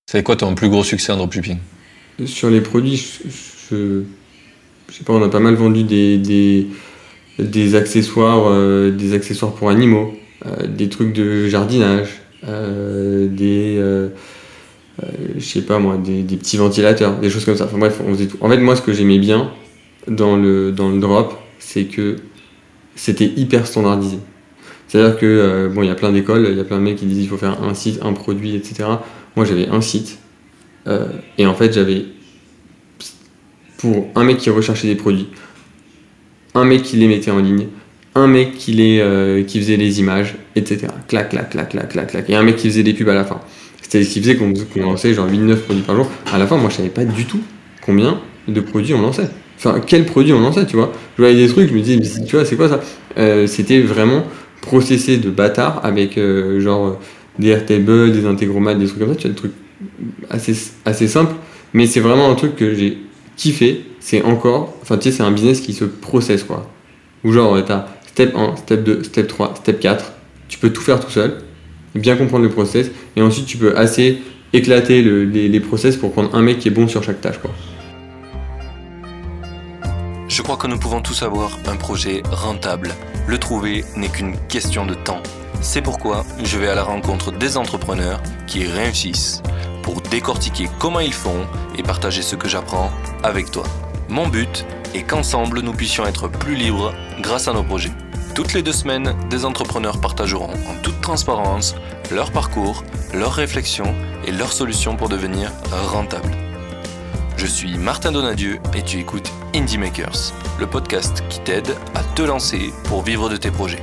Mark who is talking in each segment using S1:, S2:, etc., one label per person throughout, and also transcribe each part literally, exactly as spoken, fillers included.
S1: C'est quoi ton plus gros succès en dropshipping?
S2: Sur les produits, je, je, je sais pas, on a pas mal vendu des, des, des accessoires, euh, des accessoires pour animaux, euh, des trucs de jardinage, euh, des, euh, euh, je sais pas moi, des, des petits ventilateurs, des choses comme ça. Enfin bref, on faisait tout. En fait, moi, ce que j'aimais bien dans le, dans le drop, c'est que c'était hyper standardisé. C'est-à-dire que, euh, bon, il y a plein d'écoles, il y a plein de mecs qui disent il faut faire un site, un produit, et cetera. Moi, j'avais un site, euh, et en fait, j'avais, pour un mec qui recherchait des produits, un mec qui les mettait en ligne, un mec qui, les, euh, qui faisait les images, et cetera. Clac, clac, clac, clac, clac, clac. Et un mec qui faisait des pubs à la fin. C'était ce qui faisait qu'on, qu'on lançait genre huit neuf produits par jour. À la fin, moi, je savais pas du tout combien de produits on lançait. Enfin, quel produit on lançait, tu vois. Je voyais des trucs, je me disais, mais tu vois, c'est quoi ça? euh, C'était vraiment processé de bâtard avec euh, genre des Airtable, des intégromats, des trucs comme ça, tu vois, des trucs assez, assez simples. Mais c'est vraiment un truc que j'ai kiffé. C'est encore, enfin, tu sais, c'est un business qui se processe, quoi. Où genre, t'as step un, step deux, step trois, step quatre. Tu peux tout faire tout seul, bien comprendre le process, et ensuite tu peux assez éclater le, les, les process pour prendre un mec qui est bon sur chaque tâche, quoi.
S3: Je crois que nous pouvons tous avoir un projet rentable. Le trouver n'est qu'une question de temps. C'est pourquoi je vais à la rencontre des entrepreneurs qui réussissent pour décortiquer comment ils font et partager ce que j'apprends avec toi. Mon but est qu'ensemble nous puissions être plus libres grâce à nos projets. Toutes les deux semaines, des entrepreneurs partageront en toute transparence leur parcours, leurs réflexions et leurs solutions pour devenir rentables. Je suis Martin Donadieu et tu écoutes Indie Makers, le podcast qui t'aide à te lancer pour vivre de tes projets.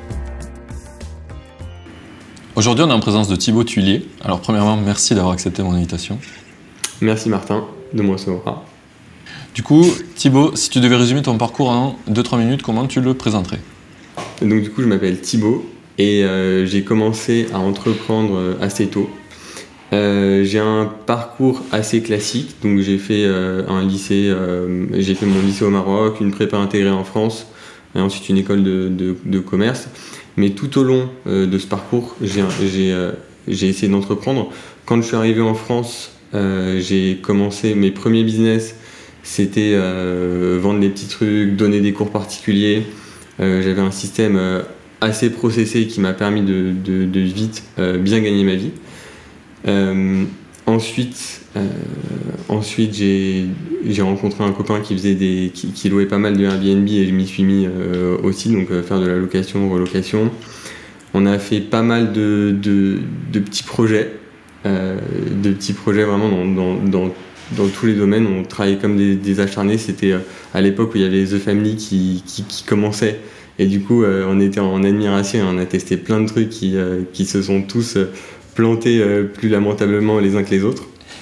S1: Aujourd'hui, on est en présence de Thibaut Tuillier. Alors, premièrement, merci d'avoir accepté mon invitation.
S2: Merci Martin de me recevoir.
S1: Du coup, Thibaut, si tu devais résumer ton parcours en deux trois minutes, comment tu le présenterais?
S2: Donc du coup, je m'appelle Thibaut et euh, j'ai commencé à entreprendre assez tôt. Euh, j'ai un parcours assez classique, donc j'ai fait euh, un lycée, euh, j'ai fait mon lycée au Maroc, une prépa intégrée en France, et ensuite une école de, de, de commerce. Mais tout au long euh, de ce parcours, j'ai, j'ai, euh, j'ai essayé d'entreprendre. Quand je suis arrivé en France, euh, j'ai commencé mes premiers business, c'était euh, vendre des petits trucs, donner des cours particuliers. Euh, j'avais un système euh, assez processé qui m'a permis de, de, de vite euh, bien gagner ma vie. Euh, ensuite, euh, ensuite j'ai, j'ai rencontré un copain qui, faisait des, qui, qui louait pas mal de Airbnb et je m'y suis mis euh, aussi, donc euh, faire de la location, relocation. On a fait pas mal de, de, de petits projets, euh, de petits projets vraiment dans, dans, dans, dans tous les domaines. On travaillait comme des, des acharnés. C'était euh, à l'époque où il y avait The Family qui, qui, qui commençait. Et du coup, euh, on était en admiration et on a testé plein de trucs qui, euh, qui se sont tous... Euh, plantés euh, plus lamentablement les uns que les autres.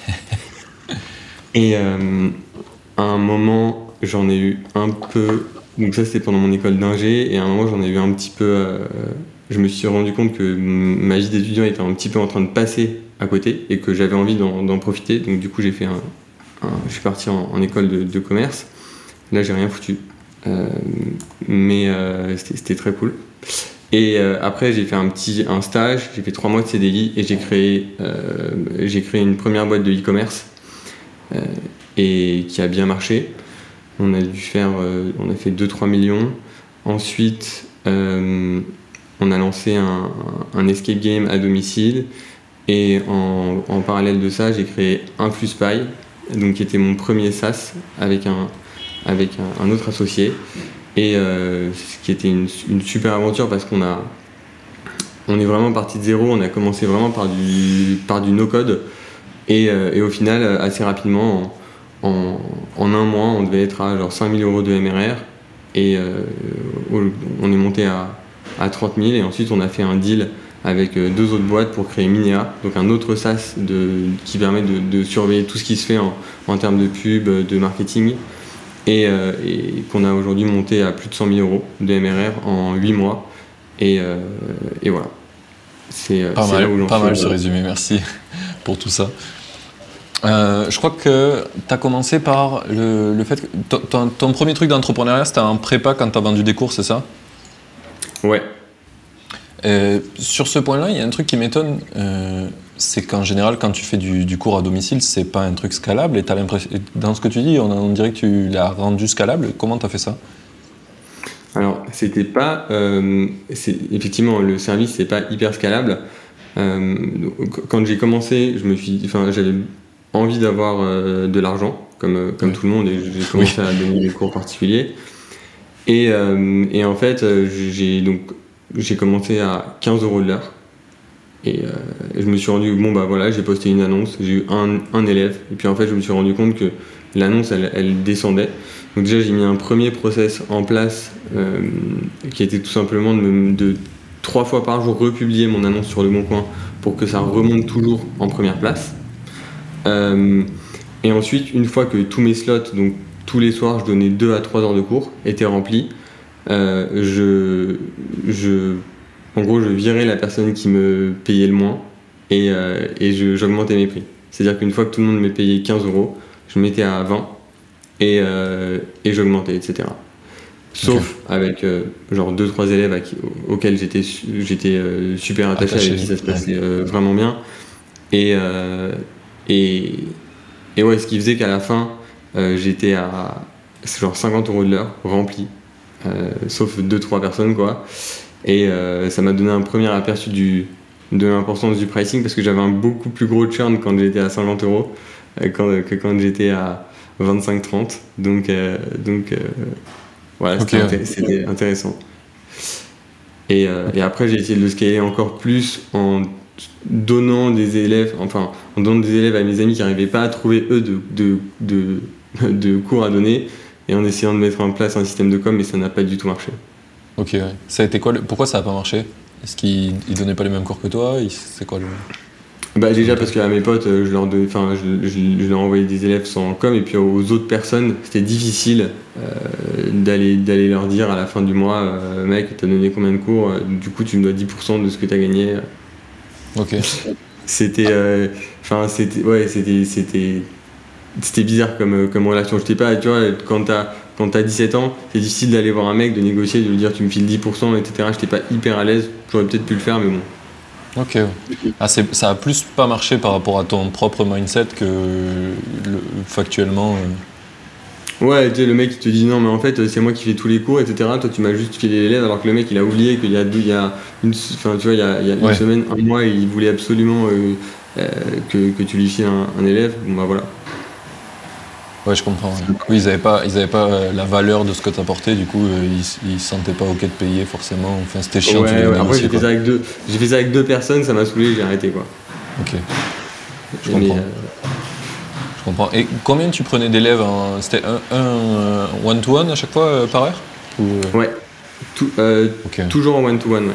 S2: Et euh, à un moment, j'en ai eu un peu... Donc ça, c'était pendant mon école d'ingé. Et à un moment, j'en ai eu un petit peu... Euh, je me suis rendu compte que ma vie d'étudiant était un petit peu en train de passer à côté et que j'avais envie d'en, d'en profiter. Donc du coup, j'ai fait un... un je suis parti en, en école de, de commerce. Là, j'ai rien foutu. Euh, mais euh, c'était, c'était très cool. Et euh, après, j'ai fait un petit un stage, j'ai fait trois mois de C D I et j'ai créé, euh, j'ai créé une première boîte de e-commerce euh, et qui a bien marché. On a dû faire, euh, on a fait deux trois millions. Ensuite, euh, on a lancé un, un escape game à domicile et en, en parallèle de ça, j'ai créé Influspy, donc qui était mon premier SaaS avec un avec un, un autre associé. Et euh, ce qui était une, une super aventure parce qu'on a, on est vraiment parti de zéro, on a commencé vraiment par du, par du no-code et, euh, et au final, assez rapidement, en, en, en un mois, on devait être à genre cinq mille euros de M R R et euh, on est monté à, à trente mille et ensuite on a fait un deal avec deux autres boîtes pour créer Minea, donc un autre SaaS de, qui permet de, de surveiller tout ce qui se fait en, en termes de pub, de marketing. Et, euh, et qu'on a aujourd'hui monté à plus de cent mille euros de M R R en huit mois. Et, euh, et voilà.
S1: C'est, pas c'est mal, là où j'en pas suis mal ce résumé, merci pour tout ça. Euh, je crois que tu as commencé par le, le fait que ton, ton, ton premier truc d'entrepreneuriat, c'était en prépa quand tu as vendu des cours, c'est ça?
S2: Ouais.
S1: Euh, sur ce point-là, il y a un truc qui m'étonne, euh, c'est qu'en général, quand tu fais du, du cours à domicile, c'est pas un truc scalable. Et t'as l'impression, dans ce que tu dis, on, on dirait que tu l'as rendu scalable. Comment t'as fait ça ?
S2: Alors, c'était pas, euh, c'est, effectivement, le service c'est pas hyper scalable. Euh, quand j'ai commencé, je me suis, enfin, j'avais envie d'avoir euh, de l'argent, comme comme tout le monde, et j'ai commencé oui. à donner des cours particuliers. Et, euh, et en fait, j'ai donc j'ai commencé à quinze euros de l'heure. Et, euh, et je me suis rendu, bon bah voilà, j'ai posté une annonce, j'ai eu un, un élève, et puis en fait je me suis rendu compte que l'annonce elle, elle descendait. Donc déjà j'ai mis un premier process en place euh, qui était tout simplement de, de trois fois par jour republier mon annonce sur Le Bon Coin pour que ça remonte toujours en première place. Euh, et ensuite, une fois que tous mes slots, donc tous les soirs je donnais deux à trois heures de cours, étaient remplis, euh, je, je En gros, je virais la personne qui me payait le moins et, euh, et je, j'augmentais mes prix. C'est-à-dire qu'une fois que tout le monde me payait quinze euros, je mettais à vingt et, euh, et j'augmentais, et cetera. Sauf okay. avec euh, genre deux trois élèves à qui, auxquels j'étais, j'étais euh, super attaché, attaché, avec qui ça se passait ouais. euh, vraiment bien. Et, euh, et, et ouais, ce qui faisait qu'à la fin, euh, j'étais à genre cinquante euros de l'heure, rempli, euh, sauf deux trois personnes quoi. Et euh, ça m'a donné un premier aperçu du, de l'importance du pricing parce que j'avais un beaucoup plus gros churn quand j'étais à cinquante euros quand, que quand j'étais à vingt-cinq trente. Donc, euh, donc euh, voilà, c'était, okay, intér- c'était intéressant. Et, euh, et après, j'ai essayé de le scaler encore plus en donnant des élèves, enfin, en donnant des élèves à mes amis qui n'arrivaient pas à trouver eux de, de, de, de cours à donner et en essayant de mettre en place un système de com, mais ça n'a pas du tout marché.
S1: Ok, ouais. Ça a été quoi le... Pourquoi ça n'a pas marché ? Est-ce qu'ils ne donnaient pas les mêmes cours que toi ? C'est quoi le...
S2: Bah déjà parce qu'à mes potes, je leur, de... enfin, je, je, je leur envoyais des élèves sans com et puis aux autres personnes, c'était difficile euh, d'aller, d'aller leur dire à la fin du mois euh, mec, t'as donné combien de cours ? Du coup, tu me dois dix pour cent de ce que t'as gagné.
S1: Ok.
S2: C'était... Euh... Enfin, c'était... Ouais, c'était... C'était... C'était bizarre comme, comme relation. Je sais pas, tu vois, quand t'as... Quand t'as dix-sept ans, c'est difficile d'aller voir un mec, de négocier, de lui dire tu me files dix pour cent, et cetera. J'étais pas hyper à l'aise, j'aurais peut-être pu le faire, mais bon.
S1: Ok. Ah, c'est, ça a plus pas marché par rapport à ton propre mindset que le, factuellement. Euh...
S2: Ouais, tu sais, le mec il te dit non, mais en fait c'est moi qui fais tous les cours, et cetera. Toi tu m'as juste filé l'élève, alors que le mec il a oublié qu'il y a, deux, il y a une, enfin, tu vois, il y a, il y a ouais. une semaine, un mois, il voulait absolument euh, euh, que, que tu lui files un, un élève. Bon bah voilà.
S1: Ouais, je comprends. Ouais. Oui, ils n'avaient pas, ils avaient pas euh, la valeur de ce que tu apportais, du coup, euh, ils ne se sentaient pas OK de payer forcément. Enfin, c'était chiant.
S2: Ouais, ouais. Après, j'ai fait, ça avec deux, j'ai fait ça avec deux personnes, ça m'a saoulé, j'ai arrêté. Quoi.
S1: Ok. Je comprends. Mais, euh... Je comprends. Et combien tu prenais d'élèves en... C'était un, un one-to-one à chaque fois euh, par heure ou...
S2: Ouais. Tout, euh, okay. Toujours en one-to-one, ouais.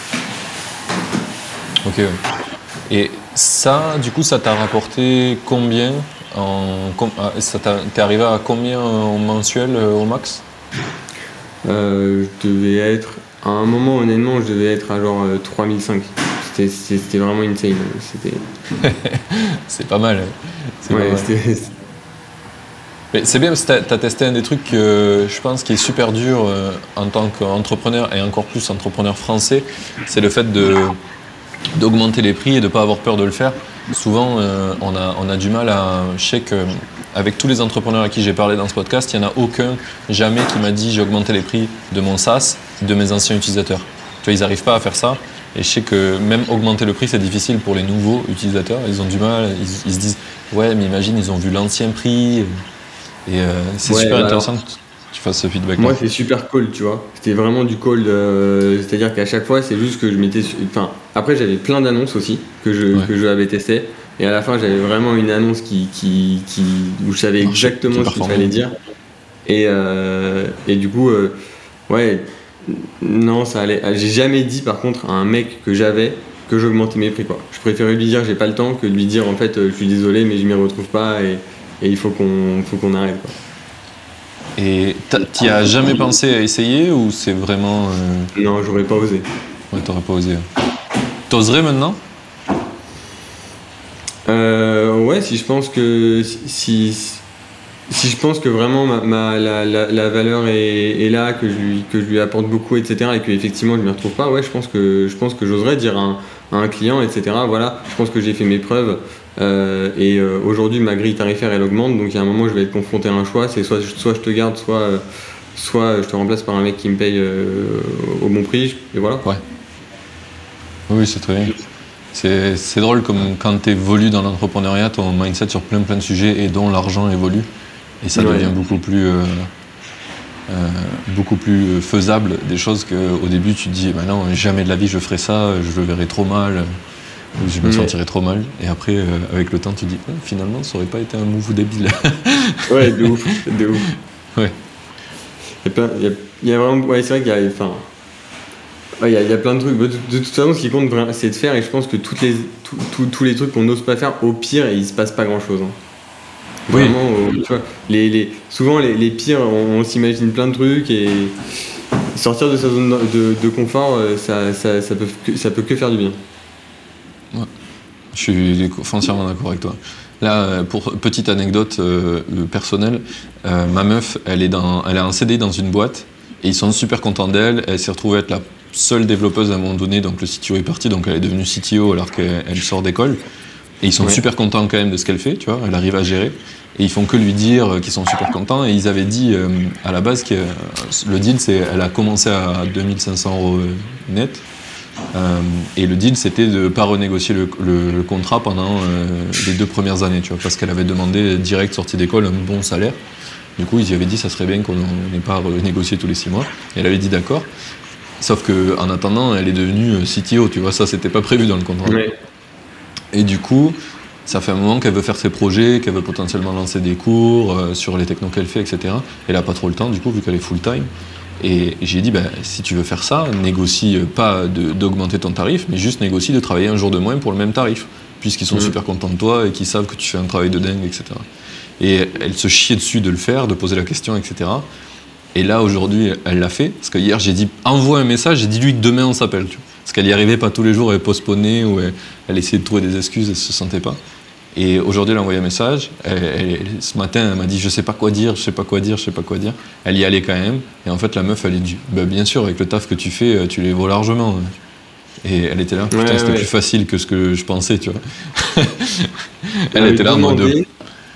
S1: Ok. Ouais. Et ça, du coup, ça t'a rapporté combien En, ça t'es arrivé à combien en mensuel euh, au max ?
S2: euh, Je devais être, à un moment honnêtement, je devais être à genre euh, trois mille cinq. C'était, c'était vraiment insane. C'était...
S1: c'est pas mal. C'est,
S2: ouais,
S1: pas mal.
S2: C'était...
S1: Mais c'est bien parce que tu as testé un des trucs que je pense qui est super dur euh, en tant qu'entrepreneur et encore plus entrepreneur français, c'est le fait de, d'augmenter les prix et de ne pas avoir peur de le faire. Souvent, euh, on, a, on a du mal à... Je sais qu'avec tous les entrepreneurs à qui j'ai parlé dans ce podcast, il n'y en a aucun, jamais, qui m'a dit j'ai augmenté les prix de mon SaaS, de mes anciens utilisateurs. Tu vois, ils n'arrivent pas à faire ça. Et je sais que même augmenter le prix, c'est difficile pour les nouveaux utilisateurs. Ils ont du mal, ils, ils se disent ouais, mais imagine, ils ont vu l'ancien prix. Et euh, c'est ouais, super bah intéressant alors... que tu fasses ce feedback.
S2: Moi, c'est super cold, tu vois. C'était vraiment du cold. Euh, c'est-à-dire qu'à chaque fois, c'est juste que je mettais. Enfin, après, j'avais plein d'annonces aussi que je, ouais. que je avais testées. Et à la fin, j'avais vraiment une annonce qui, qui, qui, où je savais exactement ce qu'il fallait dire. Et, euh, et du coup, euh, ouais, non, ça allait. J'ai jamais dit, par contre, à un mec que j'avais que j'augmentais mes prix, quoi. Je préférais lui dire j'ai pas le temps que de lui dire en fait, je suis désolé, mais je m'y retrouve pas et, et il faut qu'on, faut qu'on arrête, quoi.
S1: Et t'y as jamais pensé à essayer ou c'est vraiment... Euh...
S2: Non, j'aurais pas osé.
S1: Ouais, t'aurais pas osé. T'oserais maintenant ?
S2: euh, Ouais, si je pense que... Si, si, si je pense que vraiment ma, ma- la, la- la valeur est, est là, que je, lui, que je lui apporte beaucoup, et cetera, et que effectivement je ne m'y retrouve pas, ouais, je pense que, je pense que j'oserais dire à un, à un client, et cetera, voilà, je pense que j'ai fait mes preuves, euh, et euh, aujourd'hui ma grille tarifaire elle augmente, donc il y a un moment je vais être confronté à un choix, c'est soit, soit je te garde, soit, euh, soit je te remplace par un mec qui me paye euh, au bon prix, et voilà.
S1: Ouais. Oui, c'est très bien. C'est, c'est drôle comme quand tu évolues dans l'entrepreneuriat, ton mindset sur plein plein de sujets et dont l'argent évolue. Et ça
S2: Ouais.
S1: devient beaucoup plus, euh, euh, beaucoup plus faisable. Des choses qu'au début tu te dis, bah non, jamais de la vie je ferai ça, je le verrai trop mal, je me
S2: Ouais.
S1: sentirai trop mal. Et après, euh, avec le temps, tu te dis, oh, finalement, ça aurait pas été un move débile.
S2: Ouais, de ouf, de ouf.
S1: Ouais.
S2: Il y a plein- il y a, il y a vraiment, ouais, c'est vrai qu'il y a, enfin, ouais, il y a, il y a plein de trucs. De, de toute façon, ce qui compte vraiment, c'est de faire, et je pense que toutes les, tout- tout- tous les trucs qu'on n'ose pas faire, au pire, il se passe pas grand chose.
S1: Oui.
S2: Vraiment, euh, tu vois, les, les, souvent les, les pires, on, on s'imagine plein de trucs, et sortir de sa zone de, de confort, euh, ça, ça, ça, peut que, ça peut que faire du bien.
S1: Je suis foncièrement d'accord avec toi. Là, pour petite anecdote euh, personnelle, euh, ma meuf, elle, est dans, elle a un C D I dans une boîte et ils sont super contents d'elle. Elle s'est retrouvée être la seule développeuse à un moment donné, donc le C T O est parti, donc elle est devenue C T O alors qu'elle elle sort d'école. Et ils sont
S2: Ouais.
S1: super contents quand même de ce qu'elle fait, tu vois, elle arrive à gérer. Et ils font que lui dire qu'ils sont super contents. Et ils avaient dit euh, à la base que euh, le deal, c'est elle a commencé à deux mille cinq cents euros net. Euh, et le deal, c'était de ne pas renégocier le, le- le contrat pendant euh, les deux premières années, tu vois, parce qu'elle avait demandé direct sortie d'école un bon salaire. Du coup, ils lui avaient dit ça serait bien qu'on n'ait pas renégocié tous les six mois. Et elle avait dit d'accord. Sauf qu'en attendant, elle est devenue C T O, tu vois, ça c'était pas prévu dans le contrat.
S2: Ouais.
S1: Et du coup, ça fait un moment qu'elle veut faire ses projets, qu'elle veut potentiellement lancer des cours euh, sur les technos qu'elle fait, et cetera. Elle n'a pas trop le temps, du coup, vu qu'elle est full-time. Et j'ai dit, ben, si tu veux faire ça, négocie euh, pas de- d'augmenter ton tarif, mais juste négocie de travailler un jour de moins pour le même tarif, puisqu'ils sont
S2: Mhm.
S1: super contents de toi et qu'ils savent que tu fais un travail de dingue, et cetera. Et elle se chiait dessus de le faire, de poser la question, et cetera. Et là, aujourd'hui, elle l'a fait, parce que hier, j'ai dit, envoie un message, j'ai dit lui que demain on s'appelle, tu vois. Parce qu'elle n'y arrivait pas tous les jours, elle postponait, ou elle, elle essayait de trouver des excuses, elle se sentait pas. Et aujourd'hui, elle a envoyé un message. Elle- elle- ce matin, elle m'a dit, je sais pas quoi dire, je sais pas quoi dire, je sais pas quoi dire. Elle y allait quand même. Et en fait, la meuf, elle a dit, bah, bien sûr, avec le taf que tu fais, tu les vaux largement. Et elle était là, putain,
S2: Ouais,
S1: c'était
S2: ouais.
S1: plus facile que ce que je pensais, tu vois. elle
S2: Ah,
S1: était là en mode.
S2: demander,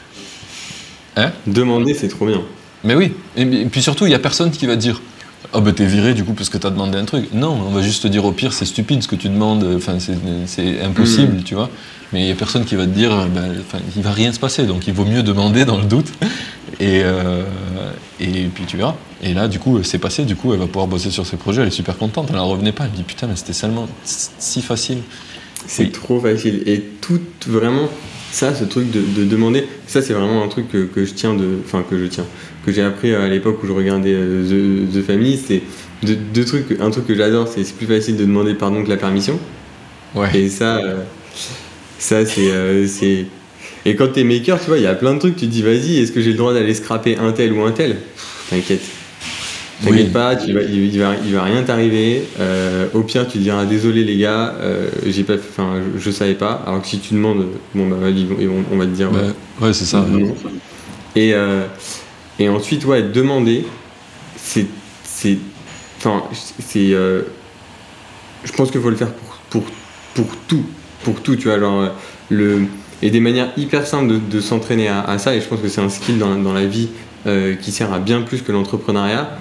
S1: Hein
S2: demander, c'est trop bien.
S1: Mais oui, et, et puis surtout, il n'y a personne qui va te dire ah bah t'es viré du coup parce que t'as demandé un truc. Non, on va juste te dire au pire c'est stupide ce que tu demandes, enfin c'est, c'est impossible,
S2: Mhm.
S1: tu vois. Mais il n'y a personne qui va te dire ben, enfin, il va rien se passer, donc il vaut mieux demander dans le doute. Et, euh, et puis tu verras. Et là du coup c'est passé, du coup elle va pouvoir bosser sur ses projets, elle est super contente, elle en revenait pas, elle me dit putain mais c'était seulement si facile.
S2: C'est
S1: Oui.
S2: trop facile. Et tout, vraiment, ça, ce truc de, de demander, ça, c'est vraiment un truc que, que je tiens de. Enfin, que je tiens. Que j'ai appris à l'époque où je regardais euh, The, The Family. C'est deux, deux trucs. Un truc que j'adore, c'est c'est plus facile de demander pardon que la permission.
S1: Ouais.
S2: Et ça, euh, ça, c'est. euh, c'est- Et quand t'es maker, tu vois, il y a plein de trucs. Tu te dis, vas-y, est-ce que j'ai le droit d'aller scraper un tel ou un tel? T'inquiète. T'inquiète
S1: Oui.
S2: pas, tu vas- il, il va, il va rien t'arriver. Euh, au pire, tu diras désolé les gars, euh, j'ai pas, enfin, je, je savais pas. Alors que si tu demandes, bon bah vas-y, ils vont- on va te dire.
S1: Bah, ouais c'est ça.
S2: non. Et euh, et ensuite, ouais, demander, c'est, c'est, enfin, c'est, euh, je pense qu'il faut le faire pour, pour, pour tout, pour tout, tu vois, genre euh, le, et des manières hyper simples de, de s'entraîner à, à ça. Et je pense que c'est un skill dans, dans la vie euh, qui sert à bien plus que l'entrepreneuriat.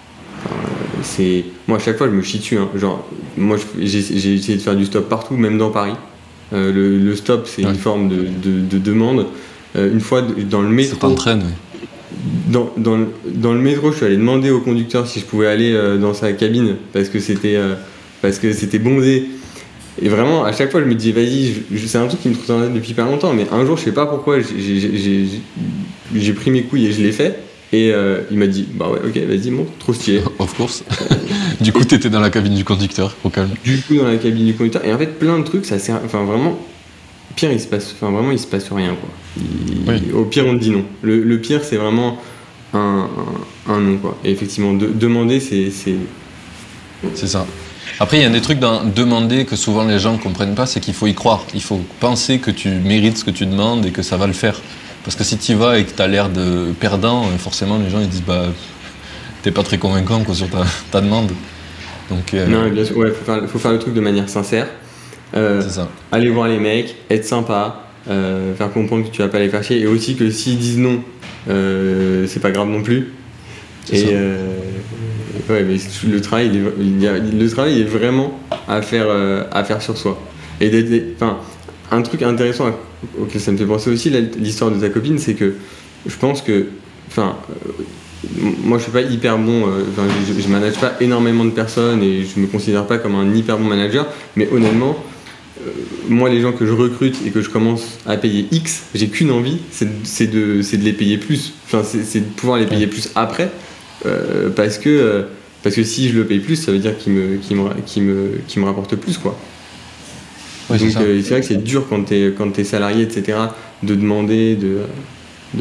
S2: C'est moi à chaque fois je me chie dessus hein. Genre moi je- j'ai, j'ai essayé de faire du stop partout, même dans Paris. Euh, le, le stop c'est
S1: Ouais.
S2: une forme de, de, de demande. Euh, une fois dans le
S1: Ça
S2: métro,
S1: t'entraîne, oui.
S2: dans, dans, le- dans le métro, je suis allé demander au conducteur si je pouvais aller euh, dans sa cabine parce que c'était euh, parce que c'était bondé. Et vraiment à chaque fois je me dis vas-y, je- je- c'est un truc qui me trotte en tête depuis pas longtemps, mais un jour je sais pas pourquoi j'ai, j'ai, j'ai, j'ai- j'ai pris mes couilles et je l'ai fait. Et euh, il m'a dit bah ouais ok vas-y monte, trop stylé.
S1: Of course. Du coup t'étais dans la cabine du conducteur, au calme.
S2: Du coup dans la cabine du conducteur et en fait plein de trucs ça sert, enfin vraiment pire il se passe, enfin vraiment il se passe rien quoi. Il-
S1: Oui.
S2: Au pire on te dit non. Le, le pire c'est vraiment un, un, un non quoi. Et effectivement de, demander c'est, c'est
S1: C'est ça. Après, il y a des trucs dans demander que souvent les gens ne comprennent pas, c'est qu'il faut y croire. Il faut penser que tu mérites ce que tu demandes et que ça va le faire. Parce que si tu y vas et que tu as l'air de perdant, forcément les gens ils disent bah t'es pas très convaincant quoi, sur ta, ta demande. Donc, euh,
S2: non, bien sûr, ouais, faut faire, faut faire le truc de manière sincère. Euh,
S1: c'est ça.
S2: Aller voir les mecs, être sympa, euh, faire comprendre que tu vas pas les faire chier, et aussi que s'ils disent non, euh, c'est pas grave non plus.
S1: C'est
S2: et
S1: ça.
S2: euh, ouais, mais le travail, il est, il y a, le travail il est vraiment à faire, euh, à faire sur soi. Et enfin, un truc intéressant auquel ça me fait penser aussi, l'histoire de ta copine, c'est que je pense que, enfin. Moi je suis pas hyper bon, euh, je, je manage pas énormément de personnes et je me considère pas comme un hyper bon manager, mais honnêtement, euh, moi les gens que je recrute et que je commence à payer X, j'ai qu'une envie, c'est, c'est, de, c'est de les payer plus, enfin c'est, c'est de pouvoir les payer plus après, euh, parce, que, euh, parce que si je le paye plus, ça veut dire qu'il me, qu'il me, qu'il me, qu'il me rapporte plus quoi.
S1: Ouais,
S2: Donc
S1: c'est,
S2: euh, c'est vrai que c'est dur quand t'es, quand t'es salarié, et cetera, de demander, de... de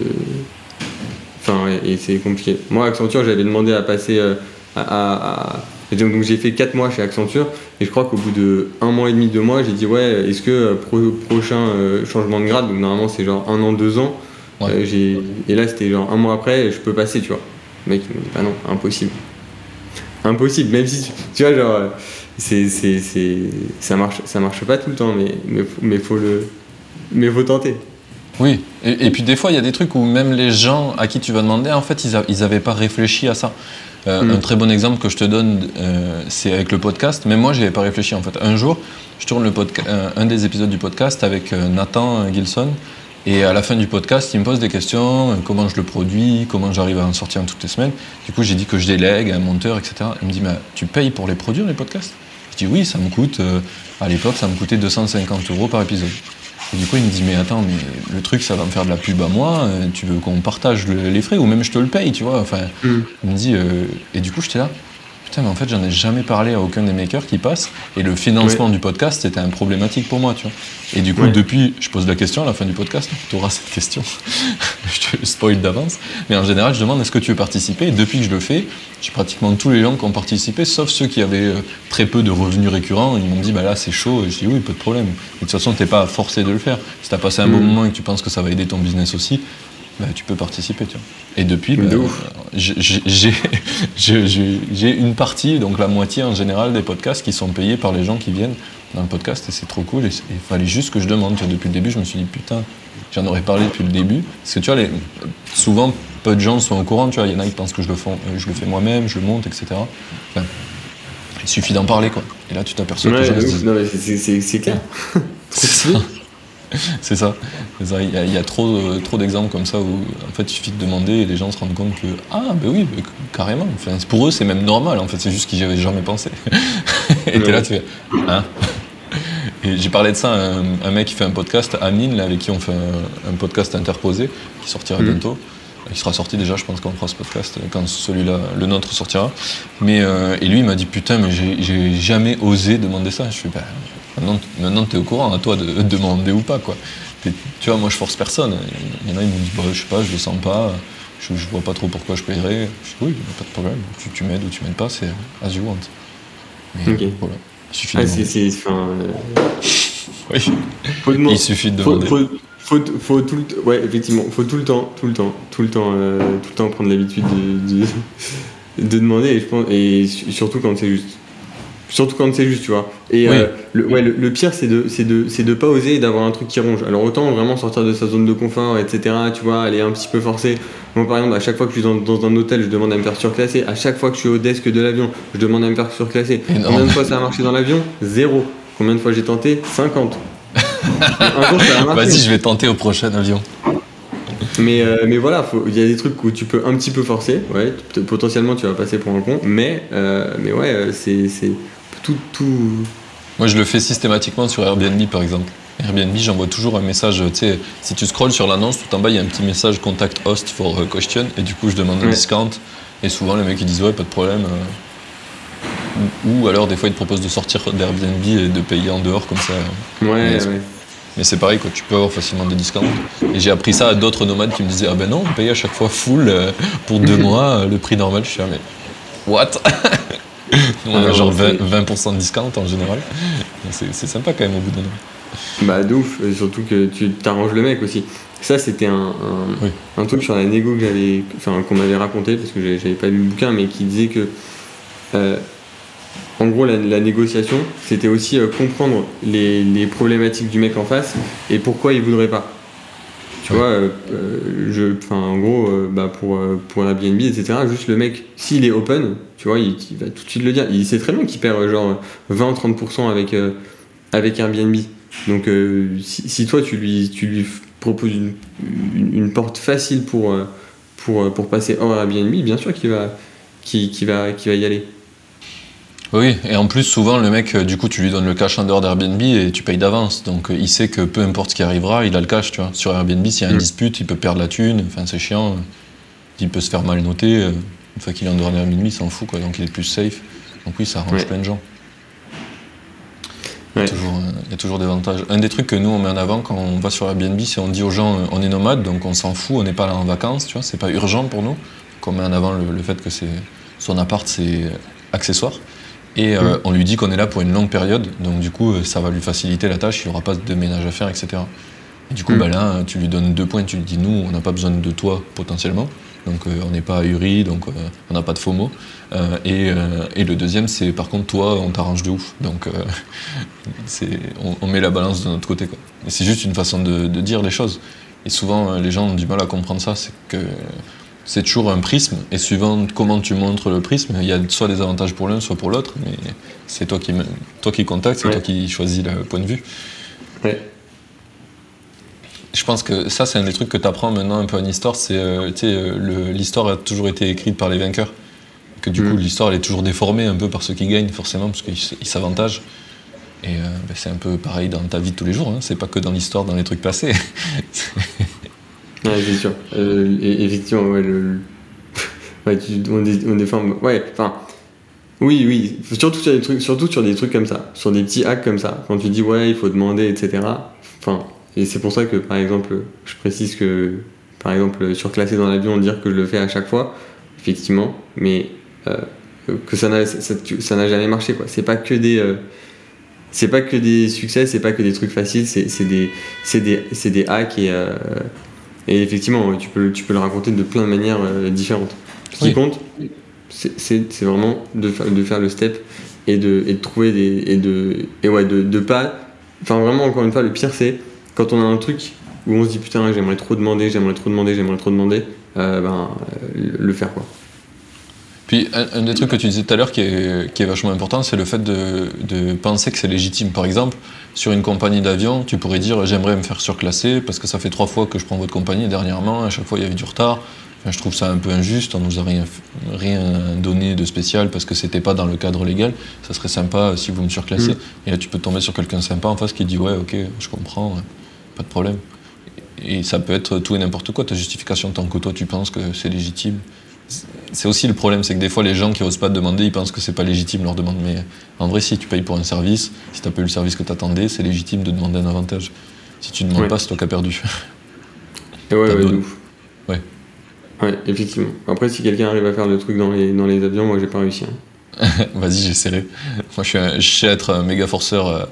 S2: Enfin, ouais, et c'est compliqué. Moi, Accenture, j'avais demandé à passer euh, à, à, à... Donc j'ai fait quatre mois chez Accenture et je crois qu'au bout de un mois et demi, deux mois, j'ai dit ouais, est-ce que euh, pro, prochain euh, changement de grade, donc normalement c'est genre un an, deux ans,
S1: ouais.
S2: euh, j'ai... et là c'était genre un mois après, je peux passer, tu vois. Le mec il me dit bah non, impossible. Impossible, même si tu, tu vois, genre, c'est, c'est, c'est, ça marche, ça marche pas tout le temps, mais, mais, mais faut le, mais faut tenter.
S1: Oui, et, et puis des fois, il y a des trucs où même les gens à qui tu vas demander, en fait, ils n'avaient pas réfléchi à ça. Euh, mmh. Un très bon exemple que je te donne, euh, c'est avec le podcast. Même moi, je n'y avais pas réfléchi, en fait. Un jour, je tourne le podca- euh, un des épisodes du podcast avec euh, Nathan Gilson. Et à la fin du podcast, il me pose des questions, euh, comment je le produis, comment j'arrive à en sortir toutes les semaines. Du coup, j'ai dit que je délègue à un monteur, et cetera. Il me dit, mais tu payes pour les produire, les podcasts ? Je dis, oui, ça me coûte, euh, à l'époque, ça me coûtait deux cent cinquante euros par épisode. Et du coup, il me dit, mais attends, mais le truc, ça va me faire de la pub à moi, euh, tu veux qu'on partage le, les frais, ou même je te le paye, tu vois. Enfin, mm. Il me dit, euh, et du coup, j'étais là, putain, mais en fait, j'en ai jamais parlé à aucun des makers qui passent, et le financement ouais. du podcast, c'était un problématique pour moi, tu vois. Et du coup, ouais. depuis, je pose la question à la fin du podcast, tu auras cette question, je te spoil d'avance, mais en général, je demande, est-ce que tu veux participer ? Et depuis que je le fais, j'ai pratiquement tous les gens qui ont participé, sauf ceux qui avaient euh, très peu de revenus récurrents, ils m'ont dit, bah là, c'est chaud, et je dis, oui, pas de problème. Et de toute façon, t'es pas forcé de le faire. Si t'as passé un mmh. bon moment et que tu penses que ça va aider ton business aussi, bah, tu peux participer, tu vois. Et depuis, bah, j'ai, j'ai, j'ai, j'ai, j'ai une partie, donc la moitié en général des podcasts qui sont payés par les gens qui viennent dans le podcast, et c'est trop cool. Et il fallait juste que je demande, tu vois. Depuis le début, je me suis dit, putain, j'en aurais parlé depuis le début. Parce que tu vois, les, souvent, peu de gens sont au courant, tu vois. Il y en a qui pensent que je le, fais, je le fais moi-même, je le monte, et cetera. Enfin, il suffit d'en parler, quoi. Et là, tu t'aperçois
S2: ouais,
S1: que les gens
S2: ouf,
S1: se disent...
S2: non, mais c'est, c'est, c'est clair.
S1: C'est ça. C'est ça. C'est ça. Il y a, il y a trop, euh, trop d'exemples comme ça où en fait il suffit de demander et les gens se rendent compte que ah ben oui, ben, carrément. Enfin, pour eux c'est même normal en fait. C'est juste qu'ils n'y avaient jamais pensé. Et t'es là tu fais hein. Et j'ai parlé de ça à un, un mec qui fait un podcast, Amine, là, avec qui on fait un, un podcast interposé qui sortira mmh. bientôt. Il sera sorti déjà, je pense qu'on fera ce podcast quand celui-là, le nôtre sortira. Mais euh, et lui il m'a dit putain mais j'ai, j'ai jamais osé demander ça. Je fais bah, Maintenant, maintenant tu es au courant, à toi de, de demander ou pas, quoi. Tu vois, moi je force personne. Il y en a, ils m'ont dit, bah, je sais pas, je le sens pas, je, je vois pas trop pourquoi je paierais. Je dis, oui, pas de problème, tu, tu m'aides ou tu m'aides pas, c'est as you want. Mais
S2: okay.
S1: voilà, il suffit
S2: ah,
S1: de demander.
S2: C'est, c'est, enfin, euh...
S1: oui.
S2: Faut demander.
S1: Il suffit de demander.
S2: Faut, faut, faut, faut tout le t- ouais, effectivement, faut tout le temps, tout le temps, tout le temps, euh, tout le temps prendre l'habitude de, de, de demander, et, je pense, et surtout quand c'est juste. Surtout quand c'est juste, tu vois. Et oui. euh, le, ouais, le, le pire, c'est de, c'est, de, c'est de pas oser et d'avoir un truc qui ronge. Alors autant vraiment sortir de sa zone de confort, et cetera. Tu vois, aller un petit peu forcer. Moi, par exemple, à chaque fois que je suis dans, dans un hôtel, je demande à me faire surclasser. À chaque fois que je suis au desk de l'avion, je demande à me faire surclasser. Combien de fois ça a marché dans l'avion ? Zéro. Combien de fois j'ai tenté ? cinquante. Un jour, ça a marché.
S1: Vas-y, je vais tenter au prochain avion.
S2: Mais, euh, mais voilà, il y a des trucs où tu peux un petit peu forcer. Ouais, potentiellement, tu vas passer pour un con. Mais, euh, mais ouais, c'est... c'est Tout, tout...
S1: Moi je le fais systématiquement sur Airbnb par exemple. Airbnb, j'envoie toujours un message, tu sais, si tu scrolles sur l'annonce, tout en bas il y a un petit message contact host for question et du coup je demande un ouais. discount et souvent les mecs ils disent ouais pas de problème. Ou, ou alors des fois ils te proposent de sortir d'Airbnb et de payer en dehors comme ça.
S2: Ouais,
S1: mais,
S2: ouais.
S1: mais c'est pareil quoi, tu peux avoir facilement des discounts. Et j'ai appris ça à d'autres nomades qui me disaient ah ben non, on paye à chaque fois full euh, pour deux mois le prix normal. Je suis là mais what? On a genre vingt pour cent de discount en général. C'est, c'est sympa quand même au bout d'un an.
S2: Bah de ouf, euh, surtout que tu t'arranges le mec aussi. Ça c'était un, un,
S1: Oui.
S2: un truc sur la négo que j'avais, enfin qu'on m'avait raconté parce que j'avais, j'avais pas lu le bouquin, mais qui disait que euh, en gros la, la négociation c'était aussi euh, comprendre les, les problématiques du mec en face et pourquoi il voudrait pas. Tu
S1: Oui.
S2: vois, euh, euh, je, enfin en gros euh, bah pour euh, pour Airbnb et cetera. Juste le mec, s'il est open, tu vois, il, il va tout de suite le dire. Il sait très bien qu'il perd euh, genre vingt à trente pour cent avec euh, avec Airbnb. Donc euh, si, si toi tu lui, tu lui proposes une, une, une porte facile pour, euh, pour, euh, pour passer hors Airbnb, bien sûr qu'il va, qu'il, qu'il va, qu'il va y aller.
S1: Oui, et en plus, souvent, le mec, euh, du coup, tu lui donnes le cash en dehors d'Airbnb et tu payes d'avance. Donc, euh, il sait que peu importe ce qui arrivera, il a le cash, tu vois. Sur Airbnb, s'il y a une
S2: Mm.
S1: dispute, il peut perdre la thune, enfin, c'est chiant. Il peut se faire mal noter. euh, Une fois qu'il est en dehors d'Airbnb, il s'en fout, quoi. Donc, il est plus safe. Donc, oui, ça arrange
S2: Ouais.
S1: plein de gens. Il y, a
S2: Ouais.
S1: toujours, euh, il y a toujours des avantages. Un des trucs que nous, on met en avant quand on va sur Airbnb, c'est on dit aux gens, euh, on est nomade, donc on s'en fout, on n'est pas là en vacances, tu vois. C'est pas urgent pour nous. Donc, on met en avant le, le fait que c'est, son appart, c'est accessoire. Et euh,
S2: Mm.
S1: on lui dit qu'on est là pour une longue période, donc du coup, ça va lui faciliter la tâche, il n'y aura pas de ménage à faire, et cetera. Et du coup,
S2: Mm.
S1: bah là, tu lui donnes deux points, tu lui dis, nous, on n'a pas besoin de toi, potentiellement, donc euh, on n'est pas ahuri, donc euh, on n'a pas de FOMO. Euh, et, euh, et le deuxième, c'est par contre, toi, on t'arrange de ouf, donc euh, c'est, on, on met la balance de notre côté, quoi. Et c'est juste une façon de, de dire les choses. Et souvent, euh, les gens ont du mal à comprendre ça, c'est que c'est toujours un prisme, et suivant comment tu montres le prisme, il y a soit des avantages pour l'un, soit pour l'autre, mais c'est toi qui, toi qui contactes, c'est
S2: Ouais.
S1: toi qui choisis le point de vue.
S2: Ouais.
S1: Je pense que ça, c'est un des trucs que tu apprends maintenant un peu en histoire, c'est euh, tu sais, euh, le- l'histoire a toujours été écrite par les vainqueurs. Que du
S2: Mm.
S1: coup, l'histoire, elle est toujours déformée un peu par ceux qui gagnent, forcément, parce qu'ils s- ils s'avantagent. Et euh, ben, c'est un peu pareil dans ta vie de tous les jours, hein. C'est pas que dans l'histoire, dans les trucs passés.
S2: Ouais, c'est sûr. Euh, et, effectivement, ouais, le, le- ouais, tu, on, dé, on déforme. Ouais, enfin, oui, oui. Surtout sur des trucs, surtout sur des trucs comme ça, sur des petits hacks comme ça. Quand tu dis ouais, il faut demander, et cetera. Enfin, et c'est pour ça que, par exemple, je précise que, par exemple, surclasser dans l'avion, dire que je le fais à chaque fois, effectivement, mais euh, que ça n'a, ça, ça n'a jamais marché, quoi. C'est pas que des euh, c'est pas que des succès, c'est pas que des trucs faciles, c'est, c'est des, c'est des, c'est des hacks et euh, et effectivement, tu peux, tu peux le raconter de plein de manières euh, différentes. Ce qui
S1: Oui.
S2: compte, c'est, c'est, c'est vraiment de, fa- de faire le step et de, et de trouver des. Et de, et ouais, de, de pas. Enfin, vraiment, encore une fois, le pire, c'est quand on a un truc où on se dit putain, j'aimerais trop demander, j'aimerais trop demander, j'aimerais trop demander, euh, ben, euh, le faire, quoi.
S1: Puis un, un des trucs que tu disais tout à l'heure qui est, qui est vachement important, c'est le fait de, de penser que c'est légitime. Par exemple, sur une compagnie d'avion, tu pourrais dire j'aimerais me faire surclasser parce que ça fait trois fois que je prends votre compagnie dernièrement, à chaque fois il y avait du retard. Enfin, je trouve ça un peu injuste, on nous a rien, rien donné de spécial parce que c'était pas dans le cadre légal. Ça serait sympa si vous me surclassez.
S2: Mm.
S1: Et là tu peux tomber sur quelqu'un sympa en face qui dit ouais ok je comprends, ouais, pas de problème. Et ça peut être tout et n'importe quoi, ta justification tant que toi tu penses que c'est légitime. C'est aussi le problème, c'est que des fois les gens qui osent pas te demander, ils pensent que c'est pas légitime leur demande. Mais en vrai, si tu payes pour un service, si t'as pas eu le service que t'attendais, c'est légitime de demander un avantage. Si tu demandes
S2: Ouais.
S1: pas, c'est toi qui as perdu.
S2: Et ouais,
S1: Pas
S2: ouais,
S1: de-
S2: de ouf.
S1: Ouais.
S2: Ouais, effectivement. Après, si quelqu'un arrive à faire le truc dans les, dans les avions, moi j'ai pas réussi. Hein.
S1: Vas-y, j'essaierai. Moi, je, suis un- je sais être un méga forceur. euh.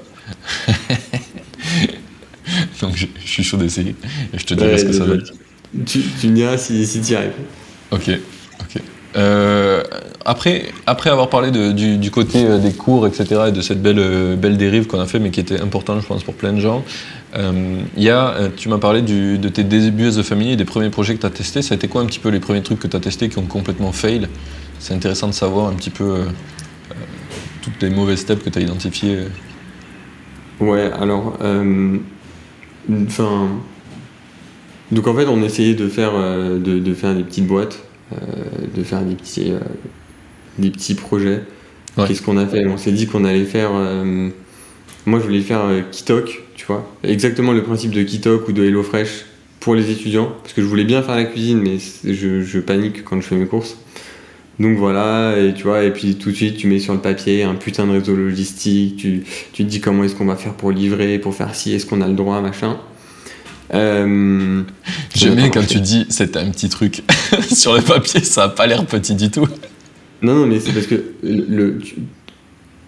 S1: Donc, je, je suis chaud d'essayer. Et je te dirai
S2: Ouais,
S1: ce que ça
S2: de-
S1: donne.
S2: Tu, tu me diras si, si tu y arrives.
S1: Ok, ok. Euh, après, après avoir parlé de- du, du côté euh, des cours, et cetera, et de cette belle, euh, belle dérive qu'on a fait, mais qui était importante, je pense, pour plein de gens, euh, il y a, euh, tu m'as parlé du, de tes débuts as a family et des premiers projets que tu as testés. Ça a été quoi un petit peu les premiers trucs que tu as testés qui ont complètement fail? C'est intéressant de savoir un petit peu euh, euh, toutes les mauvaises steps que tu as identifiées.
S2: Ouais, alors, euh, enfin, donc en fait, on essayait de faire, euh, de, de faire des petites boîtes, euh, de faire des petits, euh, des petits projets.
S1: Ouais.
S2: Qu'est-ce qu'on a fait? On s'est dit qu'on allait faire, euh, moi je voulais faire euh, Kitok, tu vois, exactement le principe de Kitok ou de HelloFresh pour les étudiants, parce que je voulais bien faire la cuisine, mais je, je panique quand je fais mes courses. Donc voilà, et tu vois, et puis tout de suite tu mets sur le papier un putain de réseau logistique, tu, tu te dis comment est-ce qu'on va faire pour livrer, pour faire ci, est-ce qu'on a le droit, machin. Euh,
S1: J'aime bien
S2: attends,
S1: quand
S2: je-
S1: tu dis c'est un petit truc. Sur le papier, ça a pas l'air petit du tout.
S2: Non, non, mais c'est parce que le, le- tu,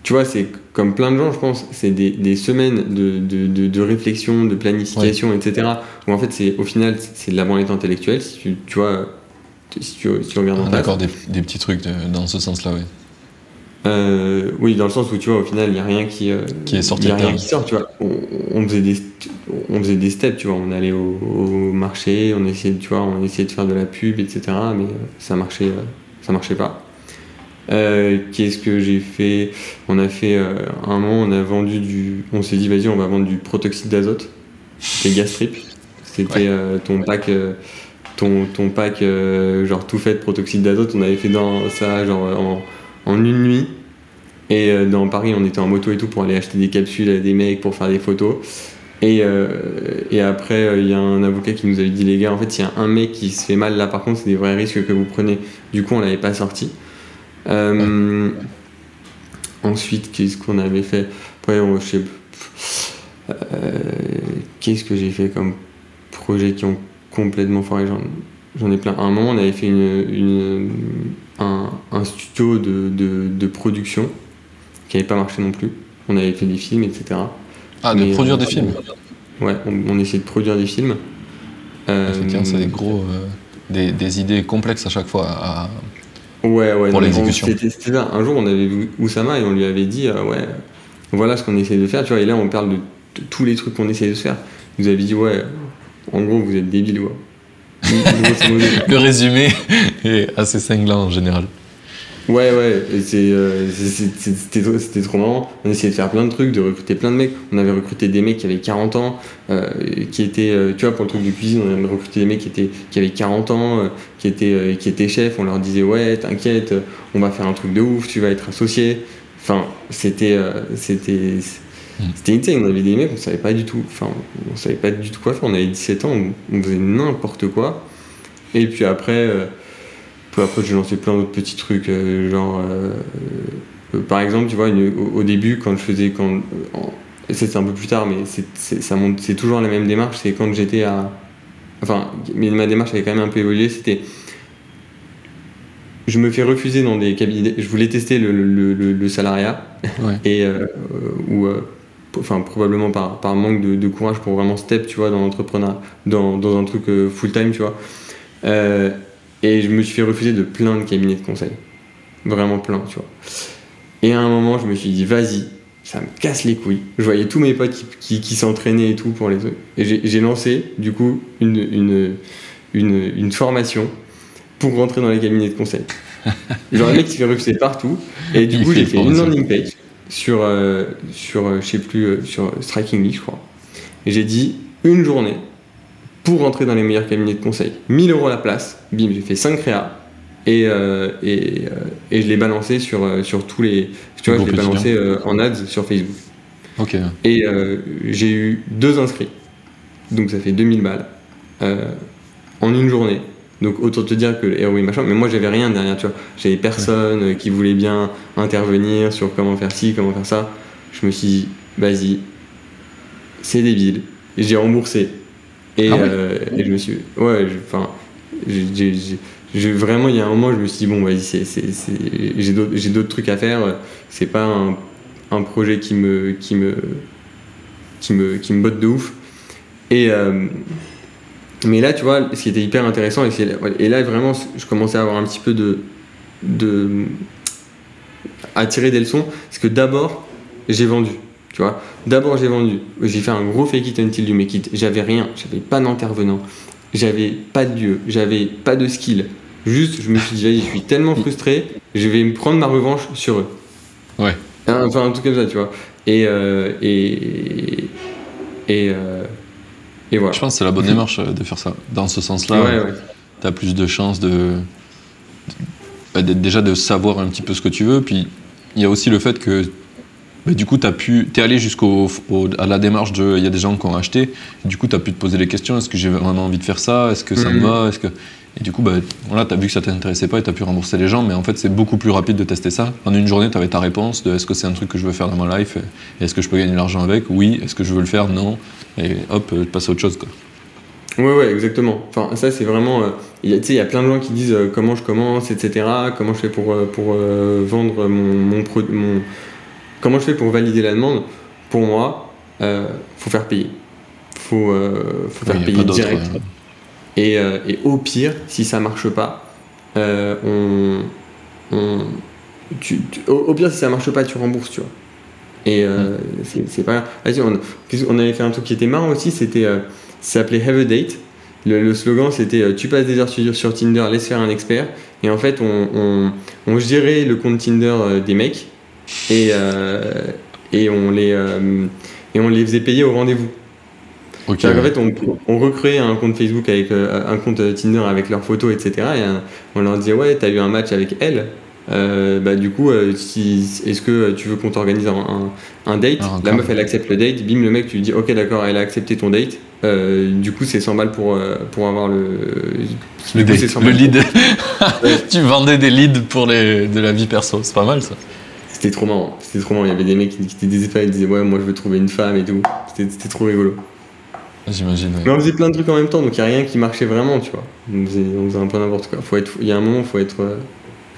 S2: tu vois, c'est comme plein de gens, je pense, c'est des, des semaines de, de, de, de réflexion, de planification, ouais. et cetera. Où en fait, c'est, au final, c'est de la branlette intellectuelle, si tu, tu vois, si tu, si tu regardes en face.
S1: D'accord, des, des petits trucs de, dans ce sens-là, oui.
S2: Euh, oui, dans le sens où tu vois, au final, il n'y a rien qui, euh,
S1: qui est sorti
S2: y a rien qui sort, tu vois. On, on, faisait des, on faisait des steps, tu vois. On allait au, au marché, on essayait, tu vois, on essayait de faire de la pub, et cetera. Mais ça marchait, euh, ça marchait pas. Euh, qu'est-ce que j'ai fait ? On a fait, euh, un moment, on a vendu du. On s'est dit, vas-y, on va vendre du protoxyde d'azote. C'était Gastrip. C'était ouais. euh, ton pack. Euh, ton, ton pack, euh, genre tout fait de protoxyde d'azote. On avait fait dans ça, genre en. en une nuit, et euh, dans Paris on était en moto et tout pour aller acheter des capsules à des mecs pour faire des photos, et, euh, et après il euh, y a un avocat qui nous avait dit, les gars, en fait il y a un mec qui se fait mal là, par contre c'est des vrais risques que vous prenez, du coup on l'avait pas sorti. Euh, ensuite qu'est-ce qu'on avait fait après on, je sais, euh, qu'est-ce que j'ai fait comme projet qui ont complètement foiré, j'en, j'en ai plein. À un moment on avait fait une, une Un, un studio de, de, de production qui n'avait pas marché non plus. On avait fait des films, et cetera.
S1: Ah, de Mais produire euh, des films
S2: Ouais, on, on essayait de produire des films.
S1: Euh, Effectivement, c'est des gros... Euh, des, des idées complexes à chaque fois à,
S2: ouais, ouais,
S1: pour l'exécution.
S2: C'était, c'était là. Un jour, on avait vu Oussama et on lui avait dit euh, ouais, voilà ce qu'on essaie de faire. Tu vois, et là, on parle de, de tous les trucs qu'on essaie de faire. Il nous avait dit ouais, en gros, vous êtes débiles, ouais.
S1: Le résumé est assez cinglant en général.
S2: Ouais, ouais, et c'est, euh, c'est, c'est, c'était, c'était trop marrant. On essayait de faire plein de trucs, de recruter plein de mecs. On avait recruté des mecs qui avaient quarante ans, euh, qui étaient, euh, tu vois, pour le truc de cuisine, on avait recruté des mecs qui, étaient, qui avaient quarante ans, euh, qui, étaient, euh, qui étaient chefs. On leur disait, ouais, t'inquiète, on va faire un truc de ouf, tu vas être associé. Enfin, c'était, euh, c'était, c'était insane. On avait des mecs, on savait pas du tout, enfin, on savait pas du tout quoi faire. On avait dix-sept ans, on, on faisait n'importe quoi. Et puis après, euh, peu après, j'ai lancé plein d'autres petits trucs, euh, genre, euh, euh, par exemple, tu vois, une, au, au début, quand je faisais, quand, en, c'est un peu plus tard, mais c'est, c'est, ça monte, c'est toujours la même démarche. C'est quand j'étais à, enfin, mais ma démarche avait quand même un peu évolué. C'était, je me fais refuser dans des cabinets. Je voulais tester le, le, le, le salariat, ouais. et euh, ou euh, enfin probablement par, par manque de, de courage pour vraiment step, tu vois, dans l'entrepreneuriat, dans, dans un truc euh, full time, tu vois. Euh, et je me suis fait refuser de plein de cabinets de conseil, vraiment plein, tu vois. Et à un moment, je me suis dit, vas-y, ça me casse les couilles. Je voyais tous mes potes qui, qui, qui s'entraînaient et tout pour les trucs. Et j'ai, j'ai lancé, du coup, une, une, une, une formation pour rentrer dans les cabinets de conseil. Genre, un mec qui se fait refuser partout. Et du coup, j'ai fait une landing page sur, euh, sur euh, je sais plus, euh, sur Strikingly, je crois. Et j'ai dit, une journée pour rentrer dans les meilleurs cabinets de conseil. mille euros la place, bim, j'ai fait cinq créas. Et, euh, et, euh, et je l'ai balancé sur, euh, sur tous les... Tu vois, je l'ai balancé euh, en ads sur Facebook.
S1: Ok.
S2: Et euh, j'ai eu deux inscrits. Donc ça fait deux mille balles. Euh, en une journée. Donc autant te dire que le R O I machin, mais moi j'avais rien derrière, tu vois. J'avais personne ouais. qui voulait bien intervenir sur comment faire ci, comment faire ça. Je me suis dit, vas-y, c'est débile. Et j'ai remboursé. Et, ah ouais. euh, et je me suis... Ouais, enfin... J'ai, j'ai, j'ai, j'ai, vraiment, il y a un moment, je me suis dit, bon, vas-y, c'est, c'est, c'est, j'ai, d'autres, j'ai d'autres trucs à faire. C'est pas un, un projet qui me, qui, me, qui, me, qui me botte de ouf. Et... Euh, mais là, tu vois, ce qui était hyper intéressant, et, c'est, et là, vraiment, je commençais à avoir un petit peu de... de à tirer des leçons, parce que d'abord, j'ai vendu. Tu vois, d'abord j'ai vendu, j'ai fait un gros fake it until you make it, j'avais rien, j'avais pas d'intervenant, j'avais pas de dieu, j'avais pas de skill, juste je me suis dit, vas-y, je suis tellement frustré, je vais me prendre ma revanche sur eux.
S1: Ouais.
S2: Enfin un truc comme ça, tu vois. Et euh, et et, euh, et voilà.
S1: Je pense que c'est la bonne démarche de faire ça. Dans ce sens-là,
S2: ouais, ouais.
S1: T'as plus de chances de, de, de déjà de savoir un petit peu ce que tu veux, puis il y a aussi le fait que mais du coup, tu es allé jusqu'à la démarche de. Il y a des gens qui ont acheté. Du coup, tu as pu te poser les questions. Est-ce que j'ai vraiment envie de faire ça ? Est-ce que ça me va ? Est-ce que... Et du coup, bah, voilà, tu as vu que ça ne t'intéressait pas et tu as pu rembourser les gens. Mais en fait, c'est beaucoup plus rapide de tester ça. En une journée, tu avais ta réponse de est-ce que c'est un truc que je veux faire dans ma life ? Et est-ce que je peux gagner de l'argent avec ? Oui. Est-ce que je veux le faire ? Non. Et hop, tu passes à autre chose, quoi.
S2: Ouais, ouais, exactement. Enfin, ça, c'est vraiment. Euh, tu sais, il y a plein de gens qui disent euh, comment je commence, et cetera. Comment je fais pour, euh, pour euh, vendre mon, mon, pro- mon comment je fais pour valider la demande? Pour moi, euh, faut faire payer. Faut, euh, faut faire
S1: Oui,
S2: payer
S1: pas
S2: direct.
S1: d'autre, ouais.
S2: Et, euh, et au pire, si ça marche pas, euh, on, on, tu, tu- au, au pire, si ça marche pas, tu rembourses, tu vois. Et euh, c'est, c'est pas grave. Vas-y, on, on avait fait un truc qui était marrant aussi, c'était, euh, ça s'appelait Have a Date. Le, le slogan, c'était euh, tu passes des heures sur, sur Tinder, laisse faire un expert. Et en fait, on, on, on gérait le compte Tinder euh, des mecs et, euh, et, on les, euh, et on les faisait payer au rendez-vous.
S1: Ok,
S2: C'est-à-dire
S1: ouais.
S2: qu'en fait, on, on recréait un compte Facebook avec euh, un compte Tinder avec leurs photos, et cetera. Et euh, on leur disait ouais, t'as eu un match avec elle. Euh, bah du coup, euh, si, est-ce que tu veux qu'on t'organise un, un, un date?
S1: Ah,
S2: La
S1: encore.
S2: meuf, elle accepte le date. Bim, le mec, tu lui dis ok, d'accord, elle a accepté ton date. Euh, du coup, c'est cent balles pour euh, pour avoir le.
S1: Le
S2: Du coup, c'est
S1: date,
S2: cent
S1: le
S2: balles.
S1: lead.
S2: Ouais.
S1: Tu vendais des leads pour les, de la vie perso, c'est pas mal ça.
S2: C'était trop marrant. C'était trop marrant. Il y avait des mecs qui, qui étaient désespérés, ils disaient ouais, moi, je veux trouver une femme et tout. C'était, c'était trop rigolo.
S1: J'imagine, ouais.
S2: Mais on faisait plein de trucs en même temps, donc il n'y a rien qui marchait vraiment, tu vois. On faisait, on faisait un peu n'importe quoi. Faut être, il y a un moment, il faut être. euh,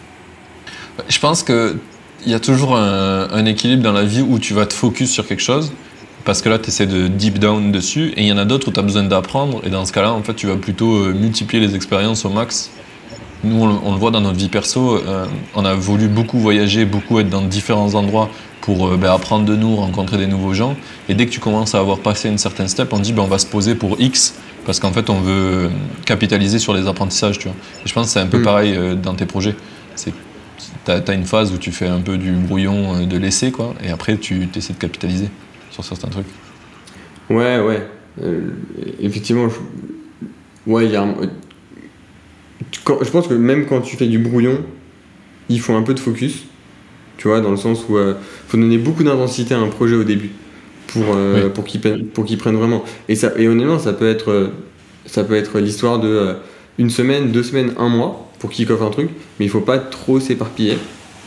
S1: Je pense qu'il y a toujours un, un équilibre dans la vie où tu vas te focus sur quelque chose, parce que là, tu essaies de deep down dessus, et il y en a d'autres où tu as besoin d'apprendre, et dans ce cas-là, en fait, tu vas plutôt euh, multiplier les expériences au max. Nous, on, le- on le voit dans notre vie perso, euh, on a voulu beaucoup voyager, beaucoup être dans différents endroits pour euh, ben, apprendre de nous, rencontrer des nouveaux gens, et dès que tu commences à avoir passé une certaine step, on dit ben, on va se poser pour X, parce qu'en fait, on veut euh, capitaliser sur les apprentissages, tu vois. Et je pense que c'est un peu
S2: Mm.
S1: pareil euh, dans tes projets. C'est T'as as une phase où tu fais un peu du brouillon euh, de l'essai, quoi, et après tu essaies de capitaliser sur certains trucs.
S2: Ouais, ouais. Euh, effectivement, je... ouais, il y a un- tu- quand- je pense que même quand tu fais du brouillon, il faut un peu de focus, tu vois, dans le sens où il faut donner beaucoup d'intensité à un projet au début pour, euh,
S1: Oui.
S2: pour qu'il prenne, pour qu'il prenne vraiment. Et, ça, et honnêtement, ça peut être, euh, ça peut être l'histoire de euh, une semaine, deux semaines, un mois pour kick off un truc, mais il faut pas trop s'éparpiller.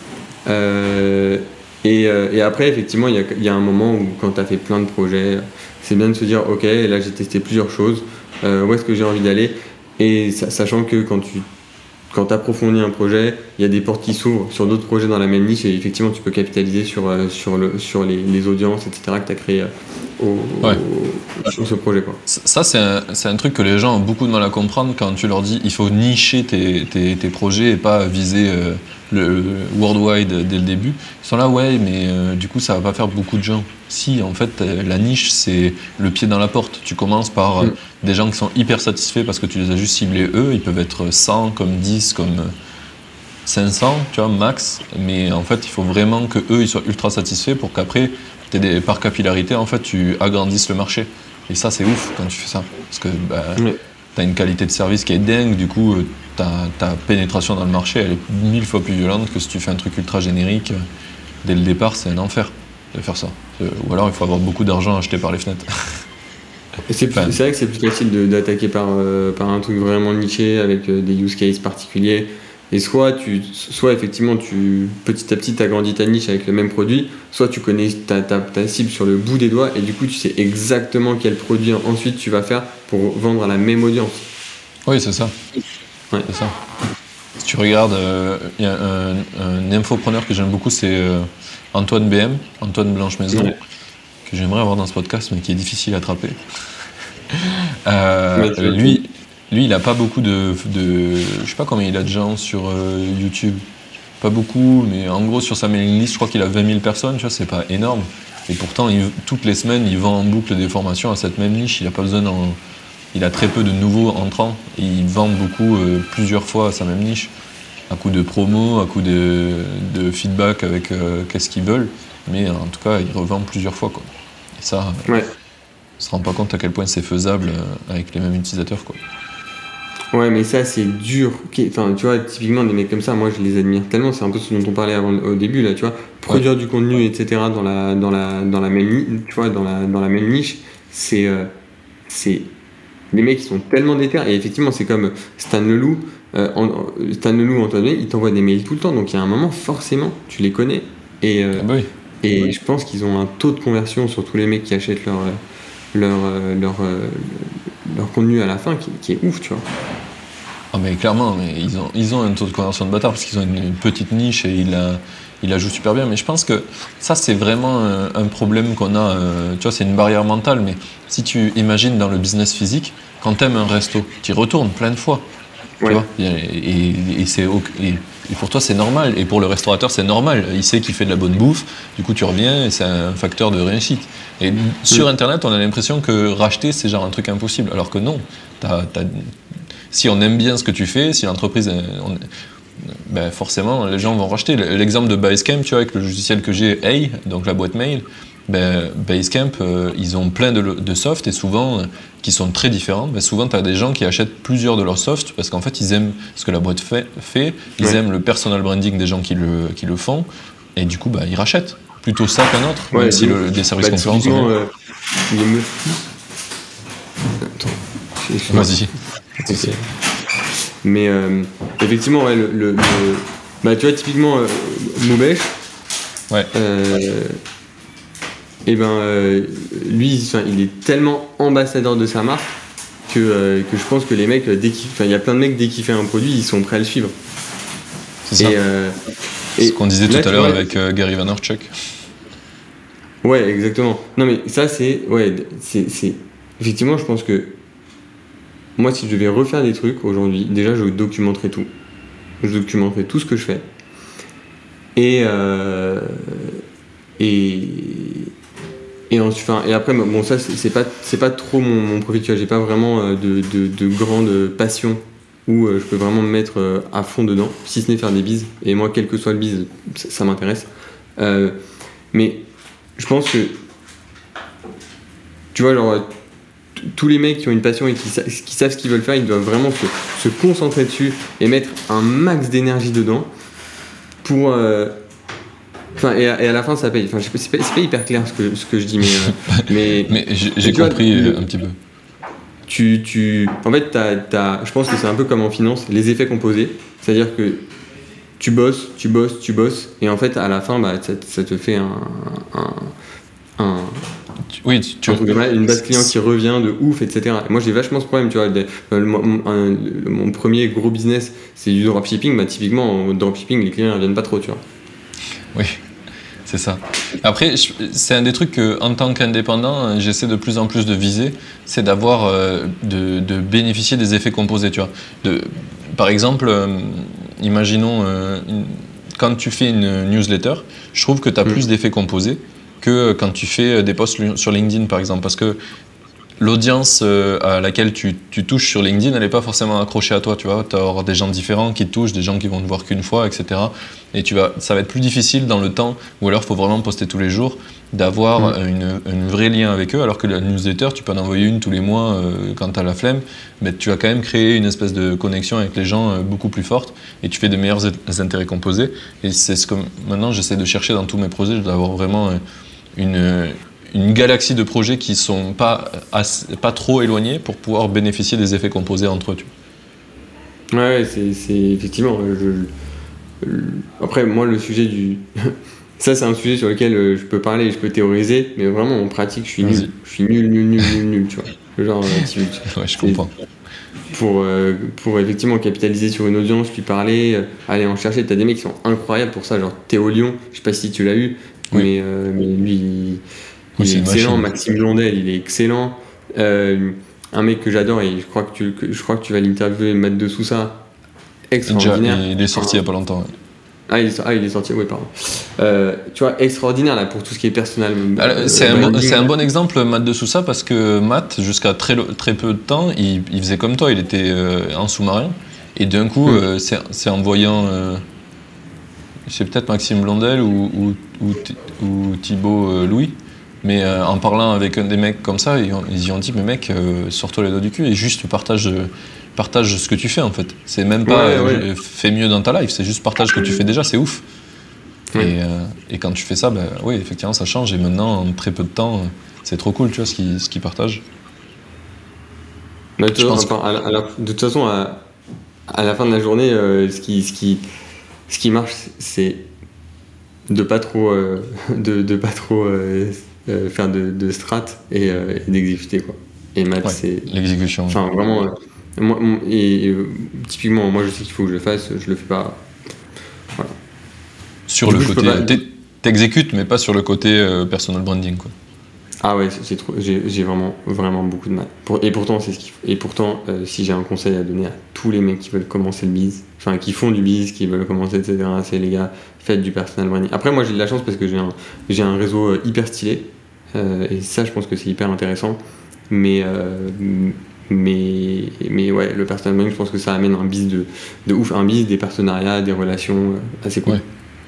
S2: Euh, et, euh, et après, effectivement, il y a, il y a un moment où, quand tu as fait plein de projets, c'est bien de se dire ok, là j'ai testé plusieurs choses, euh, où est-ce que j'ai envie d'aller? Et sa- sachant que quand tu quand approfondis un projet, il y a des portes qui s'ouvrent sur d'autres projets dans la même niche et effectivement tu peux capitaliser sur, euh, sur, le, sur les, les audiences, et cetera que tu as créées euh, au,
S1: Ouais.
S2: au- sur ce projet, quoi.
S1: Ça, c'est un, c'est un truc que les gens ont beaucoup de mal à comprendre quand tu leur dis il faut nicher tes, tes, tes projets et pas viser euh, le, le worldwide dès le début. Ils sont là, ouais, mais euh, du coup, ça va pas faire beaucoup de gens. Si, en fait, euh, la niche, c'est le pied dans la porte. Tu commences par euh,
S2: Mm.
S1: des gens qui sont hyper satisfaits parce que tu les as juste ciblés eux. Ils peuvent être cent, comme dix, comme euh, cinq cents, tu vois, max. Mais en fait, il faut vraiment que eux ils soient ultra satisfaits pour qu'après, t'aies des- par capillarité, en fait, tu agrandisses le marché. Et ça, c'est ouf quand tu fais ça. Parce que bah,
S2: Ouais.
S1: tu as une qualité de service qui est dingue, du coup, euh, ta, ta pénétration dans le marché, elle est mille fois plus violente que si tu fais un truc ultra générique. Dès le départ, c'est un enfer de faire ça. Euh, Ou alors, il faut avoir beaucoup d'argent acheté par les fenêtres.
S2: Et C'est, plus-
S1: Enfin.
S2: c'est vrai que c'est plus facile de- d'attaquer par, euh, par un truc vraiment niché avec euh, des use cases particuliers. Et soit, tu, soit effectivement, tu, petit à petit, tu agrandis ta niche avec le même produit, soit tu connais ta, ta, ta cible sur le bout des doigts et du coup, tu sais exactement quel produit ensuite tu vas faire pour vendre à la même audience.
S1: Oui, c'est ça.
S2: Ouais.
S1: C'est ça. Si tu regardes, il y a un, un infopreneur que j'aime beaucoup, c'est euh, Antoine B M, Antoine Blanche-Maison,
S2: Ouais.
S1: que j'aimerais avoir dans ce podcast, mais qui est difficile à attraper. Euh,
S2: Ouais, tu vois,
S1: lui, lui, il n'a pas beaucoup de, de... Je sais pas combien il a de gens sur euh, YouTube. Pas beaucoup, mais en gros, sur sa mailing list, je crois qu'il a vingt mille personnes, tu vois, c'est pas énorme. Et pourtant, il- toutes les semaines, il vend en boucle des formations à cette même niche. Il a pas besoin d'en... Il a très peu de nouveaux entrants. Et il vend beaucoup, euh, plusieurs fois à sa même niche. À coup de promo, à coup de, de feedback avec euh, qu'est-ce qu'ils veulent. Mais en tout cas, il revend plusieurs fois, quoi. Et ça,
S2: Ouais.
S1: on se rend pas compte à quel point c'est faisable euh, avec les mêmes utilisateurs, quoi.
S2: Ouais, mais ça, c'est dur. Ok, enfin, tu vois, typiquement, des mecs comme ça, moi, je les admire tellement. C'est un peu ce dont on parlait avant, au début, là, tu vois. Produire du contenu, et cetera, dans la, dans la, dans la même niche, tu vois, dans la, dans la même niche, c'est, euh, c'est, les mecs, ils sont tellement déter. Et effectivement, c'est comme Stan Leloup, euh, en- Stan Leloup, Antoine, ils t'envoient des mails tout le temps. Donc, il y a un moment, forcément, tu les connais. Et, euh,
S1: Ah bah oui.
S2: et je pense qu'ils ont un taux de conversion sur tous les mecs qui achètent leur, euh, leur, euh, leur, euh, leur contenu à la fin qui, qui est ouf, tu vois.
S1: Ah mais clairement, mais ils ont, ils ont un taux de conversion de bâtard parce qu'ils ont une, une petite niche et ils la, il la joue super bien. Mais je pense que ça, c'est vraiment un, un problème qu'on a. Euh, tu vois, c'est une barrière mentale. Mais si tu imagines dans le business physique, quand tu aimes un resto, tu y retournes plein de fois. Tu
S2: Ouais.
S1: vois, et, et, et, c'est, et, et pour toi, c'est normal. Et pour le restaurateur, c'est normal. Il sait qu'il fait de la bonne bouffe. Du coup, tu reviens et c'est un facteur de réussite. Et sur Internet, on a l'impression que racheter, c'est genre un truc impossible. Alors que non. T'as, t'as, si on aime bien ce que tu fais, si l'entreprise... On, ben forcément, les gens vont racheter. L'exemple de Basecamp, tu vois, avec le logiciel que j'ai, Hey, donc la boîte mail, ben, Basecamp, euh, ils ont plein de, de softs et souvent, euh, qui sont très différents. Ben, souvent, tu as des gens qui achètent plusieurs de leurs softs parce qu'en fait, ils aiment ce que la boîte fait, fait ils ouais. aiment le personal branding des gens qui le, qui le font et du coup, ben, ils rachètent. Plutôt ça qu'un autre, ouais, même si le, des services bah, concurrents sont
S2: euh, les meufs. Attends.
S1: Vas-y.
S2: Mais euh, effectivement, ouais, le, le, le, bah, tu vois, typiquement, euh, Moubesh,
S1: ouais.
S2: euh, et ben, euh, lui, enfin, il est tellement ambassadeur de sa marque que, euh, que je pense que les mecs, dès qu'il, enfin, il y a plein de mecs, dès qu'il fait un produit, ils sont prêts à le suivre.
S1: C'est ça.
S2: Et, euh,
S1: c'est ce qu'on disait là, tout à l'heure vois, avec euh, Gary Vaynerchuk.
S2: Ouais, exactement. Non, mais ça, c'est, ouais, c'est, c'est, effectivement, je pense que moi, si je devais refaire des trucs aujourd'hui, déjà, je documenterais tout. Je documenterais tout ce que je fais. Et euh, et et ensuite, enfin, et après, bon, ça, c'est, c'est pas c'est pas trop mon, mon profil. Tu vois, j'ai pas vraiment de de, de grande passion où je peux vraiment me mettre à fond dedans, si ce n'est faire des bises. Et moi, quel que soit le bise, ça, ça m'intéresse. Euh, mais je pense que tu vois, genre tous les mecs qui ont une passion et qui, sa- qui savent ce qu'ils veulent faire, ils doivent vraiment se, se concentrer dessus et mettre un max d'énergie dedans pour... Euh... Enfin, et à, et à la fin, ça paye. Enfin, je sais pas, c'est, pas, c'est pas hyper clair ce que, ce que je dis, mais... Euh, mais,
S1: mais j'ai, j'ai compris vois, un petit peu.
S2: Tu, tu, en fait, t'as, t'as, je pense que c'est un peu comme en finance, les effets composés. C'est-à-dire que tu bosses, tu bosses, tu bosses, et en fait, à la fin, bah, ça, ça te fait un... un, un
S1: Oui, tu, tu...
S2: une base client qui revient de ouf, et cetera. Et moi, j'ai vachement ce problème, tu vois. De, euh, mon, un, le, mon premier gros business, c'est du dropshipping. Bah, typiquement, en dropshipping, les clients ne viennent pas trop, tu vois.
S1: Oui, c'est ça. Après, je, c'est un des trucs que, en tant qu'indépendant, j'essaie de plus en plus de viser, c'est d'avoir, euh, de, de bénéficier des effets composés, tu vois. De, par exemple, euh, imaginons, euh, une, quand tu fais une newsletter, je trouve que tu as mmh. plus d'effets composés que quand tu fais des posts sur LinkedIn, par exemple. Parce que l'audience à laquelle tu, tu touches sur LinkedIn, elle n'est pas forcément accrochée à toi, tu vois. Tu vas avoir des gens différents qui te touchent, des gens qui vont te voir qu'une fois, et cetera. Et tu vas, ça va être plus difficile dans le temps, ou alors il faut vraiment poster tous les jours, d'avoir mmh. une, une vraie lien avec eux, alors que la newsletter, tu peux en envoyer une tous les mois euh, quand tu as la flemme, mais tu vas quand même créer une espèce de connexion avec les gens euh, beaucoup plus forte, et tu fais des meilleurs intérêts composés. Et c'est ce que maintenant j'essaie de chercher dans tous mes projets, d'avoir vraiment euh, une... une galaxie de projets qui sont pas, assez, pas trop éloignés pour pouvoir bénéficier des effets composés entre eux. Tu
S2: vois. Ouais, c'est, c'est effectivement. Je, je, après, moi, le sujet du. Ça, c'est un sujet sur lequel je peux parler, je peux théoriser, mais vraiment en pratique, je suis Vas-y. nul. Je suis nul, nul, nul, nul, nul, tu vois. Genre, euh,
S1: ouais, je comprends.
S2: Pour, euh, pour effectivement capitaliser sur une audience, puis parler, euh, aller en chercher. T'as des mecs qui sont incroyables pour ça, genre Théo Lyon, je sais pas si tu l'as eu, oui. mais, euh, mais lui. Il, Il oui, est excellent, Maxime Blondel, il est excellent. Euh, un mec que j'adore et je crois que tu, que, je crois que tu vas l'interviewer, Matt de Sousa, extraordinaire.
S1: Déjà, il est sorti il n'y a pas longtemps. Ouais.
S2: Ah, il est, ah, il est sorti, oui, pardon. Euh, tu vois, extraordinaire là pour tout ce qui est personnel.
S1: Alors, euh, c'est, un bon, c'est un bon exemple, Matt de Sousa, parce que Matt, jusqu'à très, très peu de temps, il, il faisait comme toi, il était euh, en sous-marin. Et d'un coup, mmh. euh, c'est, c'est en voyant. Euh, c'est peut-être Maxime Blondel ou, ou, ou, ou Thibaut euh, Louis. Mais euh, en parlant avec un des mecs comme ça, ils, ont, ils y ont dit, mais mec, euh, sors-toi les doigts du cul et juste partage, euh, partage ce que tu fais en fait. C'est même pas ouais, ouais. Euh, fais mieux dans ta life, c'est juste partage ce que tu fais déjà, c'est ouf. Ouais. Et, euh, et quand tu fais ça, bah, oui, effectivement, ça change. Et maintenant, en très peu de temps, c'est trop cool, tu vois, ce qu'ils, ce qu'ils partagent.
S2: Mais je pense que... à la, à la, de toute façon, à, à la fin de la journée, euh, ce, qui, ce, qui, ce qui marche, c'est de pas trop, euh, de, de pas trop euh, euh, faire de, de strat et, euh, et d'exécuter quoi. Et Matt,
S1: ouais,
S2: c'est
S1: l'exécution.
S2: Enfin ouais. vraiment, euh, moi, et, et euh, typiquement, moi je sais qu'il faut que je le fasse, je le fais pas. Voilà.
S1: sur
S2: Du
S1: le
S2: coup, je
S1: côté.
S2: peux pas-
S1: t'es- T'exécutes, mais pas sur le côté euh, personal branding, quoi.
S2: Ah ouais, c'est, c'est trop, j'ai, j'ai vraiment, vraiment beaucoup de mal. Pour, et pourtant, c'est ce qu'il faut. Et pourtant, euh, si j'ai un conseil à donner à tous les mecs qui veulent commencer le biz, enfin qui font du biz, qui veulent commencer, et cetera, c'est les gars, faites du personal branding. Après, moi j'ai de la chance parce que j'ai un, j'ai un réseau euh, hyper stylé. Euh, et ça, je pense que c'est hyper intéressant. Mais, euh, mais, mais ouais, le personal branding, je pense que ça amène un biz de, de ouf. Un biz, des partenariats, des relations euh, assez cool.
S1: Ouais.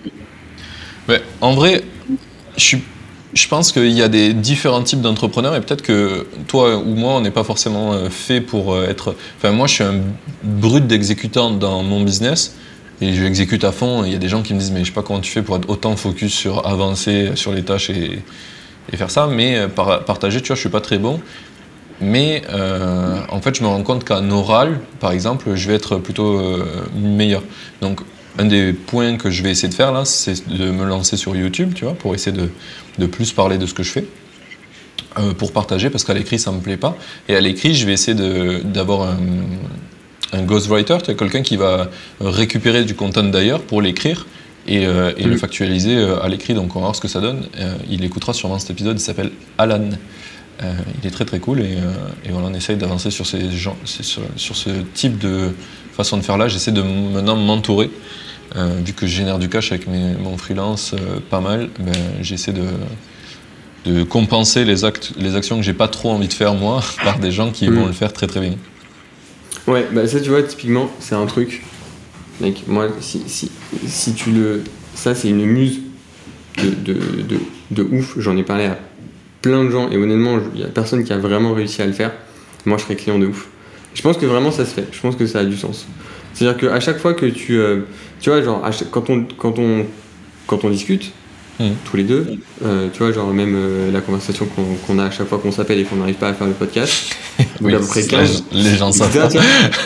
S1: Ouais, en vrai, je suis Je pense qu'il y a des différents types d'entrepreneurs et peut-être que toi ou moi, on n'est pas forcément euh, fait pour euh, être... Enfin, moi, je suis un brut d'exécutant dans mon business et je exécute à fond. Il y a des gens qui me disent, mais je sais pas comment tu fais pour être autant focus sur avancer sur les tâches et, et faire ça. Mais euh, par, partager, tu vois, je suis pas très bon. Mais euh, en fait, je me rends compte qu'en oral, par exemple, je vais être plutôt euh, meilleur. Donc, un des points que je vais essayer de faire là, c'est de me lancer sur YouTube, tu vois, pour essayer de, de plus parler de ce que je fais, euh, pour partager, parce qu'à l'écrit, ça me plaît pas. Et à l'écrit, je vais essayer de, d'avoir un, un ghostwriter, tu vois, quelqu'un qui va récupérer du content d'ailleurs pour l'écrire et, euh, et mmh. le factualiser à l'écrit. Donc, on va voir ce que ça donne. Euh, il écoutera sûrement cet épisode, il s'appelle Alan. Euh, il est très très cool et, euh, et voilà, on essaye d'avancer sur, ces gens, sur, sur ce type de façon de faire là. J'essaie de maintenant m'entourer, euh, vu que je génère du cash avec mes, mon freelance euh, pas mal, ben, j'essaie de, de compenser les, actes, les actions que j'ai pas trop envie de faire moi par des gens qui mmh. vont le faire très très bien.
S2: Ouais, bah ça tu vois, typiquement, c'est un truc, mec, moi, si, si, si tu le... Ça c'est une muse de, de, de, de ouf, j'en ai parlé à plein de gens et honnêtement il n'y a personne qui a vraiment réussi à le faire. Moi je serais client de ouf. Je pense que vraiment ça se fait, je pense que ça a du sens. C'est à dire qu'à chaque fois que tu euh, tu vois genre chaque, quand on quand on quand on discute mmh. tous les deux euh, tu vois genre même euh, la conversation qu'on, qu'on a à chaque fois qu'on s'appelle et qu'on n'arrive pas à faire le podcast
S1: oui, à peu près quinze, les gens savent pas.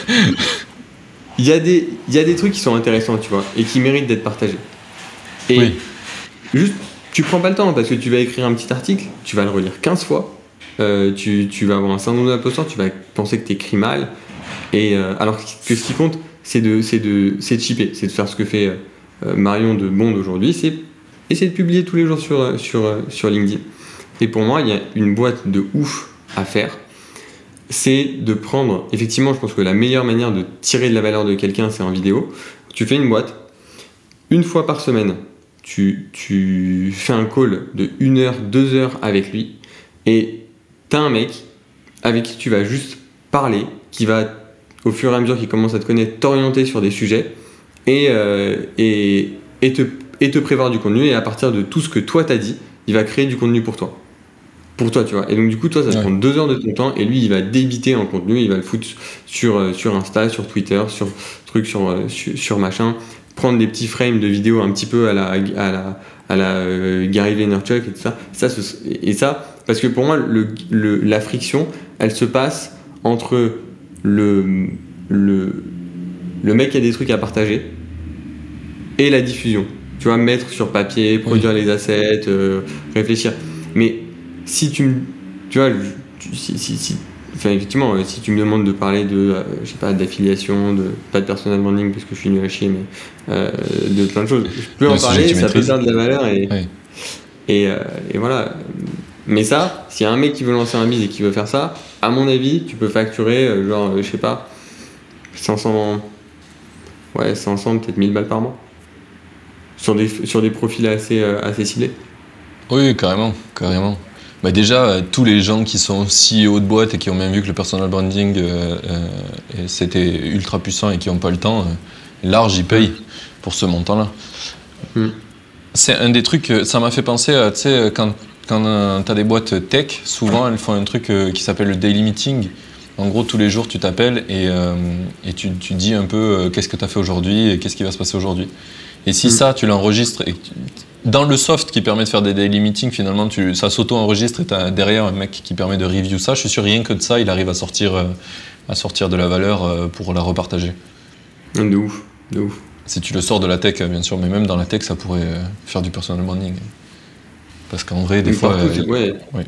S2: il y a des il y a des trucs qui sont intéressants tu vois et qui méritent d'être partagés et oui. juste tu prends pas le temps parce que tu vas écrire un petit article, tu vas le relire quinze fois, euh, tu, tu vas avoir un syndrome de l'imposteur, tu vas penser que t'écris mal, et euh, alors que ce qui compte, c'est de, c'est de, c'est de shipper, c'est de faire ce que fait euh, Marion de Bond aujourd'hui, c'est essayer de publier tous les jours sur, sur, sur LinkedIn. Et pour moi, il y a une boîte de ouf à faire, c'est de prendre, effectivement, je pense que la meilleure manière de tirer de la valeur de quelqu'un, c'est en vidéo. Tu fais une boîte, une fois par semaine, Tu, tu fais un call de une heure, deux heures avec lui et t'as un mec avec qui tu vas juste parler, qui va, au fur et à mesure qu'il commence à te connaître, t'orienter sur des sujets et, euh, et, et, te, et te prévoir du contenu et à partir de tout ce que toi t'as dit, il va créer du contenu pour toi. Pour toi, tu vois. Et donc du coup, toi, ça te ouais. prend deux heures de ton temps et lui, il va débiter en contenu, il va le foutre sur, sur Insta, sur Twitter, sur truc, sur, sur, sur machin. Prendre des petits frames de vidéos un petit peu à la, à la, à la euh, Gary Vaynerchuk et tout ça. ça ce, et ça, parce que pour moi, le, le, la friction, elle se passe entre le, le, le mec qui a des trucs à partager et la diffusion. Tu vois, mettre sur papier, produire oui. les assets, euh, réfléchir. Mais si tu me... Tu vois, tu, si... si, si Enfin, effectivement, euh, si tu me demandes de parler de, euh, je sais pas, d'affiliation, de, pas de personal branding parce que je suis nul à chier, mais euh, de plein de choses. Je peux en parler, ça peut faire de la valeur et, oui. et, euh, et voilà. Mais ça, s'il y a un mec qui veut lancer un biz et qui veut faire ça, à mon avis, tu peux facturer, euh, genre, euh, je sais pas, cinq cents, ouais, cinq cents, peut-être mille balles par mois. Sur des, sur des profils assez, euh, assez ciblés.
S1: Oui, carrément, carrément. Bah déjà, euh, tous les gens qui sont C E O de boîte et qui ont même vu que le personal branding euh, euh, c'était ultra puissant et qui n'ont pas le temps, euh, large, ils payent pour ce montant-là. Mm. C'est un des trucs, ça m'a fait penser à, tu sais, quand, quand euh, tu as des boîtes tech, souvent elles font un truc euh, qui s'appelle le daily meeting. En gros, tous les jours, tu t'appelles et, euh, et tu, tu dis un peu euh, qu'est-ce que tu as fait aujourd'hui et qu'est-ce qui va se passer aujourd'hui. Et si mm. ça, tu l'enregistres et tu, dans le soft qui permet de faire des daily meetings, finalement, tu, ça s'auto-enregistre et tu as derrière un mec qui permet de review ça. Je suis sûr rien que de ça, il arrive à sortir, euh, à sortir de la valeur euh, pour la repartager.
S2: De ouf, de ouf.
S1: Si tu le sors de la tech, bien sûr, mais même dans la tech, ça pourrait euh, faire du personal branding. Parce qu'en vrai, des mais fois...
S2: Partout, euh, ouais. ouais.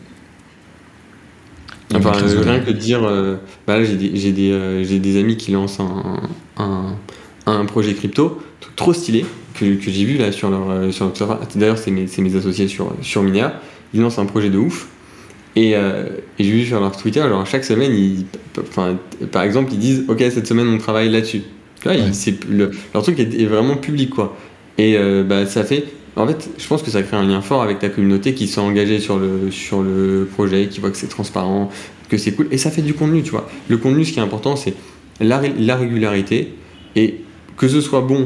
S2: Enfin, euh, rien que de dire... Euh, bah là, j'ai des, j'ai, des, euh, j'ai des amis qui lancent un, un, un projet crypto, un truc trop stylé, que, que j'ai vu là sur leur, euh, sur leur serveur. D'ailleurs, c'est mes, c'est mes associés sur, sur Minea. Ils lancent un projet de ouf. Et, euh, et j'ai vu sur leur Twitter, genre chaque semaine, ils, enfin, par exemple, ils disent ok, cette semaine on travaille là-dessus. Tu vois,
S1: Ouais.
S2: ils- c'est, le, leur truc est, est vraiment public, quoi. Et euh, bah, ça fait. En fait, je pense que ça crée un lien fort avec ta communauté qui sont engagés sur le, sur le projet, qui voit que c'est transparent, que c'est cool. Et ça fait du contenu, tu vois. Le contenu, ce qui est important, c'est la, ré- la régularité. Et que ce soit bon,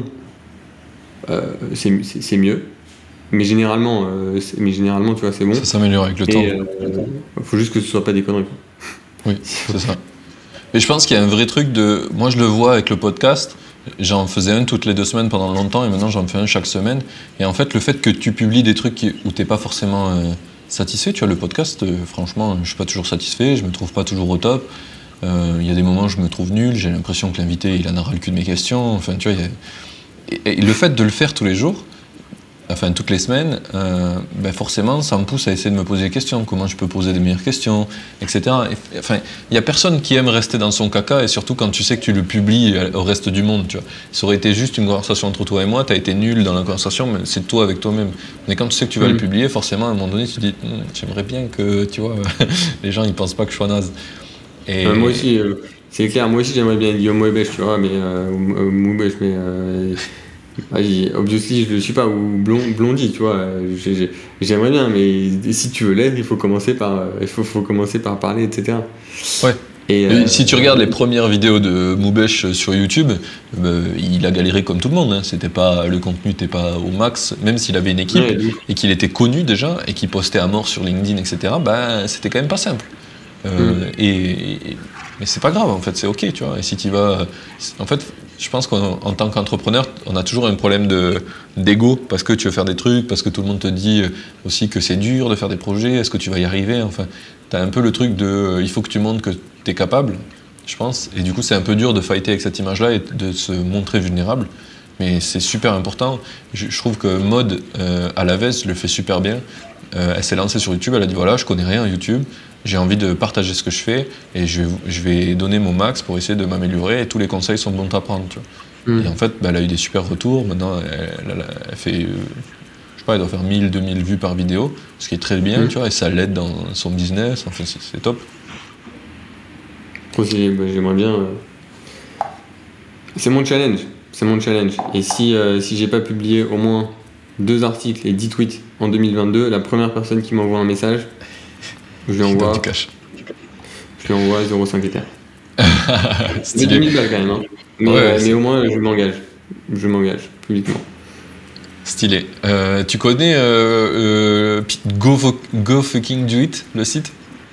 S2: euh, c'est, c'est, c'est mieux. Mais généralement, euh, c'est, mais généralement, tu vois, c'est bon.
S1: Ça s'améliore avec le temps.
S2: Et euh, faut juste que ce soit pas des conneries, quoi.
S1: Oui, c'est ça. Et je pense qu'il y a un vrai truc de. Moi, je le vois avec le podcast. J'en faisais un toutes les deux semaines pendant longtemps et maintenant j'en fais un chaque semaine. Et en fait, le fait que tu publies des trucs qui- où t'es pas forcément euh, satisfait, tu vois, le podcast, euh, franchement, je suis pas toujours satisfait, je me trouve pas toujours au top. Euh, Il y a des moments où je me trouve nul, j'ai l'impression que l'invité il en a ras le cul de mes questions. Enfin, tu vois, il y a- et, et le fait de le faire tous les jours, enfin toutes les semaines, euh, ben forcément, ça me pousse à essayer de me poser des questions. Comment je peux poser des meilleures questions, et cetera. Et, enfin, il y a personne qui aime rester dans son caca, et surtout quand tu sais que tu le publies au reste du monde. Tu vois. Ça aurait été juste une conversation entre toi et moi, t'as été nul dans la conversation, mais c'est toi avec toi-même. Mais quand tu sais que tu vas
S2: Mhm.
S1: le publier, forcément, à un moment donné, tu te dis, Hm, j'aimerais bien que, tu vois, les gens ils pensent pas que je sois naze. Et
S2: Euh, moi aussi, euh, c'est clair, moi aussi j'aimerais bien Guillaume Webesch, tu vois, mais euh, ou- euh, Moubèche, mais euh, vas-y, obviously je le suis pas, ou Blond, Blondie, tu vois, euh, j'ai- j'ai- j'aimerais bien, mais si tu veux l'être, il faut commencer par, euh, il faut, faut commencer par parler, et cetera.
S1: Ouais.
S2: Et,
S1: Et
S2: euh,
S1: si tu regardes les premières vidéos de Moubèche sur YouTube, euh, il a galéré comme tout le monde. Hein. C'était pas, le contenu n'était pas au max, même s'il avait une équipe
S2: ouais, donc,
S1: et qu'il était connu déjà et qu'il postait à mort sur LinkedIn, et cetera. Ben, c'était quand même pas simple. Euh,
S2: Mm.
S1: et, et- mais c'est pas grave en fait, c'est ok, tu vois. Et si tu vas, en fait, je pense qu'en en tant qu'entrepreneur, on a toujours un problème de d'ego parce que tu veux faire des trucs, parce que tout le monde te dit aussi que c'est dur de faire des projets. Est-ce que tu vas y arriver? Enfin, t'as un peu le truc de, euh, il faut que tu montres que t'es capable, je pense. Et du coup, c'est un peu dur de fighter avec cette image-là et de se montrer vulnérable. Mais c'est super important. Je, je trouve que Maud euh, Alavez le fait super bien. Euh, elle s'est lancée sur YouTube, elle a dit voilà, je connais rien à YouTube, j'ai envie de partager ce que je fais et je vais, je vais donner mon max pour essayer de m'améliorer et tous les conseils sont bons à prendre. Tu vois.
S2: Mm.
S1: Et en fait, bah, elle a eu des super retours. Maintenant, elle, elle- elle fait, euh, je sais pas, elle doit faire mille, deux mille vues par vidéo, ce qui est très bien,
S2: Mm.
S1: tu vois, et ça l'aide dans son business. Enfin, c'est, c'est top.
S2: aussi, bah, j'aimerais bien. euh, C'est mon challenge, c'est mon challenge. Et si, euh, si j'ai pas publié au moins deux articles et dix tweets en deux mille vingt-deux, la première personne qui m'envoie un message, je lui
S1: Je donne
S2: envoie,
S1: du cash.
S2: je lui envoie zéro virgule cinq Ether. Mais deux
S1: Stylé.
S2: mille balles quand même, hein. Mais,
S1: Ouais,
S2: euh,
S1: c'est-
S2: mais au moins je m'engage. Je m'engage publiquement.
S1: Stylé. Euh, tu connais euh, euh, Go, Fu- Go Fucking Do It, le site?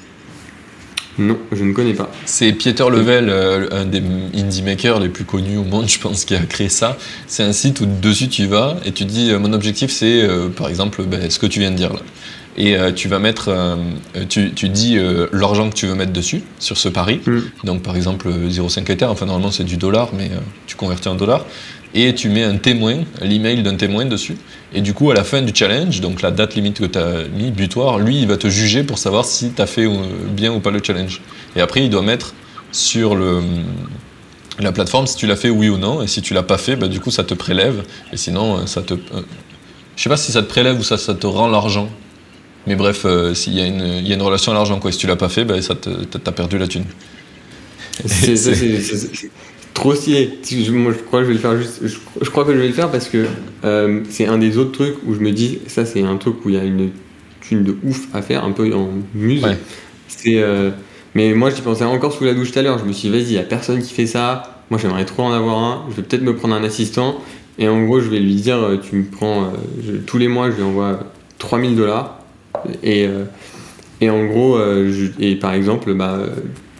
S2: Non, je ne connais pas.
S1: C'est Pieter Level, euh, un des indie makers les plus connus au monde, je pense, qui a créé ça. C'est un site où dessus tu vas et tu dis euh, mon objectif c'est euh, par exemple ben, ce que tu viens de dire là. Et euh, tu vas mettre, euh, tu, tu dis euh, l'argent que tu veux mettre dessus sur ce pari.
S2: Mm.
S1: Donc par exemple euh, zéro virgule cinq Ether, enfin normalement c'est du dollar, mais euh, tu convertis en dollars. Et tu mets un témoin, l'email d'un témoin dessus. Et du coup, à la fin du challenge, donc la date limite que tu as mis, butoir, lui, il va te juger pour savoir si tu as fait euh, bien ou pas le challenge. Et après, il doit mettre sur le, la plateforme si tu l'as fait oui ou non. Et si tu l'as pas fait, bah, du coup, ça te prélève. Et sinon, euh, ça te. Euh, je sais pas si ça te prélève ou ça, ça te rend l'argent. Mais bref, euh, s'il y a une, il y a une relation à l'argent, quoi. Si tu l'as pas fait, bah, ça te, t'as perdu la thune.
S2: C'est, ça, c'est, c'est- c'est trop stylé. Si je- Moi, je crois que je vais le faire juste. Je, je crois que je vais le faire parce que euh, c'est un des autres trucs où je me dis, ça, c'est un truc où il y a une thune de ouf à faire, un peu en muse.
S1: Ouais.
S2: C'est. euh, mais moi, j'y pensais encore sous la douche tout à l'heure. Je me suis dit, vas-y, il y a personne qui fait ça. Moi, j'aimerais trop en avoir un. Je vais peut-être me prendre un assistant. Et en gros, je vais lui dire, euh, tu me prends. euh, je- tous les mois, je lui envoie trois mille dollars. Et, euh, et en gros, euh, je- et par exemple, bah. euh,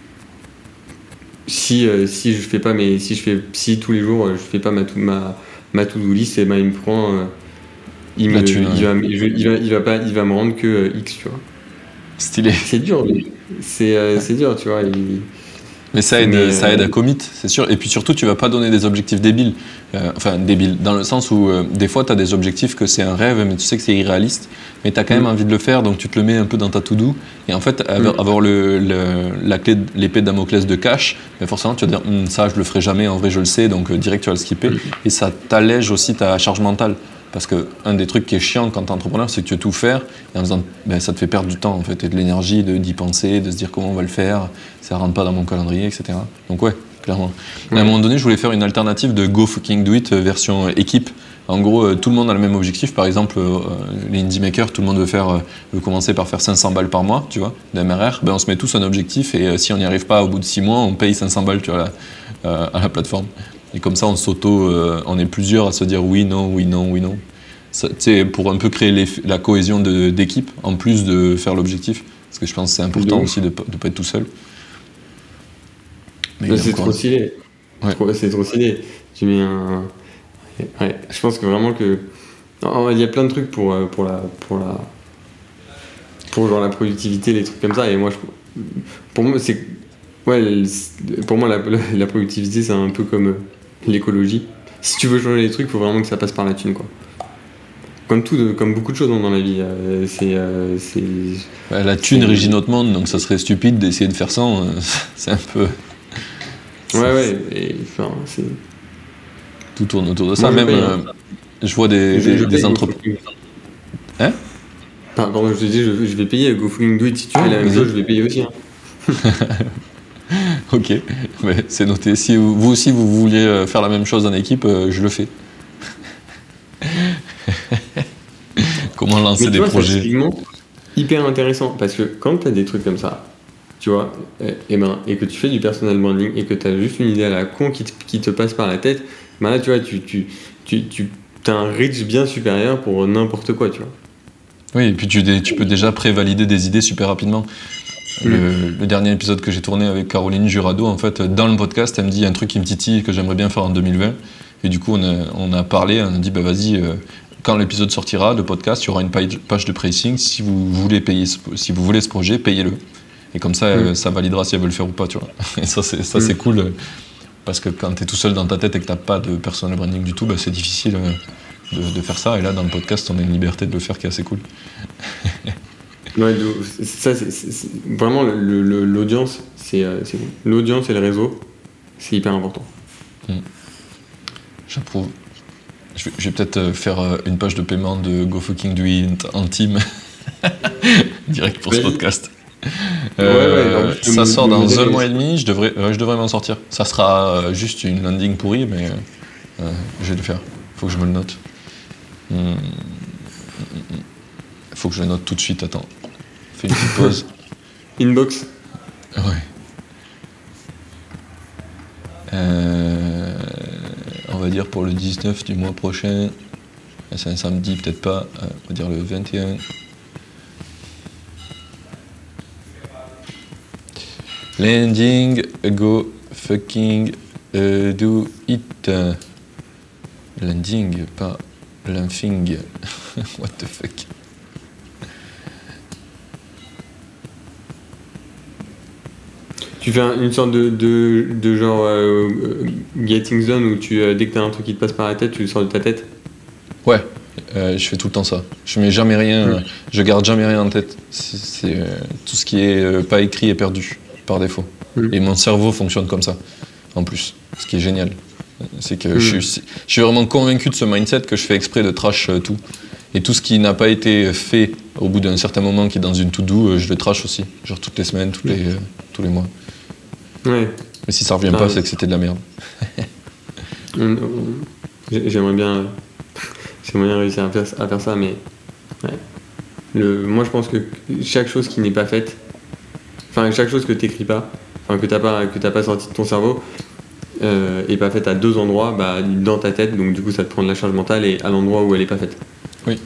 S2: si, euh, si je fais pas mes si je fais si tous les jours euh, je fais pas ma to- ma ma to-do list, et ben il me prend euh, il me
S1: La thune,
S2: il,
S1: ouais.
S2: va, je- il va il va pas il va me rendre que euh, X, tu vois.
S1: Stylé.
S2: C'est dur, mais c'est euh, c'est dur, tu vois. il-
S1: Mais ça aide,
S2: Mais,
S1: ça aide
S2: euh,
S1: à commit, c'est sûr. Et puis surtout, tu vas pas donner des objectifs débiles. Euh, enfin, débiles, dans le sens où euh, des fois, tu as des objectifs que c'est un rêve, mais tu sais que c'est irréaliste. Mais tu as quand même
S2: Mm.
S1: envie de le faire, donc tu te le mets un peu dans ta to-do. Et en fait, avoir,
S2: Mm.
S1: avoir le, le- la clé, de- l'épée de Damoclès de cash, mais forcément, tu vas dire, Hm, ça, je le ferai jamais, en vrai, je le sais, donc euh, direct, tu vas le skipper.
S2: Mm.
S1: Et ça t'allège aussi ta charge mentale. Parce que un des trucs qui est chiant quand t'es entrepreneur, c'est que tu veux tout faire, et en faisant, ben, ça te fait perdre du temps, en fait, et de l'énergie de, d'y penser, de se dire comment on va le faire, ça rentre pas dans mon calendrier, et cetera. Donc ouais, clairement.
S2: Ouais.
S1: À un moment donné, je voulais faire une alternative de Go Fucking Do It euh, version euh, équipe. En gros, euh, tout le monde a le même objectif. Par exemple, euh, les indie makers, tout le monde veut, faire, euh, veut commencer par faire cinq cents balles par mois, tu vois, d'M R R. Ben, on se met tous un objectif, et euh, si on n'y arrive pas au bout de six mois, on paye cinq cents balles, tu vois, là, euh, à la plateforme. Et comme ça, on s'auto, euh, on est plusieurs à se dire oui, non, oui, non, oui, non. Ça, pour un peu créer les, la cohésion de, d'équipe, en plus de faire l'objectif. Parce que je pense que c'est important
S2: De
S1: aussi de ne pas être tout seul. Mais
S2: Là,
S1: il y a
S2: c'est
S1: encore
S2: trop
S1: un-
S2: stylé.
S1: Ouais.
S2: Trop- C'est trop stylé. Tu mets un. Ouais, je pense que vraiment que. Non, il y a plein de trucs pour, euh, pour la. Pour la. Pour genre la productivité, les trucs comme ça. Et moi, je... pour moi, c'est. Ouais, le- pour moi, la, la productivité, c'est un peu comme euh, l'écologie. Si tu veux changer les trucs, il faut vraiment que ça passe par la thune, quoi. Comme tout, de- comme beaucoup de choses hein, dans la vie. euh, c'est. euh, c'est...
S1: Ouais, la thune
S2: c'est-
S1: régit notre monde, donc ça serait stupide d'essayer de faire ça. euh, c'est un peu.
S2: Ouais, ouais. Et, enfin, c'est.
S1: Tout tourne autour de ça.
S2: Moi, je
S1: Même,
S2: paye,
S1: euh,
S2: hein.
S1: je vois des,
S2: Je-
S1: des,
S2: je
S1: des
S2: paye
S1: entreprises.
S2: GoFundMe.
S1: Hein
S2: Pardon, je te dis, je, je vais payer Go Fucking Do It. Si tu
S1: Ah,
S2: fais la même
S1: vas-y.
S2: chose, je vais payer aussi. Hein.
S1: Ok, mais c'est noté. Si vous, vous aussi vous vouliez euh, faire la même chose en équipe, euh, je le fais. Comment lancer
S2: Mais tu
S1: des
S2: vois, c'est
S1: projets
S2: typiquement hyper intéressant parce que quand tu as des trucs comme ça, tu vois, et, et ben, et que tu fais du personal branding et que tu as juste une idée à la con qui te, qui te passe par la tête, ben là, tu vois, tu, tu, tu, tu as un reach bien supérieur pour n'importe quoi, tu vois.
S1: Oui, et puis tu, dé- tu peux déjà pré-valider des idées super rapidement. Le, le dernier épisode que j'ai tourné avec Caroline Jurado, en fait, dans le podcast, elle me dit un truc qui me titille que j'aimerais bien faire en deux mille vingt. Et du coup, on a, on a parlé, on a dit, bah vas-y, euh, quand l'épisode sortira, le podcast, il y aura une page, page de pricing. Si vous voulez payer, ce, si vous voulez ce projet, payez-le. Et comme ça, euh, ça validera si elle veut le faire ou pas, tu vois. Et ça, c'est, ça, c'est cool. euh, Parce que quand tu es tout seul dans ta tête et que tu n'as pas de personal branding du tout, bah, c'est difficile euh, de, de faire ça. Et là, dans le podcast, on a une liberté de le faire qui est assez cool.
S2: Ouais, de- ça, c'est, c'est- c'est- vraiment, le- le- l'audience, c'est, euh, c'est bon. L'audience et le réseau, c'est hyper important.
S1: J'approuve. Je vais, je vais peut-être euh, faire euh, une page de paiement de Go Fucking Do It en team. Direct pour ce
S2: Vas-y.
S1: podcast.
S2: Ouais,
S1: Euh,
S2: ouais, non,
S1: ça
S2: le-
S1: sort
S2: le
S1: dans
S2: modèle
S1: un
S2: est-
S1: mois et demi, je devrais, euh, je devrais m'en sortir. Ça sera euh, juste une landing pourrie, mais euh, euh, je vais le faire. Faut que je me le note. Hmm. Faut que je le note tout de suite, attends. Fais une petite pause.
S2: Inbox.
S1: Ouais. Euh, on va dire pour le dix-neuf du mois prochain. C'est un samedi, peut-être pas. Euh, on va dire le vingt et un. Landing, go fucking euh, do it. Landing, pas laughing. What the fuck.
S2: Tu fais un- une sorte de, de, de genre euh, euh, getting zone où tu, euh, dès que t'as un truc qui te passe par la tête, tu le sors de ta tête.
S1: Ouais, euh, je fais tout le temps ça. Je mets jamais rien,
S2: Mm.
S1: euh, je garde jamais rien en tête. C'est, c'est, euh, tout ce qui est euh, pas écrit est perdu par défaut.
S2: Mm.
S1: Et mon cerveau fonctionne comme ça, en plus. Ce qui est génial, c'est que
S2: Mm.
S1: je, suis, je suis vraiment convaincu de ce mindset que je fais exprès de trash euh, tout. Et tout ce qui n'a pas été fait au bout d'un certain moment, qui est dans une to-do, euh, je le trash aussi. Genre toutes les semaines, toutes les, euh, tous les mois.
S2: Ouais.
S1: Mais si ça revient
S2: Ah,
S1: pas,
S2: ouais.
S1: c'est que c'était de la merde.
S2: On- on- j'ai- J'aimerais bien, euh, j'aimerais bien réussir à faire, à faire ça, mais ouais. Le, moi je pense que chaque chose qui n'est pas faite, enfin chaque chose que t'écris pas, enfin que t'as pas, que t'as pas sorti de ton cerveau, euh, est pas faite à deux endroits, bah, dans ta tête, donc du coup ça te prend de la charge mentale et à l'endroit où elle est pas faite.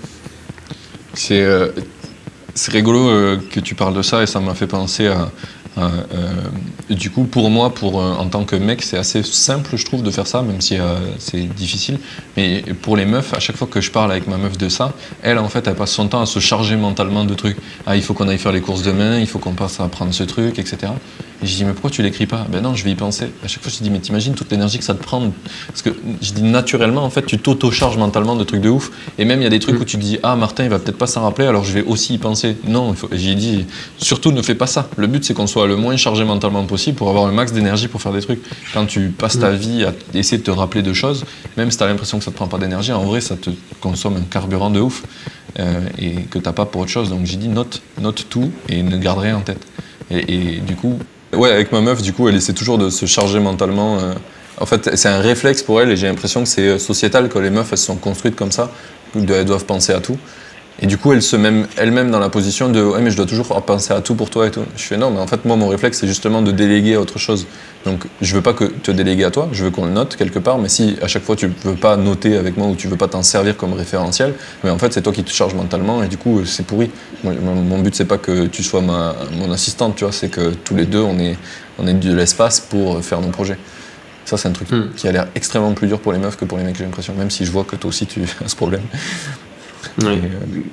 S1: C'est, euh, c'est rigolo euh, que tu parles de ça et ça m'a fait penser à, Euh, euh, du coup, pour moi, pour, euh, en tant que mec, c'est assez simple, je trouve, de faire ça, même si euh, c'est difficile. Mais pour les meufs, à chaque fois que je parle avec ma meuf de ça, elle, en fait, elle passe son temps à se charger mentalement de trucs. Ah, il faut qu'on aille faire les courses demain, il faut qu'on passe à prendre ce truc, et cetera. Et je dis, mais pourquoi tu l'écris pas? Ben non, je vais y penser. À chaque fois, je dis, mais t'imagines toute l'énergie que ça te prend? Parce que je dis, naturellement, en fait, tu t'auto-charges mentalement de trucs de ouf. Et même, il y a des trucs mmh. où tu te dis, ah, Martin, il va peut-être pas s'en rappeler, alors je vais aussi y penser. Non, il faut... j'ai dit, surtout ne fais pas ça. Le but, c'est qu'on soit le moins chargé mentalement possible pour avoir un max d'énergie pour faire des trucs. Quand tu passes ta vie à essayer de te rappeler de choses, même si tu as l'impression que ça te prend pas d'énergie, en vrai, ça te consomme un carburant de ouf euh, et que t'as pas pour autre chose. Donc j'ai dit, note, note tout et ne garde rien en tête. Et, et du coup, ouais, avec ma meuf, du coup, elle essaie toujours de se charger mentalement. Euh, en fait, c'est un réflexe pour elle et j'ai l'impression que c'est sociétal, que les meufs, elles se sont construites comme ça, elles doivent penser à tout. Et du coup, elle se met elle-même dans la position de « ouais, mais je dois toujours penser à tout pour toi et tout ». Je fais « non, mais en fait, moi, mon réflexe, c'est justement de déléguer à autre chose. Donc, je veux pas que te déléguer à toi, je veux qu'on le note quelque part, mais si à chaque fois, tu veux pas noter avec moi ou tu veux pas t'en servir comme référentiel, mais en fait, c'est toi qui te charges mentalement et du coup, c'est pourri. Moi, mon but, c'est pas que tu sois ma, mon assistante, tu vois, c'est que tous les deux, on ait, on ait de l'espace pour faire nos projets. Ça, c'est un truc mmh. qui a l'air extrêmement plus dur pour les meufs que pour les mecs, j'ai l'impression, même si je vois que toi aussi, tu as ce problème.
S2: Ouais. Et,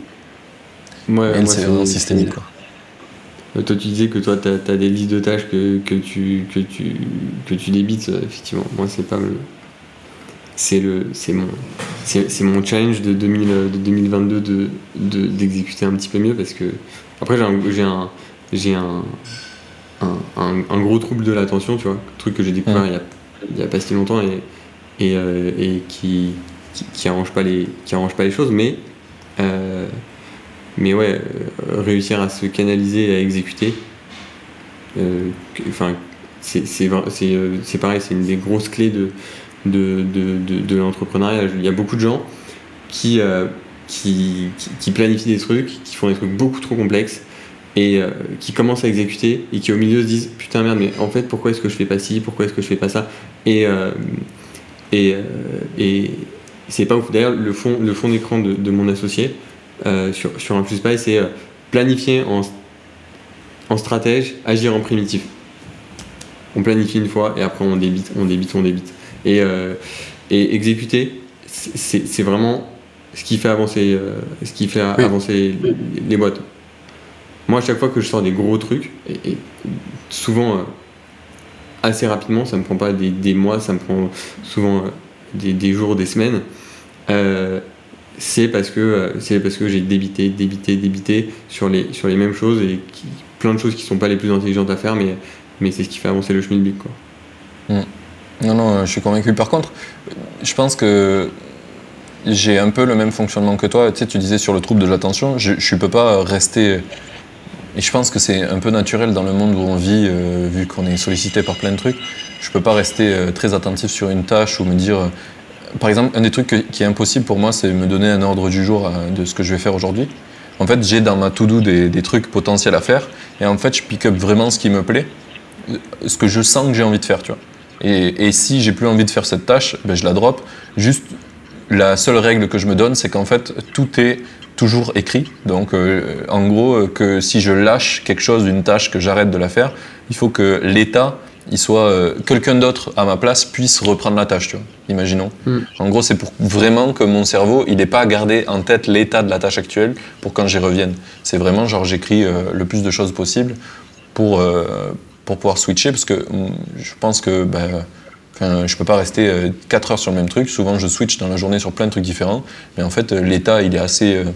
S1: euh,
S2: ouais,
S1: elle,
S2: moi,
S1: c'est vraiment systémique, quoi.
S2: Toi, tu disais que toi, tu as des listes de tâches que, que, tu, que, tu, que tu débites, effectivement. Moi, c'est pas le. C'est, le, c'est, mon, c'est, c'est mon challenge de, deux mille, de deux mille vingt-deux de, de, d'exécuter un petit peu mieux parce que. Après, j'ai un, j'ai un, j'ai un, un, un, un gros trouble de l'attention, tu vois. Un truc que j'ai découvert mmh. il y a, il y a pas si longtemps et, et, euh, et qui, qui, qui, arrange pas les, qui arrange pas les choses, mais. Euh, mais ouais, euh, réussir à se canaliser et à exécuter, euh, enfin, c'est, c'est, c'est, euh, c'est pareil, c'est une des grosses clés de, de, de, de, de l'entrepreneuriat. Il y a beaucoup de gens qui, euh, qui, qui, qui planifient des trucs, qui font des trucs beaucoup trop complexes et euh, qui commencent à exécuter et qui au milieu se disent putain merde, mais en fait pourquoi est-ce que je fais pas ci, pourquoi est-ce que je fais pas ça et, euh, et, euh, et c'est pas ouf. D'ailleurs, le fond, le fond d'écran de, de mon associé, Euh, sur, sur un plus paille, c'est euh, planifier en, en stratège, agir en primitif. On planifie une fois et après on débite, on débite, on débite. Et, euh, et exécuter, c'est, c'est vraiment ce qui fait avancer, euh, ce qui fait oui. avancer les, les boîtes. Moi, à chaque fois que je sors des gros trucs, et, et souvent euh, assez rapidement, ça me prend pas des, des mois, ça me prend souvent euh, des, des jours, des semaines. Euh, c'est parce que c'est parce que j'ai débité, débité, débité sur les sur les mêmes choses et qui, plein de choses qui sont pas les plus intelligentes à faire, mais mais c'est ce qui fait avancer le schmilblick, quoi.
S1: Mmh. Non non, je suis convaincu. Par contre, je pense que j'ai un peu le même fonctionnement que toi. Tu sais, tu disais sur le trouble de l'attention, je je peux pas rester. Et je pense que c'est un peu naturel dans le monde où on vit, euh, vu qu'on est sollicité par plein de trucs. Je peux pas rester euh, très attentif sur une tâche ou me dire. Euh, Par exemple, un des trucs que, qui est impossible pour moi, c'est me donner un ordre du jour euh, de ce que je vais faire aujourd'hui. En fait, j'ai dans ma to-do des, des trucs potentiels à faire, et en fait, je pick up vraiment ce qui me plaît, ce que je sens que j'ai envie de faire, tu vois. Et, et si j'ai plus envie de faire cette tâche, ben, je la drop. Juste, la seule règle que je me donne, c'est qu'en fait, tout est toujours écrit. Donc, euh, en gros, que si je lâche quelque chose, une tâche, que j'arrête de la faire, il faut que l'état il soit euh, quelqu'un d'autre à ma place puisse reprendre la tâche, tu vois. Imaginons. Mm. En gros, c'est pour vraiment que mon cerveau, il n'ait pas à garder en tête l'état de la tâche actuelle pour quand j'y revienne. C'est vraiment genre j'écris euh, le plus de choses possible pour euh, pour pouvoir switcher parce que je pense que ben, enfin, je peux pas rester euh, quatre heures sur le même truc. Souvent, je switch dans la journée sur plein de trucs différents, mais en fait, euh, l'état, il est assez euh,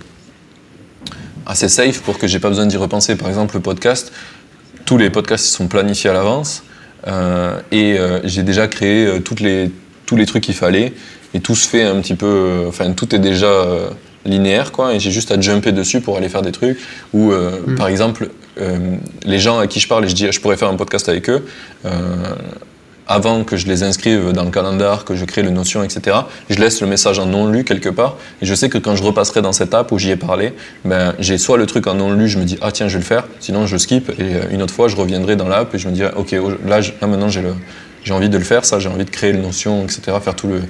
S1: assez safe pour que j'ai pas besoin d'y repenser. Par exemple, le podcast, tous les podcasts ils sont planifiés à l'avance. Euh, et euh, j'ai déjà créé euh, toutes les, tous les trucs qu'il fallait et tout se fait un petit peu, euh, enfin tout est déjà euh, linéaire quoi et j'ai juste à jumper dessus pour aller faire des trucs ou euh, mmh. par exemple euh, les gens à qui je parle et je dis je pourrais faire un podcast avec eux euh, avant que je les inscrive dans le calendar, que je crée le Notion, et cetera, je laisse le message en non lu quelque part et je sais que quand je repasserai dans cette app où j'y ai parlé, ben, j'ai soit le truc en non lu, je me dis ah tiens je vais le faire, sinon je skip et une autre fois je reviendrai dans l'app et je me dirai ok là, là maintenant j'ai, le, j'ai envie de le faire, ça j'ai envie de créer le Notion, et cetera, faire tout le,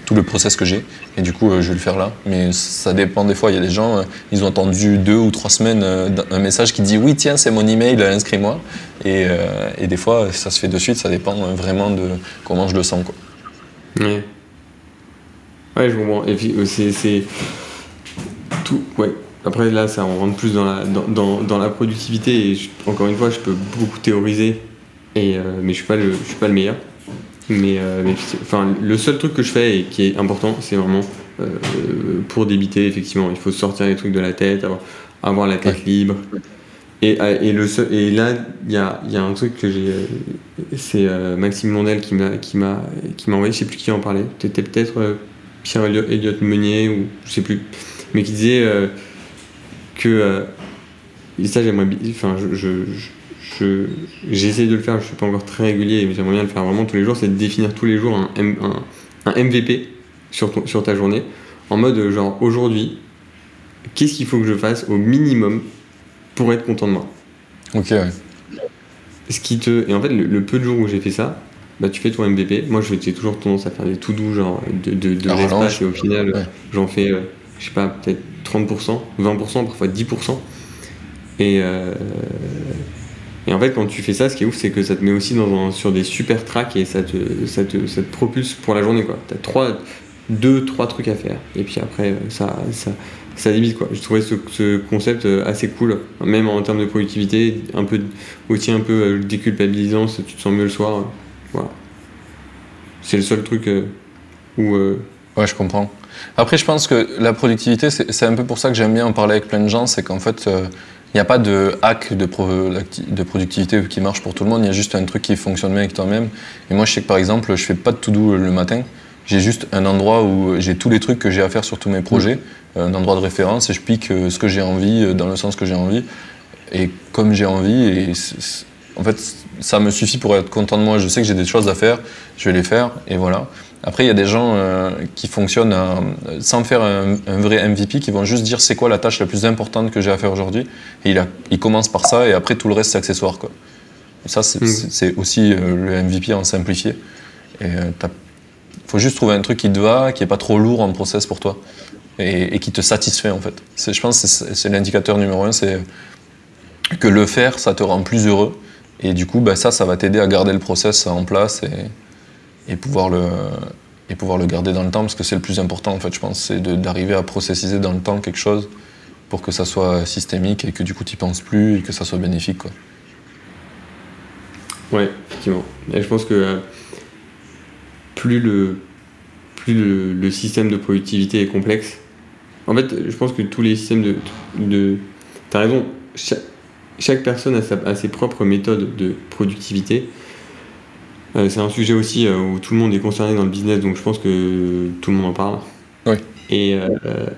S1: tout le process que j'ai. Et du coup, euh, je vais le faire là. Mais ça dépend des fois. Il y a des gens, euh, ils ont attendu deux ou trois semaines euh, un message qui dit oui, tiens, c'est mon email, inscris-moi. Et, euh, et des fois, ça se fait de suite. Ça dépend vraiment de comment je le sens, quoi.
S2: Ouais. Ouais, je comprends. Et puis, c'est, c'est tout. Ouais. Après, là, ça, on rentre plus dans la, dans, dans, dans la productivité. Et je, encore une fois, je peux beaucoup théoriser. Et, euh, mais je suis pas le, je suis pas le meilleur. Mais, euh, mais enfin, le seul truc que je fais et qui est important, c'est vraiment euh, pour débiter, effectivement, il faut sortir les trucs de la tête, avoir, avoir la tête libre. Et, et, le seul, et là, il y a, y a un truc que j'ai. C'est euh, Maxime Mondel qui m'a, qui, m'a, qui m'a envoyé, je sais plus qui en parlait, c'était peut-être euh, Pierre-Elliott Meunier, ou je sais plus, mais qui disait euh, que. Euh, et ça, j'aimerais. Enfin, je. je, je Je, j'essaie de le faire, je suis pas encore très régulier, mais j'aimerais bien le faire vraiment tous les jours, c'est de définir tous les jours un, un, un M V P sur, ton, sur ta journée, en mode genre aujourd'hui, qu'est-ce qu'il faut que je fasse au minimum pour être content de moi.
S1: Ok, ouais.
S2: Ce qui te... Et en fait, le, le peu de jours où j'ai fait ça, bah tu fais ton M V P. Moi, j'ai toujours tendance à faire des tout doux, genre de, de, de l'espace, et au final, ouais. j'en fais, euh, je sais pas, peut-être trente pour cent, vingt pour cent, parfois dix pour cent. Et... Euh, Et en fait, quand tu fais ça, ce qui est ouf, c'est que ça te met aussi dans un, sur des super tracks et ça te, ça, te, ça te propulse pour la journée, quoi. T'as trois, deux, trois trucs à faire. Et puis après, ça, ça, ça limite, quoi. J'ai trouvé ce, ce concept assez cool, même en termes de productivité, un peu, aussi un peu déculpabilisant, tu te sens mieux le soir. Voilà. C'est le seul truc où... Euh...
S1: Ouais, je comprends. Après, je pense que la productivité, c'est, c'est un peu pour ça que j'aime bien en parler avec plein de gens, c'est qu'en fait... Euh, il n'y a pas de hack de, pro, de productivité qui marche pour tout le monde, il y a juste un truc qui fonctionne bien avec toi-même. Et moi, je sais que par exemple, je fais pas de to-do le matin, j'ai juste un endroit où j'ai tous les trucs que j'ai à faire sur tous mes projets, mmh. un endroit de référence, et je pique ce que j'ai envie dans le sens que j'ai envie, et comme j'ai envie. Et c'est, c'est, en fait, ça me suffit pour être content de moi. Je sais que j'ai des choses à faire, je vais les faire, et voilà. Après, il y a des gens euh, qui fonctionnent euh, sans faire un, un vrai M V P, qui vont juste dire c'est quoi la tâche la plus importante que j'ai à faire aujourd'hui. Et il, a, il commence par ça, et après tout le reste c'est accessoire, quoi. Ça, c'est, mmh. c'est, c'est aussi euh, le M V P en simplifié. Il euh, faut juste trouver un truc qui te va, qui n'est pas trop lourd en process pour toi, et, et qui te satisfait en fait. C'est, je pense que c'est, c'est l'indicateur numéro un, c'est que le faire, ça te rend plus heureux. Et du coup, bah, ça, ça va t'aider à garder le process en place. Et, Et pouvoir, le, et pouvoir le garder dans le temps, parce que c'est le plus important en fait, je pense, c'est de, d'arriver à processiser dans le temps quelque chose pour que ça soit systémique et que du coup tu n'y penses plus et que ça soit bénéfique, quoi.
S2: Ouais, effectivement. Et je pense que euh, plus, le, plus le, le système de productivité est complexe, en fait, je pense que tous les systèmes de... de t'as raison, chaque, chaque personne a, sa, a ses propres méthodes de productivité. Euh, c'est un sujet aussi euh, où tout le monde est concerné dans le business, donc je pense que tout le monde en parle.
S1: Oui.
S2: Et, euh,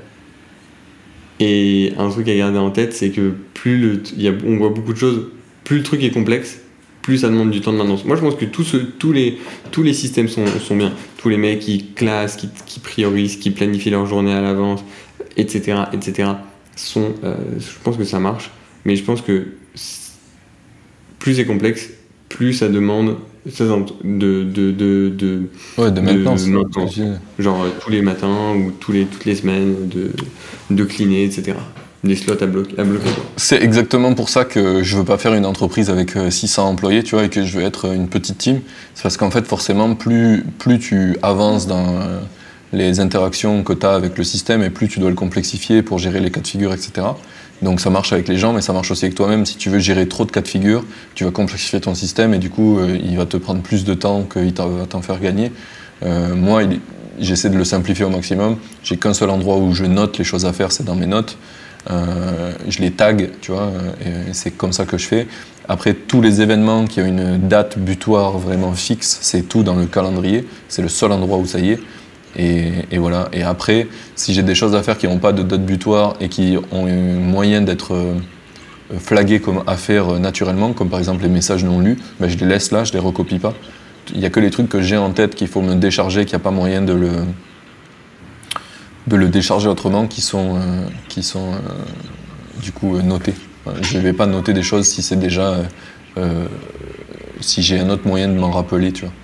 S2: et un truc à garder en tête, c'est que plus le, y a, on voit beaucoup de choses, plus le truc est complexe, plus ça demande du temps de maintenance. Moi, je pense que tous, ce, tous, les, tous les systèmes sont, sont bien. Tous les mecs qui classent, qui, qui priorisent, qui planifient leur journée à l'avance, et cetera, et cetera, sont, euh, je pense que ça marche. Mais je pense que plus c'est complexe, plus ça demande de, de, de, de,
S1: ouais, de maintenance,
S2: de maintenance. Genre euh, tous les matins ou tous les, toutes les semaines de, de cleaner, et cetera. Des slots à bloquer, à bloquer.
S1: C'est exactement pour ça que je veux pas faire une entreprise avec six cents employés, tu vois, et que je veux être une petite team. C'est parce qu'en fait, forcément, plus, plus tu avances dans les interactions que tu as avec le système, et plus tu dois le complexifier pour gérer les cas de figure, et cetera. Donc ça marche avec les gens, mais ça marche aussi avec toi-même. Si tu veux gérer trop de cas de figure, tu vas complexifier ton système et du coup, euh, il va te prendre plus de temps qu'il va t'en faire gagner. Euh, moi, il, j'essaie de le simplifier au maximum. J'ai qu'un seul endroit où je note les choses à faire, c'est dans mes notes. Euh, je les tag, tu vois, et c'est comme ça que je fais. Après, tous les événements qui ont une date butoir vraiment fixe, c'est tout dans le calendrier. C'est le seul endroit où ça y est. Et, et voilà. Et après, si j'ai des choses à faire qui n'ont pas de date butoir et qui ont un moyen d'être euh, flaguées comme à faire naturellement, comme par exemple les messages non lus, ben je les laisse là, je les recopie pas. Il n'y a que les trucs que j'ai en tête qu'il faut me décharger, qu'il n'y a pas moyen de le, de le décharger autrement, qui sont, euh, qui sont euh, du coup euh, notés. Je ne vais pas noter des choses si c'est déjà, euh, euh, si j'ai un autre moyen de m'en rappeler, tu vois.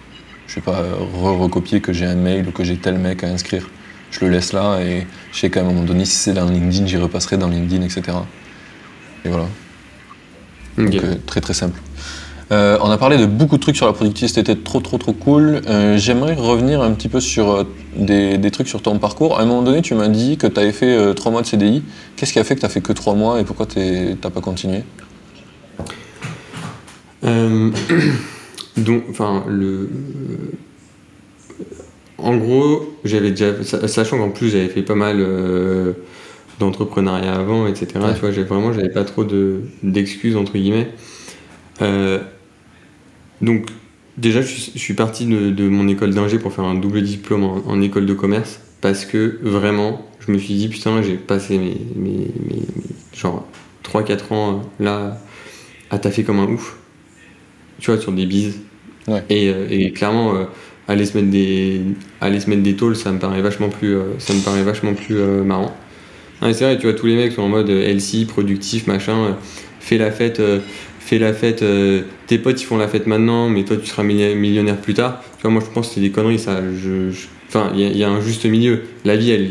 S1: Je vais pas re-recopier que j'ai un mail ou que j'ai tel mec à inscrire. Je le laisse là et je sais qu'à un moment donné, si c'est dans LinkedIn, j'y repasserai dans LinkedIn, et cetera. Et voilà.
S2: Okay.
S1: Donc euh, très très simple. Euh, on a parlé de beaucoup de trucs sur la productivité, c'était trop trop trop cool. Euh, j'aimerais revenir un petit peu sur euh, des, des trucs sur ton parcours. À un moment donné, tu m'as dit que tu avais fait euh, trois mois de C D I. Qu'est-ce qui a fait que tu as fait que trois mois et pourquoi tu n'as pas continué ?
S2: euh, Donc, enfin, le... En gros, j'avais déjà... Sachant qu'en plus, j'avais fait pas mal euh, d'entrepreneuriat avant, et cetera. Ouais. Tu vois, j'avais vraiment, j'avais pas trop de, d'excuses, entre guillemets. Euh, donc déjà je suis, je suis parti de, de mon école d'ingé pour faire un double diplôme en, en école de commerce parce que vraiment je me suis dit putain j'ai passé mes, mes, mes, mes genre trois quatre ans là à taffer comme un ouf tu vois sur des bises
S1: ouais.
S2: et, et clairement euh, aller se mettre des aller se mettre des tôles ça me paraît vachement plus euh, ça me paraît vachement plus euh, marrant. Ouais, c'est vrai tu vois tous les mecs sont en mode L C productif machin euh, fais la fête euh, fais la fête, euh, tes potes ils font la fête maintenant, mais toi tu seras millionnaire plus tard. Tu vois, moi je pense que c'est des conneries, ça. Je, je... Enfin, il y, y a un juste milieu. La vie, elle,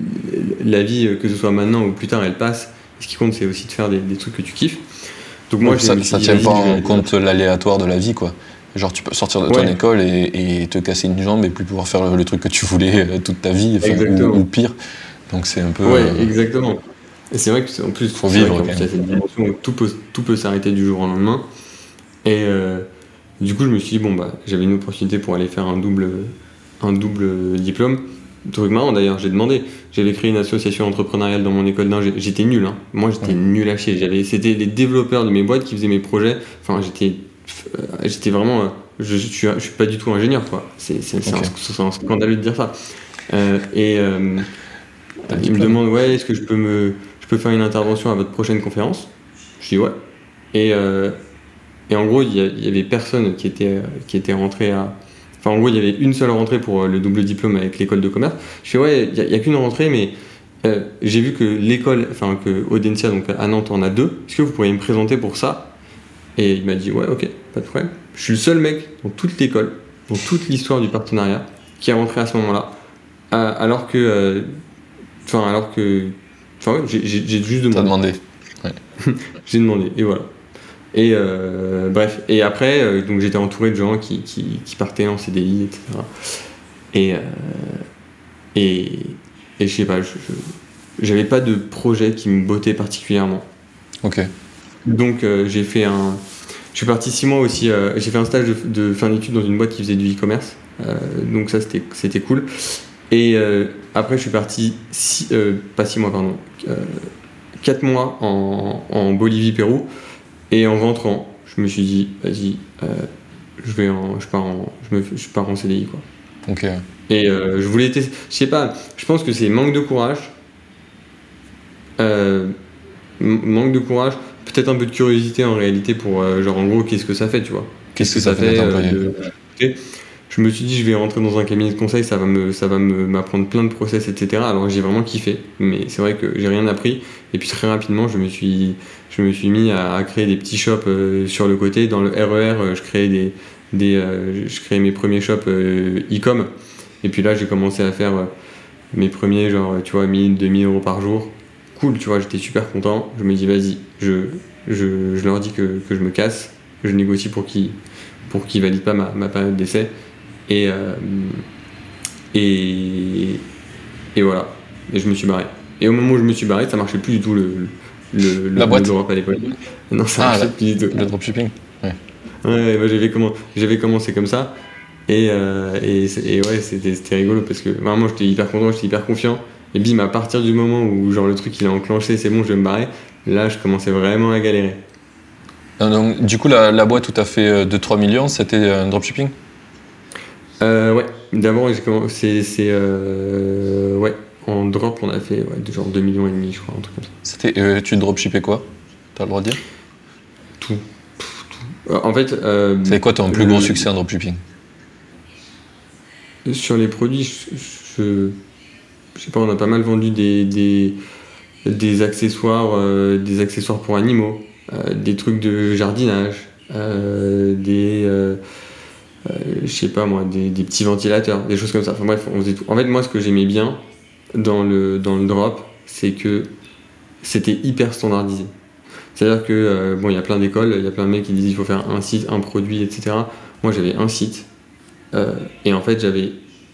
S2: la vie, que ce soit maintenant ou plus tard, elle passe. Ce qui compte, c'est aussi de faire des, des trucs que tu kiffes. Donc moi,
S1: ouais, ça, ça tient pas en compte l'aléatoire de la vie, quoi. Genre, tu peux sortir de ton ouais. école et, et te casser une jambe et plus pouvoir faire le, le truc que tu voulais toute ta vie, enfin, ou, ou pire. Donc c'est un peu.
S2: Ouais,
S1: euh...
S2: exactement. Et c'est vrai que en plus,
S1: faut vivre.
S2: Il y a cette dimension où tout peut, tout peut s'arrêter du jour au lendemain. Et euh, du coup, je me suis dit bon bah, j'avais une opportunité pour aller faire un double, un double diplôme. Truc marrant d'ailleurs, j'ai demandé. J'avais créé une association entrepreneuriale dans mon école d'ingé. J'étais nul, hein. Moi, j'étais ouais. nul à chier. J'avais, c'était les développeurs de mes boîtes qui faisaient mes projets. Enfin, j'étais, euh, j'étais vraiment. Euh, je, je, suis, je suis pas du tout ingénieur, quoi. C'est, c'est, c'est, okay. un, c'est un scandaleux de dire ça. Euh, et euh, il me demande ouais, est-ce que je peux me je peux faire une intervention à votre prochaine conférence ? Je dis ouais. Et, euh, et en gros, il y, y avait personne qui était, qui était rentré à... Enfin, en gros, il y avait une seule rentrée pour le double diplôme avec l'école de commerce. Je fais ouais, il n'y a, a qu'une rentrée, mais euh, j'ai vu que l'école, enfin, que Audencia, donc à Nantes, en a deux. Est-ce que vous pourriez me présenter pour ça ? Et il m'a dit ouais, ok, pas de problème. Je suis le seul mec dans toute l'école, dans toute l'histoire du partenariat, qui est rentré à ce moment-là, à, alors que... Euh, Enfin, alors que. Enfin, ouais, j'ai, j'ai, j'ai juste demandé.
S1: T'as demandé. Ouais.
S2: J'ai demandé, et voilà. Et euh, bref, et après, euh, donc j'étais entouré de gens qui, qui, qui partaient en C D I, et cetera. Et. Euh, et, et je sais pas, je, je, j'avais pas de projet qui me bottait particulièrement.
S1: Ok.
S2: Donc euh, j'ai fait un. Je suis parti six mois aussi, euh, j'ai fait un stage de, de fin d'études dans une boîte qui faisait du e-commerce. Euh, donc ça, c'était, c'était cool. Et euh, après, je suis parti, six, euh, pas six mois, pardon, euh, quatre mois en, en Bolivie-Pérou. Et en rentrant, je me suis dit, vas-y, euh, je, vais en, je, pars en, je, me, je pars en C D I, quoi.
S1: Ok.
S2: Et euh, je voulais tester, je sais pas, je pense que c'est manque de courage. Euh, m- manque de courage, peut-être un peu de curiosité en réalité pour, euh, genre, en gros, qu'est-ce que ça fait, tu vois.
S1: Qu'est-ce, qu'est-ce que, que ça fait, euh, de...
S2: okay. Je me suis dit, je vais rentrer dans un cabinet de conseil, ça va, me, ça va me, m'apprendre plein de process, et cetera. Alors j'ai vraiment kiffé, mais c'est vrai que j'ai rien appris. Et puis très rapidement, je me suis, je me suis mis à, à créer des petits shops euh, sur le côté. Dans le R E R, euh, je créais, des, des, euh, je créais mes premiers shops euh, e-com. Et puis là, j'ai commencé à faire euh, mes premiers, genre, tu vois, mille, deux mille euros par jour. Cool, tu vois, j'étais super content. Je me dis, vas-y, je, je, je leur dis que, que je me casse. Je négocie pour qu'ils, pour qu'ils valident pas ma, ma période d'essai. Et, euh, et, et voilà, et je me suis barré. Et au moment où je me suis barré, ça marchait plus du tout le, le,
S1: la
S2: le
S1: boîte
S2: drop à l'époque. Non, ça
S1: ah,
S2: marchait
S1: la,
S2: plus du tout.
S1: Le dropshipping. Ouais.
S2: Ouais, moi j'avais, comment, j'avais commencé comme ça. Et, euh, et, et ouais, c'était, c'était rigolo parce que vraiment j'étais hyper content, j'étais hyper confiant. Et bim, à partir du moment où genre le truc il a enclenché, c'est bon, je vais me barrer. Là, je commençais vraiment à galérer.
S1: Donc, du coup, la, la boîte où tu as fait deux trois millions, c'était un dropshipping ?
S2: Euh, ouais, d'abord j'ai commencé, c'est, c'est euh, ouais, en drop on a fait ouais, genre deux millions et demi je crois, un truc comme ça.
S1: C'était, euh, tu dropshippais quoi ? T'as le droit de dire ?
S2: Tout, tout, tout. En fait... Euh,
S1: c'est quoi ton plus le, gros succès en dropshipping ?
S2: Sur les produits, je, je, je sais pas, on a pas mal vendu des, des, des accessoires, euh, des accessoires pour animaux, euh, des trucs de jardinage, euh, des... Euh, euh, je sais pas moi, des, des petits ventilateurs, des choses comme ça. Enfin bref, on faisait tout. En fait, moi, ce que j'aimais bien dans le, dans le drop, c'est que c'était hyper standardisé. C'est-à-dire que, euh, bon, il y a plein d'écoles, il y a plein de mecs qui disent il faut faire un site, un produit, et cetera. Moi, j'avais un site, euh, et en fait, j'avais,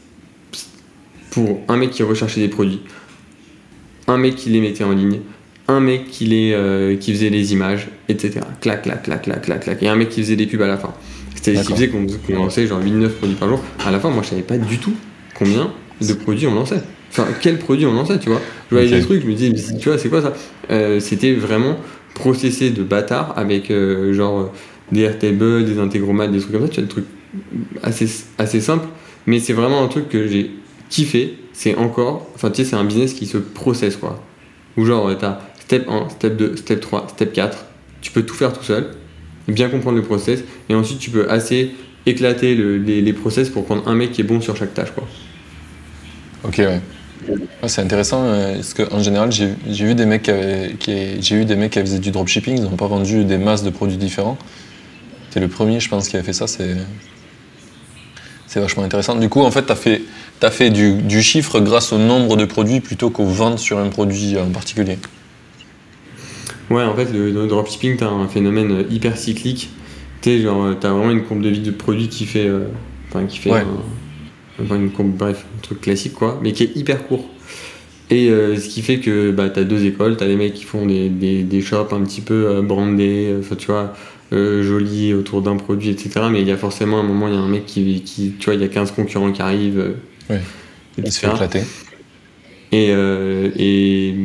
S2: pour un mec qui recherchait des produits, un mec qui les mettait en ligne, un mec qui, les, euh, qui faisait les images, et cetera. Clac, clac, clac, clac, clac, clac. Et un mec qui faisait des pubs à la fin. C'était ce qui faisait qu'on, qu'on lançait genre huit neuf produits par jour. À la fin, moi, je savais pas du tout combien de produits on lançait. Enfin, quel produit on lançait, tu vois. Je voyais okay. des trucs, je me disais, tu vois, c'est quoi ça euh, C'était vraiment processé de bâtard avec euh, genre des Airtable, des intégromats, des trucs comme ça, tu vois, des trucs assez, assez simples. Mais c'est vraiment un truc que j'ai kiffé. C'est encore, enfin, tu sais, c'est un business qui se processe, quoi. Où genre, t'as step un, step deux, step trois, step quatre. Tu peux tout faire tout seul, bien comprendre le process, et ensuite tu peux assez éclater le, les, les process pour prendre un mec qui est bon sur chaque tâche, quoi.
S1: Ok, ouais. Ouais, c'est intéressant parce qu'en général j'ai, j'ai vu des mecs qui avaient, qui, j'ai eu des mecs qui faisaient du dropshipping, ils n'ont pas vendu des masses de produits différents. C'est le premier, je pense, qui avait fait ça. C'est, c'est vachement intéressant. Du coup, en fait, tu as fait, t'as fait du, du chiffre grâce au nombre de produits plutôt qu'aux ventes sur un produit en particulier.
S2: Ouais, en fait, le, le dropshipping, tu as un phénomène hyper cyclique. Tu sais, genre, tu as vraiment une courbe de vie de produit qui fait, euh, enfin, qui fait ouais. un, enfin, une courbe, bref, un truc classique, quoi, mais qui est hyper court. Et euh, ce qui fait que bah, tu as deux écoles, tu as les mecs qui font des, des, des shops un petit peu euh, brandés, enfin, tu vois, euh, jolis autour d'un produit, et cetera. Mais il y a forcément un moment, il y a un mec qui, qui tu vois, il y a quinze concurrents qui arrivent. Euh,
S1: ouais. Il se fait éclater.
S2: Et, euh, et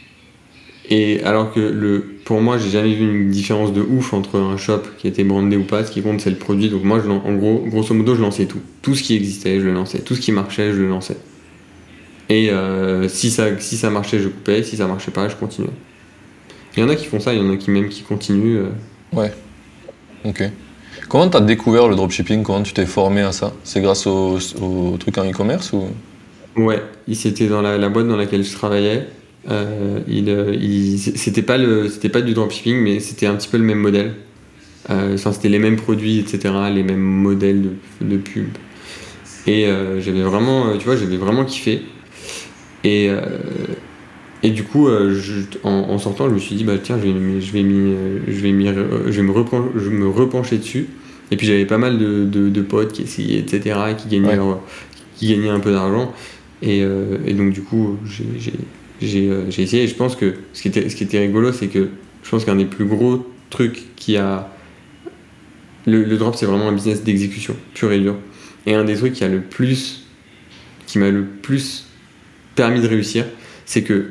S2: Et alors que le, pour moi, j'ai jamais vu une différence de ouf entre un shop qui était brandé ou pas. Ce qui compte, c'est le produit. Donc moi, je, en gros, grosso modo, je lançais tout. Tout ce qui existait, je le lançais. Tout ce qui marchait, je le lançais. Et euh, si, ça, si ça marchait, je coupais. Si ça marchait pas, je continuais. Il y en a qui font ça, il y en a qui même qui continuent. Euh.
S1: Ouais. Ok. Comment t'as découvert le dropshipping ? Comment tu t'es formé à ça ? C'est grâce au, au truc en e-commerce ou ?
S2: Ouais, c'était dans la, la boîte dans laquelle je travaillais. Euh, il, il, c'était pas le, c'était pas du dropshipping, mais c'était un petit peu le même modèle. Euh, enfin, c'était les mêmes produits, et cetera, les mêmes modèles de, de pub. Et euh, j'avais vraiment, tu vois, j'avais vraiment kiffé. Et euh, et du coup, euh, je, en, en sortant, je me suis dit, bah tiens, je vais, je vais, m'y, je vais, m'y, je vais me, repen, je me repencher dessus. Et puis j'avais pas mal de, de, de potes qui essayaient, et cetera, qui gagnaient, ouais. leur, qui gagnaient un peu d'argent. Et, euh, et donc du coup, j'ai, j'ai J'ai, euh, j'ai essayé et je pense que ce qui était, ce qui était rigolo, c'est que je pense qu'un des plus gros trucs qui a. Le, le drop, c'est vraiment un business d'exécution, pur et dur. Et un des trucs qui, a le plus, qui m'a le plus permis de réussir, c'est que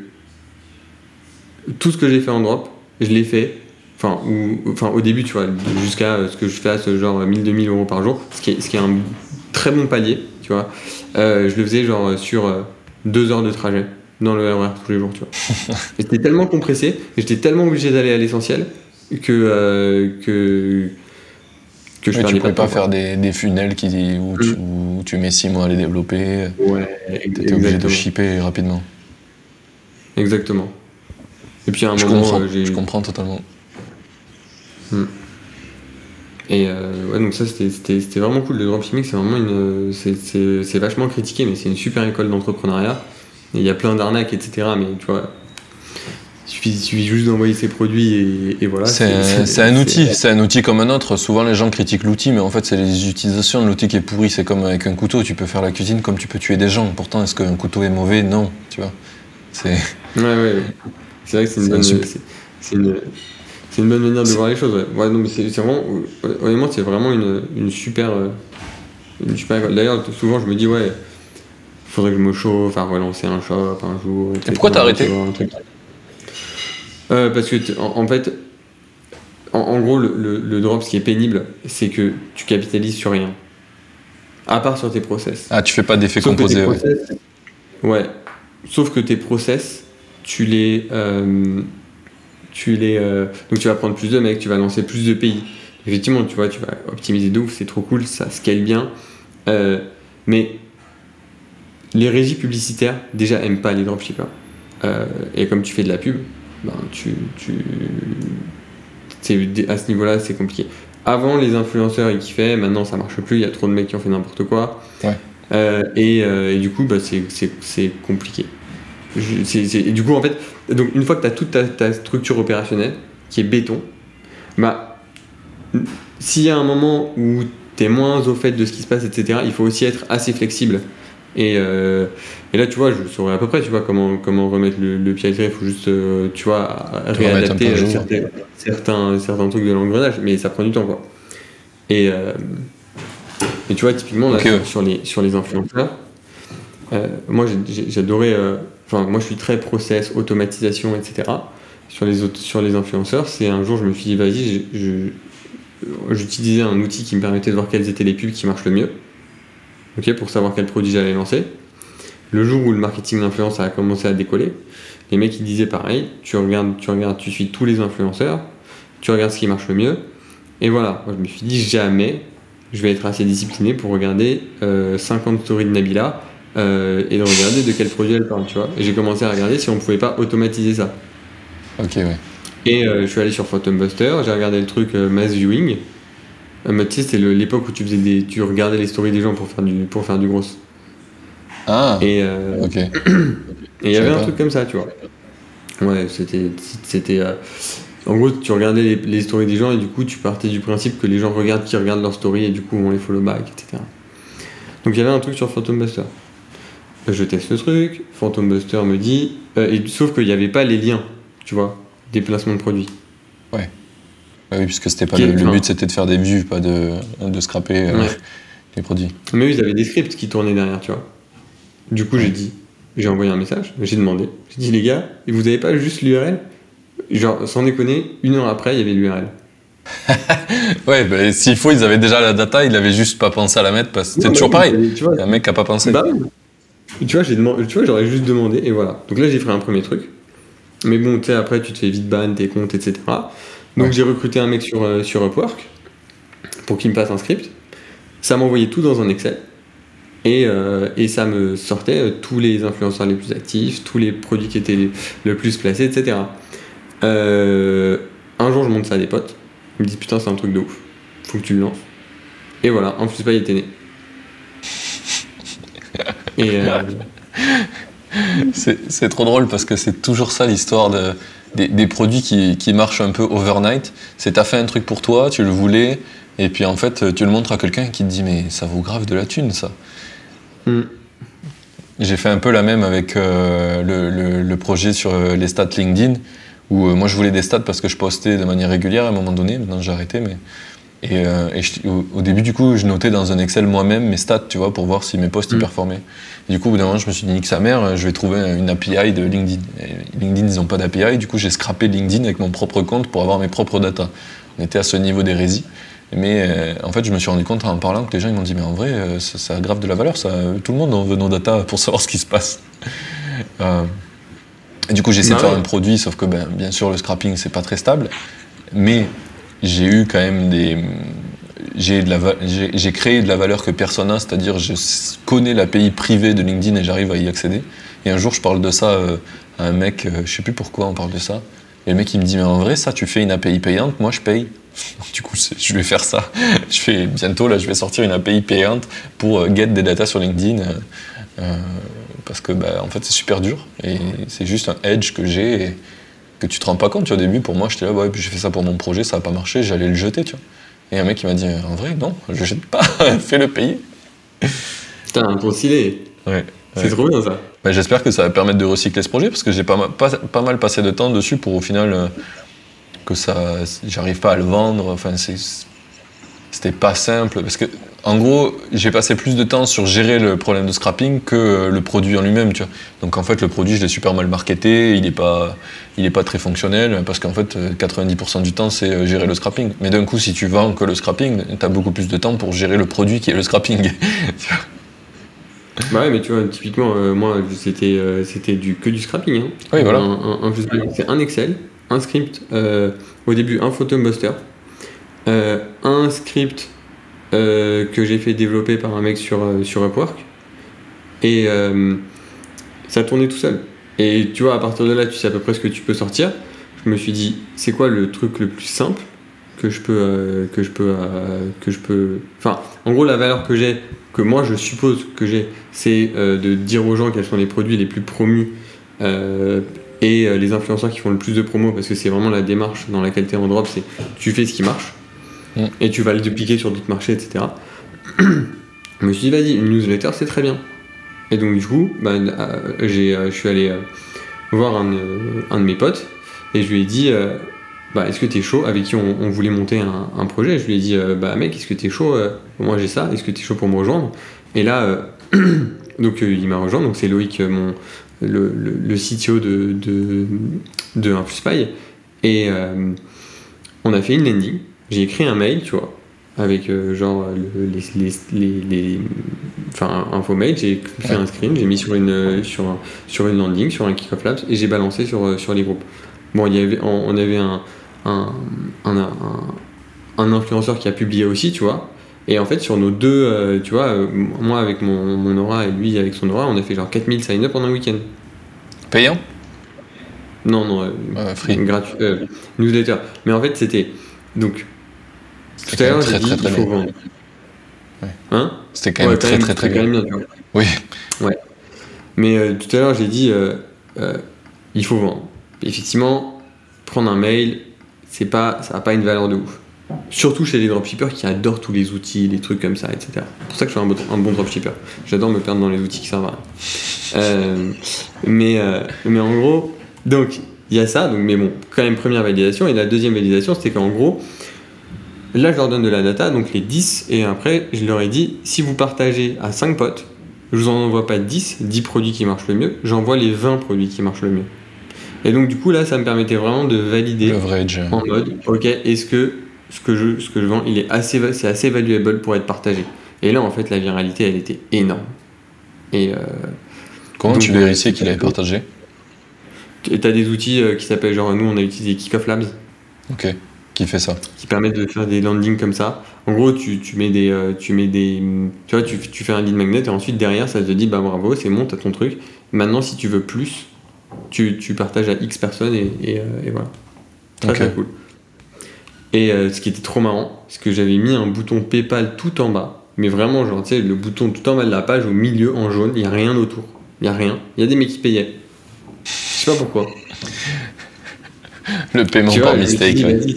S2: tout ce que j'ai fait en drop, je l'ai fait, enfin, ou, enfin au début, tu vois, jusqu'à ce que je fasse genre mille deux mille euros par jour, ce qui est, ce qui est un très bon palier, tu vois. Euh, je le faisais genre sur euh, deux heures de trajet. Dans le R E R tous les jours, tu vois. Et c'était tellement compressé, et j'étais tellement obligé d'aller à l'essentiel que euh, que que je
S1: oui,
S2: perdais
S1: tu pouvais
S2: pas,
S1: pas faire des, des funnels qui, où, tu, où tu mets six mois à les développer.
S2: Ouais,
S1: t'étais obligé de shipper rapidement.
S2: Exactement. Et puis à un
S1: je
S2: moment,
S1: comprends,
S2: euh, j'ai...
S1: je comprends totalement.
S2: Hmm. Et euh, ouais, donc ça c'était, c'était, c'était vraiment cool. Le dropshipping, c'est vraiment une, c'est, c'est, c'est vachement critiqué, mais c'est une super école d'entrepreneuriat. Il y a plein d'arnaques, et cetera. Mais tu vois, il suffit, il suffit juste d'envoyer ses produits et, et voilà.
S1: C'est, c'est, c'est, c'est un outil, c'est... c'est un outil comme un autre. Souvent les gens critiquent l'outil, mais en fait c'est les utilisations de l'outil qui est pourri. C'est comme avec un couteau, tu peux faire la cuisine comme tu peux tuer des gens. Pourtant, est-ce qu'un couteau est mauvais ? Non, tu vois. C'est...
S2: Ouais, ouais, ouais. C'est vrai que c'est une, c'est bonne, c'est, c'est une, c'est une bonne manière de c'est... voir les choses. Ouais. Ouais, non, mais c'est, c'est vraiment, honnêtement, c'est vraiment une, une super, une super école. D'ailleurs, souvent je me dis ouais. Faudrait que je me chauffe à relancer un shop un jour.
S1: Et pourquoi t'as arrêté ?
S2: euh, Parce que, en, en fait, en, en gros, le, le, le drop, ce qui est pénible, c'est que tu capitalises sur rien. À part sur tes process.
S1: Ah, tu fais pas d'effet composé, ouais.
S2: Process, ouais. Sauf que tes process, tu les. Euh, tu les euh, donc tu vas prendre plus de mecs, tu vas lancer plus de pays. Effectivement, tu vois, tu vas optimiser de ouf, c'est trop cool, ça scale bien. Euh, mais. Les régies publicitaires, déjà, aiment pas les dropshippers. Euh, et comme tu fais de la pub, ben, tu, tu, c'est, à ce niveau-là, c'est compliqué. avant les influenceurs ils kiffaient, maintenant ça marche plus, il y a trop de mecs qui ont fait n'importe quoi.
S1: Ouais.
S2: Euh, et, euh, et du coup bah, c'est, c'est, c'est compliqué. Je, c'est, c'est, et du coup en fait, donc une fois que tu as toute ta, ta structure opérationnelle qui est béton, bah s'il y a un moment où tu es moins au fait de ce qui se passe, et cetera, il faut aussi être assez flexible. Et, euh, et là, tu vois, je saurais à peu près, tu vois, comment, comment remettre le, le pied à terre. Il faut juste, euh, tu vois, réadapter euh, certains, certains, certains trucs de l'engrenage, mais ça prend du temps, quoi. Et, euh, et tu vois, typiquement, là,
S1: okay,
S2: sur,
S1: ouais.
S2: sur, les, sur les influenceurs, euh, moi, j'ai, j'adorais, enfin, euh, moi, je suis très process, automatisation, et cetera. Sur les, autres, sur les influenceurs, c'est un jour, je me suis dit, vas-y, je, je, j'utilisais un outil qui me permettait de voir quelles étaient les pubs qui marchent le mieux. Okay, pour savoir quel produit j'allais lancer. Le jour où le marketing d'influence a commencé à décoller, les mecs ils disaient pareil, tu regardes, tu regardes, tu suis tous les influenceurs, tu regardes ce qui marche le mieux, et voilà. Moi je me suis dit jamais je vais être assez discipliné pour regarder euh, cinquante stories de Nabila euh, et de regarder de quel produit elle parle, tu vois. Et j'ai commencé à regarder si on pouvait pas automatiser ça.
S1: Ok, ouais.
S2: Et euh, je suis allé sur Phantombuster, j'ai regardé le truc euh, Mass Viewing. Euh, tu sais, c'était le, l'époque où tu faisais des, tu regardais les stories des gens pour faire du, pour faire du gros.
S1: Ah.
S2: Et euh,
S1: ok.
S2: Et il y avait un
S1: pas.
S2: truc comme ça, tu vois. Ouais, c'était, c'était. Euh, en gros, tu regardais les, les stories des gens et du coup, tu partais du principe que les gens regardent qui regardent leurs stories et du coup, on les follow back, et cetera. Donc il y avait un truc sur Phantombuster. Je teste le truc, Phantombuster me dit, euh, et, sauf qu'il n'y avait pas les liens, tu vois, des placements de produits.
S1: Ouais. Bah oui, puisque c'était pas
S2: Quel,
S1: le, le
S2: enfin,
S1: but, c'était de faire des vues, pas de, de scraper euh,
S2: ouais.
S1: les produits.
S2: Mais ils avaient des scripts qui tournaient derrière, tu vois. Du coup, ouais. j'ai dit, j'ai envoyé un message, j'ai demandé, j'ai dit les gars, vous avez pas juste l'U R L ? Genre, sans déconner, une heure après, il y avait l'U R L.
S1: Ouais, bah, s'il faut, ils avaient déjà la data, ils avaient juste pas pensé à la mettre parce que c'est toujours pareil. Il y a un mec qui a pas pensé.
S2: Bah, tu vois, j'ai demandé, tu vois, j'aurais juste demandé et voilà. Donc là, j'ai fait un premier truc. Mais bon, tu sais, après, tu te fais vite ban, tes comptes, et cetera. Donc ouais. j'ai recruté un mec sur, euh, sur Upwork pour qu'il me passe un script. Ça m'envoyait tout dans un Excel. Et, euh, et ça me sortait euh, tous les influenceurs les plus actifs, tous les produits qui étaient les, le plus placés, et cetera. Euh, un jour, je monte ça à des potes. Ils me disent putain, c'est un truc de ouf. Faut que tu le lances. Et voilà, en plus, pas, il était né. Et euh...
S1: c'est, c'est trop drôle parce que c'est toujours ça l'histoire de, des, des produits qui, qui marchent un peu overnight. C'est t'as fait un truc pour toi, tu le voulais, et puis en fait, tu le montres à quelqu'un qui te dit mais ça vaut grave de la thune, ça. Mm. J'ai fait un peu la même avec euh, le, le, le projet sur euh, les stats LinkedIn. Où euh, moi je voulais des stats parce que je postais de manière régulière à un moment donné, maintenant j'ai arrêté, mais et, euh, et je, au, au début du coup je notais dans un Excel moi-même mes stats, tu vois, pour voir si mes posts mmh. y performaient. Et du coup au bout d'un moment je me suis dit nique sa mère, je vais trouver une A P I de LinkedIn. Et LinkedIn ils n'ont pas d'A P I, du coup j'ai scrappé LinkedIn avec mon propre compte pour avoir mes propres data. On était à ce niveau d'hérésie, mais euh, en fait je me suis rendu compte en parlant que les gens ils m'ont dit mais en vrai euh, ça, ça a grave de la valeur, ça, tout le monde en veut nos data pour savoir ce qui se passe. euh, Et du coup, j'ai essayé bah de faire ouais. un produit, sauf que ben, bien sûr, le scrapping, c'est pas très stable. Mais j'ai eu quand même des. J'ai, de la va... j'ai, j'ai créé de la valeur que personne n'a, c'est-à-dire je connais l'A P I privée de LinkedIn et j'arrive à y accéder. Et un jour, je parle de ça euh, à un mec, euh, je sais plus pourquoi on parle de ça. Et le mec, il me dit, mais en vrai, ça, tu fais une A P I payante, moi, je paye. Du coup, je vais faire ça. Je fais bientôt, là, je vais sortir une A P I payante pour euh, get des data sur LinkedIn. Euh, euh, parce que bah, en fait c'est super dur et c'est juste un edge que j'ai et que tu te rends pas compte. Tu vois, au début pour moi j'étais là ouais puis j'ai fait ça pour mon projet, ça a pas marché, j'allais le jeter, tu vois. Et un mec il m'a dit en vrai non, je jette pas, fais-le payer.
S2: Putain, un concilié.
S1: Ouais.
S2: C'est
S1: ouais.
S2: trop bien ça.
S1: Bah, j'espère que ça va permettre de recycler ce projet parce que j'ai pas mal, pas, pas mal passé de temps dessus pour au final euh, que ça, j'arrive pas à le vendre. Enfin c'est, c'était pas simple parce que en gros, j'ai passé plus de temps sur gérer le problème de scrapping que le produit en lui-même, tu vois. Donc en fait, le produit, je l'ai super mal marketé, il est pas, il est pas très fonctionnel, parce qu'en fait, quatre-vingt-dix pour cent du temps, c'est gérer le scrapping. Mais d'un coup, si tu vends que le scrapping, t'as beaucoup plus de temps pour gérer le produit qui est le scrapping.
S2: Bah ouais, mais tu vois, typiquement, euh, moi, c'était, euh, c'était du, que du scrapping. Hein.
S1: Oui, voilà.
S2: Un, un, un, c'est un Excel, un script, euh, au début, un Phantombuster, euh, un script Euh, que j'ai fait développer par un mec sur, euh, sur Upwork et euh, ça tournait tout seul et tu vois à partir de là tu sais à peu près ce que tu peux sortir. Je me suis dit c'est quoi le truc le plus simple que je peux euh, que je peux euh, que je peux enfin en gros la valeur que j'ai, que moi je suppose que j'ai, c'est euh, de dire aux gens quels sont les produits les plus promus euh, et euh, les influenceurs qui font le plus de promos, parce que c'est vraiment la démarche dans laquelle tu es en drop, c'est tu fais ce qui marche mmh. et tu vas le dupliquer sur d'autres marchés, etc. Je me suis dit vas-y, une newsletter c'est très bien. Et donc du coup bah, euh, j'ai, euh, je suis allé euh, voir un, euh, un de mes potes et je lui ai dit euh, bah, est-ce que t'es chaud, avec qui on, on voulait monter un, un projet. Je lui ai dit euh, bah mec, est-ce que t'es chaud, euh, moi j'ai ça, est-ce que t'es chaud pour me rejoindre? Et là euh, donc euh, il m'a rejoint, donc c'est Loïc, mon, le, le, le C T O de, de, de InfluSpy, et euh, on a fait une landing, j'ai écrit un mail, tu vois, avec euh, genre le, les, les, les, les enfin un info mail, j'ai fait un screen, j'ai mis sur une, sur, un, sur une landing, sur un Kick-Off Labs, et j'ai balancé sur, sur les groupes. Bon, il y avait, on, on avait un Un, un, un, un influenceur qui a publié aussi, tu vois, et en fait sur nos deux euh, tu vois, euh, moi avec mon, mon aura et lui avec son aura, on a fait genre quatre mille sign-up pendant un week-end.
S1: Payant?
S2: Non, non, euh,
S1: euh, free.
S2: Gratuit, euh, newsletter. Mais en fait c'était donc
S1: c'était
S2: tout à l'heure
S1: très,
S2: j'ai dit
S1: très, très
S2: il faut
S1: bien.
S2: vendre.
S1: Ouais.
S2: Hein?
S1: C'était quand même ouais, très, quand même, très très très bien. bien oui.
S2: Ouais. Mais euh, tout à l'heure j'ai dit euh, euh, il faut vendre. Effectivement, prendre un mail, c'est pas, ça n'a pas une valeur de ouf. Surtout chez les dropshippers qui adorent tous les outils, les trucs comme ça, et cetera. C'est pour ça que je suis un bon, un bon dropshipper. J'adore me perdre dans les outils qui servent à rien. Euh, mais, euh, mais en gros, donc il y a ça, donc, mais bon, quand même première validation. Et la deuxième validation, c'était qu'en gros, là je leur donne de la data, donc les dix, et après je leur ai dit, si vous partagez à cinq potes, je vous en envoie pas dix, dix produits qui marchent le mieux, j'envoie les vingt produits qui marchent le mieux. Et donc du coup là ça me permettait vraiment de valider
S1: Leverage.
S2: En mode ok, est-ce que ce que je, ce que je vends il est assez, c'est assez valuable pour être partagé. Et là en fait la viralité elle était énorme. Et euh,
S1: comment donc, tu vérifies qu'il avait partagé?
S2: Et t'as des outils euh, qui s'appellent genre nous on a utilisé Kick-Off Labs.
S1: Ok. Qui fait ça? Qui
S2: permettent de faire des landings comme ça. En gros tu, tu mets des euh, tu mets des tu vois tu, tu fais un lead magnet et ensuite derrière ça te dit bah bravo c'est bon t'as ton truc. Maintenant si tu veux plus Tu, tu partages à X personnes et, et, euh, et voilà. Très okay. Très cool. Et euh, ce qui était trop marrant, c'est que j'avais mis un bouton PayPal tout en bas, mais vraiment genre tu sais le bouton tout en bas de la page au milieu en jaune, il n'y a rien autour. Il n'y a rien. Il y a des mecs qui payaient. Je sais pas pourquoi.
S1: Le paiement tu par vois, mistake. Dit, ouais.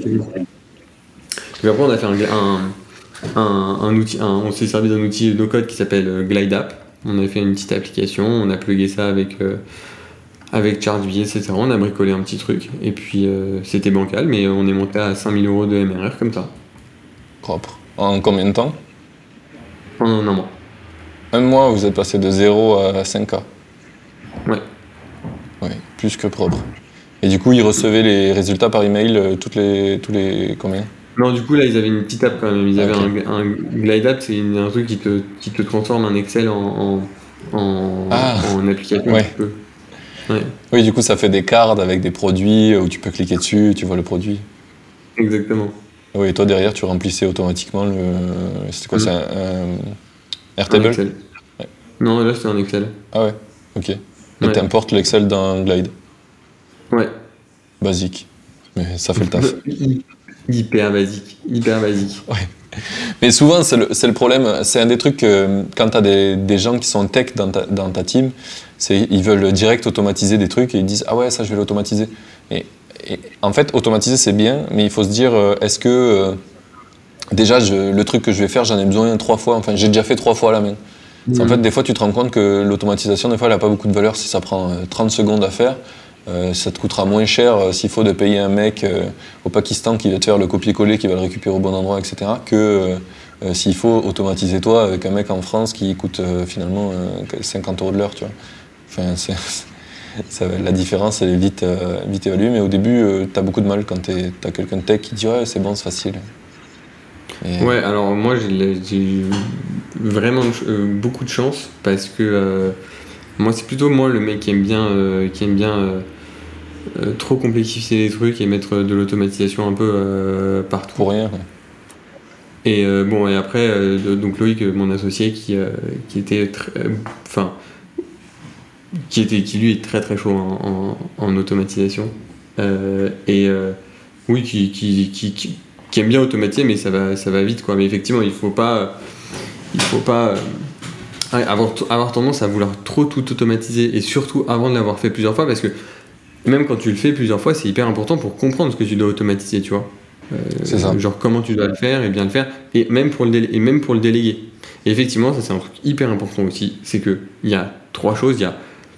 S2: Puis après on a fait un, un, un, un outil, un, on s'est servi d'un outil no code qui s'appelle Glide App. On a fait une petite application, on a plugué ça avec euh, avec ChargeBee, et cetera. On a bricolé un petit truc et puis euh, c'était bancal, mais on est monté à cinq mille euros de M R R comme ça.
S1: Propre. En combien de temps?
S2: En un mois.
S1: Un mois, vous êtes passé de zéro à cinq K.
S2: Ouais.
S1: Ouais, plus que propre. Et du coup, ils recevaient les résultats par email euh, toutes les, tous les combien?
S2: Non, du coup, là, ils avaient une petite app quand même. Ils avaient okay. un, un Glide App, c'est une, un truc qui te, qui te transforme un Excel en, en, en,
S1: ah.
S2: en application
S1: ouais.
S2: un petit peu. Ouais.
S1: Oui, du coup, ça fait des cards avec des produits où tu peux cliquer dessus, tu vois le produit.
S2: Exactement.
S1: Oui, et toi, derrière, tu remplissais automatiquement le... C'était quoi, mmh. c'est un, un Airtable?
S2: Un Excel. Ouais. Non, là, c'est un Excel.
S1: Ah ouais, ok. Et
S2: ouais.
S1: t'importes l'Excel dans Glide?
S2: Ouais.
S1: Basique. Mais ça fait le taf.
S2: Hyper basique. Hyper basique.
S1: Ouais. Mais souvent, c'est le, c'est le problème. C'est un des trucs, que, quand t'as des, des gens qui sont tech dans ta, dans ta team, c'est ils veulent direct automatiser des trucs et ils disent « Ah ouais, ça, je vais l'automatiser. » Et Et en fait, automatiser, c'est bien, mais il faut se dire, euh, est-ce que euh, déjà, je, le truc que je vais faire, j'en ai besoin trois fois, enfin, j'ai déjà fait trois fois la main. Mmh. En fait, des fois, tu te rends compte que l'automatisation, des fois, elle n'a pas beaucoup de valeur si ça prend euh, trente secondes à faire. Euh, ça te coûtera moins cher euh, s'il faut de payer un mec euh, au Pakistan qui va te faire le copier-coller, qui va le récupérer au bon endroit, et cetera, que euh, euh, s'il faut automatiser toi avec un mec en France qui coûte euh, finalement euh, cinquante euros de l'heure, tu vois. Enfin, c'est... Ça, la différence elle est vite, euh, vite évaluée, mais au début euh, t'as beaucoup de mal quand t'as quelqu'un de tech qui dit ouais c'est bon, c'est facile.
S2: Et... Ouais, alors moi j'ai, j'ai eu vraiment euh, beaucoup de chance parce que euh, moi c'est plutôt moi le mec qui aime bien, euh, qui aime bien euh, euh, trop complexifier les trucs et mettre de l'automatisation un peu euh, partout.
S1: Pour rien. Ouais.
S2: Et euh, bon, et après, euh, donc Loïc, mon associé, qui, euh, qui était très. Enfin. Euh, Qui, était, qui lui est très très chaud en, en, en automatisation euh, et euh, oui qui, qui, qui, qui qui aiment bien automatiser, mais ça va, ça va vite, quoi. Mais effectivement, il faut pas, il faut pas euh, avoir, avoir tendance à vouloir trop tout automatiser, et surtout avant de l'avoir fait plusieurs fois, parce que même quand tu le fais plusieurs fois, c'est hyper important pour comprendre ce que tu dois automatiser, tu vois. Euh,
S1: C'est ça.
S2: Genre comment tu dois le faire et bien le faire, et même pour le, délé- et même pour le déléguer. Et effectivement, ça c'est un truc hyper important aussi, c'est que il y a trois choses, il y a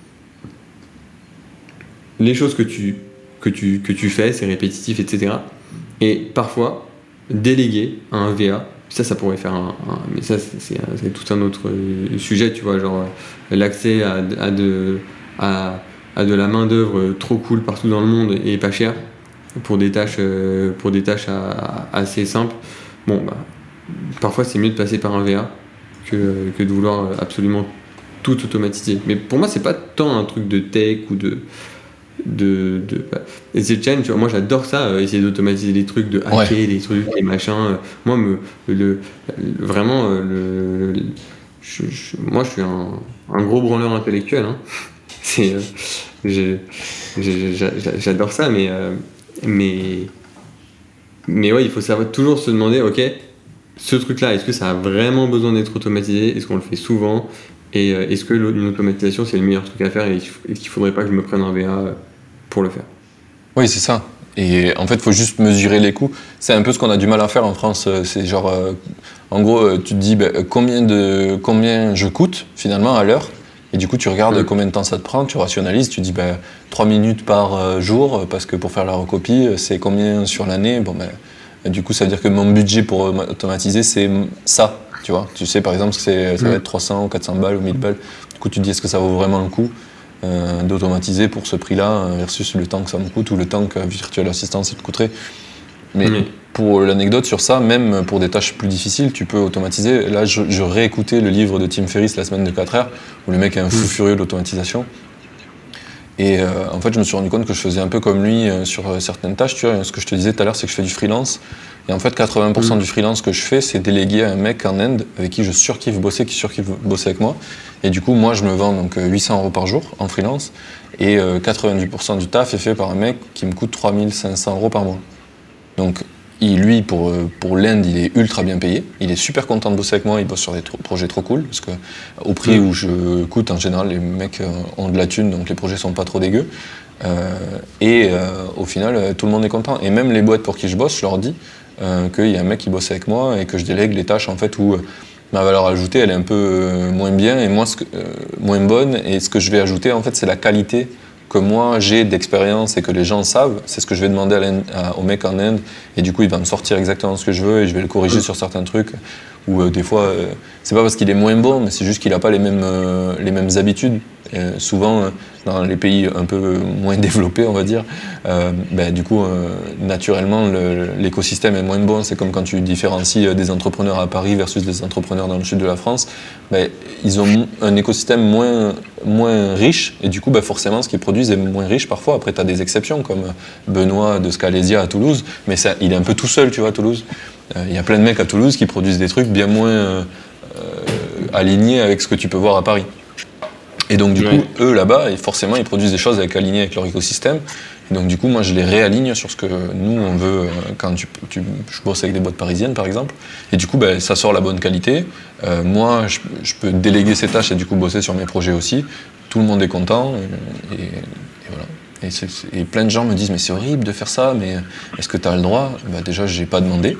S2: les choses que tu, que tu, que tu fais, c'est répétitif, et cetera. Et parfois, déléguer à un V A, ça, ça pourrait faire un... un mais ça, c'est, c'est, c'est tout un autre euh, sujet, tu vois, genre euh, l'accès à, à, de, à, à de la main-d'œuvre trop cool partout dans le monde et pas cher pour des tâches, euh, pour des tâches à, à, assez simples. Bon, bah, parfois, c'est mieux de passer par un V A que, que de vouloir absolument tout automatiser. Mais pour moi, c'est pas tant un truc de tech ou de... de, de bah, et c'est le challenge, tu vois, moi j'adore ça, euh, essayer d'automatiser des trucs, de hacker
S1: Ouais.
S2: des trucs, des machins. euh, moi, me, le, le- vraiment, euh, le, le- je, je- moi je suis un, un gros branleur intellectuel. Hein. C'est, euh, je- je- j'a- j'a- j'adore ça, mais, euh, mais, mais ouais, il faut savoir toujours se demander, ok, ce truc-là, est-ce que ça a vraiment besoin d'être automatisé? Est-ce qu'on le fait souvent? Et euh, est-ce que l'au- une automatisation c'est le meilleur truc à faire et est-ce qu'il faudrait pas que je me prenne un V A euh, pour le faire?
S1: Oui, c'est ça. Et en fait, il faut juste mesurer les coûts. C'est un peu ce qu'on a du mal à faire en France. euh, C'est genre, euh, en gros, euh, tu te dis ben, combien, de, combien je coûte finalement à l'heure. Et du coup, tu regardes
S2: Mm.
S1: combien de temps ça te prend, tu rationalises, tu dis ben, trois minutes par euh, jour, euh, parce que pour faire la recopie, euh, c'est combien sur l'année. Bon, ben, euh, du coup, ça veut dire que mon budget pour euh, automatiser, c'est mm, ça. Tu vois, tu sais par exemple que c'est, ça va
S2: Mm.
S1: être trois cents ou quatre cents balles ou mille balles. Du coup, tu te dis est-ce que ça vaut vraiment le coup euh, d'automatiser pour ce prix-là euh, versus le temps que ça me coûte ou le temps que Virtual Assistant ça te coûterait. Mais
S2: Mm.
S1: pour l'anecdote sur ça, même pour des tâches plus difficiles, tu peux automatiser. Là, je, je réécoutais le livre de Tim Ferriss, La semaine de quatre heures, où le mec est un fou
S2: Mm.
S1: furieux de l'automatisation. Et euh, en fait, je me suis rendu compte que je faisais un peu comme lui euh, sur euh, certaines tâches. Tu vois, ce que je te disais tout à l'heure, c'est que je fais du freelance. Et en fait, quatre-vingts pour cent
S2: Mm.
S1: du freelance que je fais, c'est délégué à un mec en Inde avec qui je surkiffe bosser, qui surkiffe bosser avec moi. Et du coup, moi, je me vends donc euh, huit cents euros par jour en freelance. Et euh, quatre-vingt-dix pour cent du taf est fait par un mec qui me coûte trois mille cinq cents euros par mois. Donc, il, lui, pour, euh, pour l'Inde, il est ultra bien payé. Il est super content de bosser avec moi. Il bosse sur des tro- projets trop cool. Parce que au prix
S2: Mm.
S1: où je coûte, en général, les mecs euh, ont de la thune, donc les projets sont pas trop dégueux. Euh, et euh, au final, euh, tout le monde est content. Et même les boîtes pour qui je bosse, je leur dis euh, qu'il y a un mec qui bosse avec moi et que je délègue les tâches en fait où euh, ma valeur ajoutée elle est un peu euh, moins bien et moins, ce que- euh, moins bonne. Et ce que je vais ajouter en fait, c'est la qualité que moi j'ai d'expérience et que les gens savent. C'est ce que je vais demander à l'Inde- à- au mec en Inde. Et du coup, il va me sortir exactement ce que je veux et je vais le corriger
S2: Mm.
S1: sur certains trucs. Ou euh, des fois, euh, c'est pas parce qu'il est moins bon, mais c'est juste qu'il n'a pas les mêmes, euh, les mêmes habitudes. Euh, souvent, euh, dans les pays un peu moins développés, on va dire, euh, ben, du coup, euh, naturellement, le- l'écosystème est moins bon. C'est comme quand tu différencies euh, des entrepreneurs à Paris versus des entrepreneurs dans le sud de la France. Ben, ils ont un écosystème moins, moins riche, et du coup, ben, forcément, ce qu'ils produisent est moins riche parfois. Après, tu as des exceptions, comme Benoît de Scalesia à Toulouse, mais ça, il est un peu tout seul, tu vois, à Toulouse. Euh, Il y a plein de mecs à Toulouse qui produisent des trucs bien moins euh, euh, alignés avec ce que tu peux voir à Paris. Et donc du
S2: Ouais.
S1: coup, eux là-bas, et forcément, ils produisent des choses avec, alignées avec leur écosystème. Et donc du coup, moi, je les réaligne sur ce que nous, on veut. euh, Quand tu, tu- je bosse avec des boîtes parisiennes, par exemple. Et du coup, ben, ça sort la bonne qualité. Euh, moi, je, je peux déléguer ces tâches et du coup bosser sur mes projets aussi. Tout le monde est content. Et, et- et voilà. Et, c'est- c'est- et plein de gens me disent mais c'est horrible de faire ça, mais est-ce que tu as le droit? Bah, déjà, j'ai pas demandé.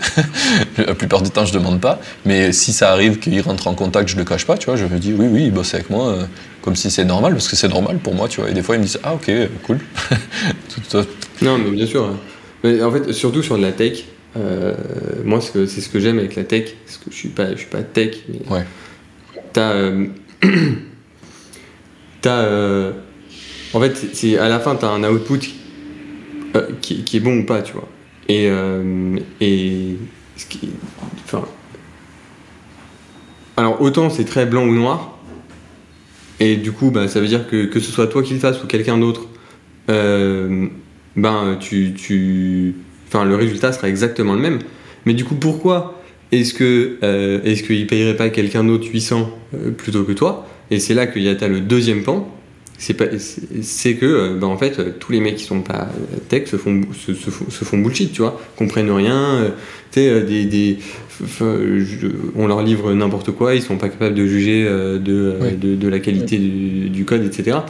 S1: La plupart du temps, je demande pas. Mais si ça arrive qu'ils rentrent en contact, je le cache pas, tu vois. Je me dis oui, oui, ils bossent avec moi, euh, comme si c'est normal, parce que c'est normal pour moi, tu vois. Et des fois, ils me disent ah ok, cool. Tout- tout-
S2: Non, mais bien sûr. Mais en fait, surtout sur de la tech, euh, moi, ce que- c'est ce que j'aime avec la tech, parce que je suis pas, je suis pas tech, mais
S1: Ouais.
S2: t'as, euh, t'as, euh, en fait, c'est- c'est à la fin, t'as un output euh, qui, qui est bon ou pas, tu vois. Et, euh, et ce qui, enfin, alors autant c'est très blanc ou noir, et du coup, bah, ça veut dire que que ce soit toi qui le fasses ou quelqu'un d'autre, euh, ben tu, tu, enfin le résultat sera exactement le même. Mais du coup, pourquoi est-ce que euh, est-ce qu'il payerait pas quelqu'un d'autre huit cents euh, plutôt que toi? Et c'est là qu'il y a t'as le deuxième pan, c'est, pas, c'est, c'est que bah, en fait tous les mecs qui sont pas tech se font, se, se, se font bullshit, tu vois, comprennent rien, tu sais, des, des, on leur livre n'importe quoi, ils sont pas capables de juger de, oui. de, de la qualité oui. du, du code, et cetera.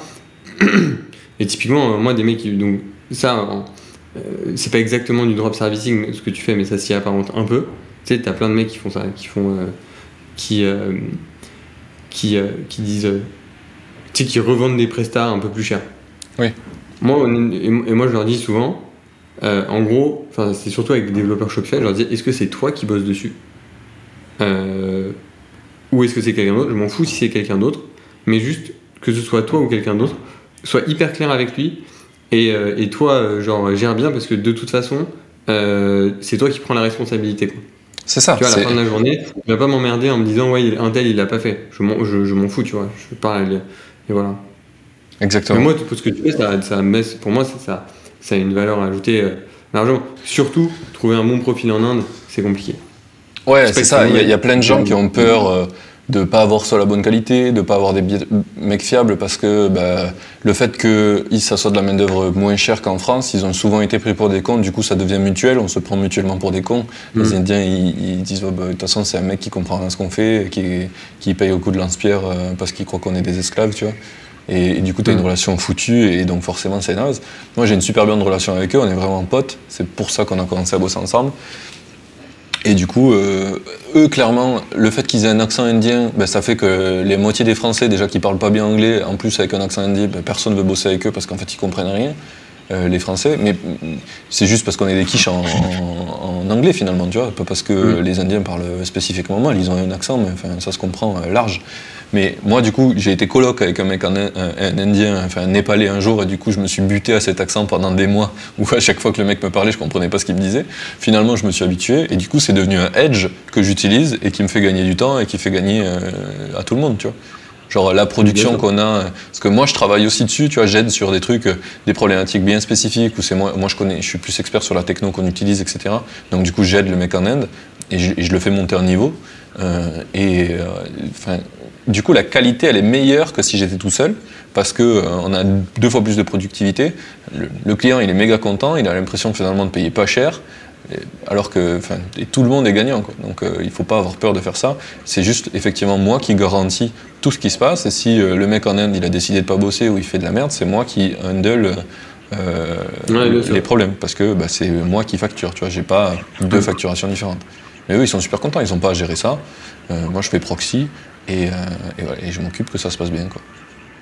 S2: Et typiquement, moi, des mecs qui. Donc, ça, euh, c'est pas exactement du drop servicing ce que tu fais, mais ça s'y apparente un peu. Tu sais, t'as plein de mecs qui font ça, qui font. Euh, qui, euh, qui, euh, qui disent. Euh, tu sais, qui revendent des prestats un peu plus chers.
S1: Oui.
S2: Moi, et, et moi, je leur dis souvent, euh, en gros, c'est surtout avec des développeurs Shopify, je leur dis, est-ce que c'est toi qui bosses dessus euh, ou est-ce que c'est quelqu'un d'autre? Je m'en fous si c'est quelqu'un d'autre, mais juste que ce soit toi ou quelqu'un d'autre, sois hyper clair avec lui et, euh, et toi, euh, genre, gère bien parce que de toute façon, euh, c'est toi qui prends la responsabilité, quoi.
S1: C'est ça.
S2: Tu vois, à la
S1: c'est...
S2: fin de la journée, il va pas m'emmerder en me disant ouais, un tel il l'a pas fait. Je m'en, je, je m'en fous, tu vois. Je parle et voilà.
S1: Exactement.
S2: Mais moi, tout ce que tu fais, ça, ça, pour moi, ça, ça, ça a une valeur ajoutée euh, largement. Surtout, trouver un bon profil en Inde, c'est compliqué.
S1: Ouais, c'est, c'est ça. Il y, y a plein de gens qui ont peur euh, de pas avoir soit la bonne qualité, de pas avoir des mecs fiables parce que bah, le fait que ça soit de la main d'œuvre moins chère qu'en France, ils ont souvent été pris pour des cons. Du coup, ça devient mutuel. On se prend mutuellement pour des cons. Mmh. Les Indiens, ils, ils disent oh, bah, de toute façon, c'est un mec qui comprend rien ce qu'on fait, qui, qui paye au coup de lance-pierre euh, parce qu'il croit qu'on est des esclaves, tu vois. Et, et du coup, tu as une relation foutue et donc forcément, c'est naze. Moi, j'ai une super bonne relation avec eux, on est vraiment potes. C'est pour ça qu'on a commencé à bosser ensemble. Et du coup, euh, eux, clairement, le fait qu'ils aient un accent indien, ben, ça fait que les moitiés des Français, déjà qui parlent pas bien anglais, en plus avec un accent indien, ben, personne ne veut bosser avec eux parce qu'en fait, ils comprennent rien, euh, les Français. Mais c'est juste parce qu'on est des quiches en, en, en anglais, finalement, tu vois. Pas parce que mmh. les Indiens parlent spécifiquement mal, ils ont un accent, mais enfin, ça se comprend euh, large. Mais moi, du coup, j'ai été coloc avec un mec, en, un, un Indien, enfin un Népalais un jour, et du coup, je me suis buté à cet accent pendant des mois, où à chaque fois que le mec me parlait, je comprenais pas ce qu'il me disait. Finalement, je me suis habitué, et du coup, c'est devenu un edge que j'utilise, et qui me fait gagner du temps, et qui fait gagner euh, à tout le monde, tu vois. Genre la production qu'on a, parce que moi je travaille aussi dessus, tu vois, j'aide sur des trucs, des problématiques bien spécifiques, où c'est moi, moi je connais, je suis plus expert sur la techno qu'on utilise, et cetera. Donc du coup j'aide le mec en Inde, et je, et je le fais monter en niveau, euh, et enfin... Euh, du coup, la qualité, elle est meilleure que si j'étais tout seul, parce qu'on euh, a deux fois plus de productivité. Le, le client, il est méga content, il a l'impression finalement de payer pas cher, et, alors que et tout le monde est gagnant, quoi. Donc, euh, il ne faut pas avoir peur de faire ça. C'est juste, effectivement, moi qui garantis tout ce qui se passe. Et si euh, le mec en Inde, il a décidé de pas bosser ou il fait de la merde, c'est moi qui handle euh, ouais, les problèmes, parce que bah, c'est moi qui facture. Tu vois, j'ai pas deux facturations différentes. Mais eux, ils sont super contents, ils n'ont pas à gérer ça. Euh, moi, je fais proxy. Et, euh, et, voilà, et je m'occupe que ça se passe bien, quoi.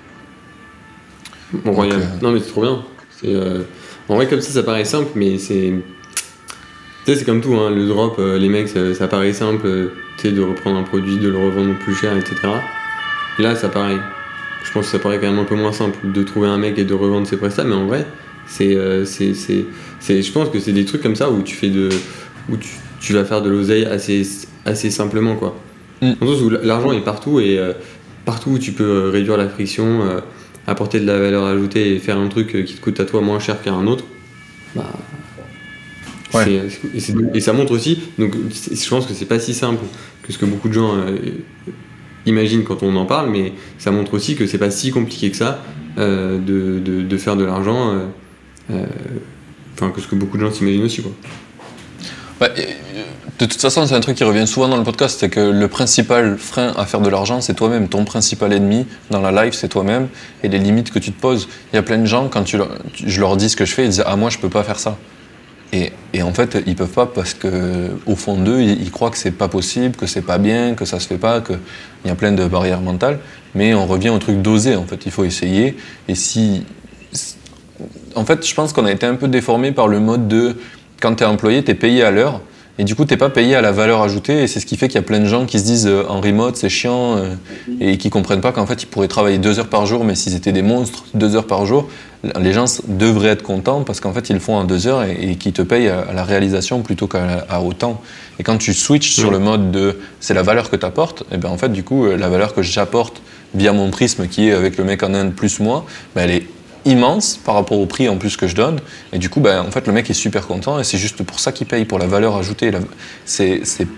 S2: Bon, Donc, euh... Non mais c'est trop bien. C'est, euh... En vrai comme ça ça paraît simple mais c'est... Tu sais c'est comme tout, hein, le drop, euh, les mecs ça, ça paraît simple, euh, tu sais, de reprendre un produit, de le revendre plus cher, et cetera. Là ça paraît, je pense que ça paraît quand même un peu moins simple de trouver un mec et de revendre ses prestats, mais en vrai c'est, euh, c'est, c'est, c'est, je pense que c'est des trucs comme ça où tu fais de... où tu, tu vas faire de l'oseille assez, assez simplement, quoi. Mm. Dans le sens où l'argent est partout et euh, partout où tu peux euh, réduire la friction, euh, apporter de la valeur ajoutée et faire un truc euh, qui te coûte à toi moins cher qu'à un autre, bah, ouais. c'est, c'est, et, c'est, et ça montre aussi, donc je pense que c'est pas si simple que ce que beaucoup de gens euh, imaginent quand on en parle, mais ça montre aussi que c'est pas si compliqué que ça euh, de, de, de faire de l'argent, euh, euh, enfin que ce que beaucoup de gens s'imaginent aussi, quoi.
S1: Bah, de toute façon, c'est un truc qui revient souvent dans le podcast, c'est que le principal frein à faire de l'argent, c'est toi-même. Ton principal ennemi dans la life, c'est toi-même et les limites que tu te poses. Il y a plein de gens, quand tu leur, je leur dis ce que je fais, ils disent « Ah, moi, je peux pas faire ça ». Et, et en fait, ils peuvent pas parce qu'au fond d'eux, ils, ils croient que c'est pas possible, que c'est pas bien, que ça se fait pas, qu'il y a plein de barrières mentales. Mais on revient au truc d'oser, en fait. Il faut essayer. Et si... En fait, je pense qu'on a été un peu déformé par le mode de... Quand t'es employé, t'es payé à l'heure. Et du coup, t'es pas payé à la valeur ajoutée, et c'est ce qui fait qu'il y a plein de gens qui se disent euh, en remote, c'est chiant, euh, et qui comprennent pas qu'en fait, ils pourraient travailler deux heures par jour, mais s'ils étaient des monstres, deux heures par jour, les gens devraient être contents parce qu'en fait, ils le font en deux heures et, et qu'ils te payent à, à la réalisation plutôt qu'à à autant. Et quand tu switches sur le mode de c'est la valeur que t'apportes, et ben en fait, du coup, la valeur que j'apporte via mon prisme qui est avec le mec en Inde plus moi, ben elle est immense par rapport au prix en plus que je donne, et du coup ben, en fait le mec est super content et c'est juste pour ça qu'il paye, pour la valeur ajoutée. La... C'est, c'est...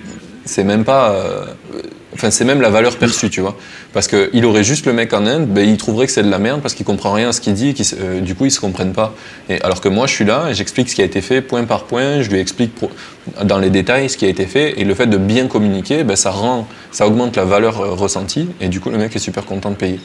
S1: c'est même pas... Euh, Enfin, c'est même la valeur perçue, tu vois. Parce qu'il aurait juste le mec en Inde, ben, il trouverait que c'est de la merde parce qu'il comprend rien à ce qu'il dit et qu'il, euh, du coup, ils se comprennent pas. Et, alors que moi, je suis là et j'explique ce qui a été fait point par point, je lui explique pro- dans les détails ce qui a été fait et le fait de bien communiquer, ben, ça rend, ça augmente la valeur euh, ressentie et du coup, le mec est super content de payer.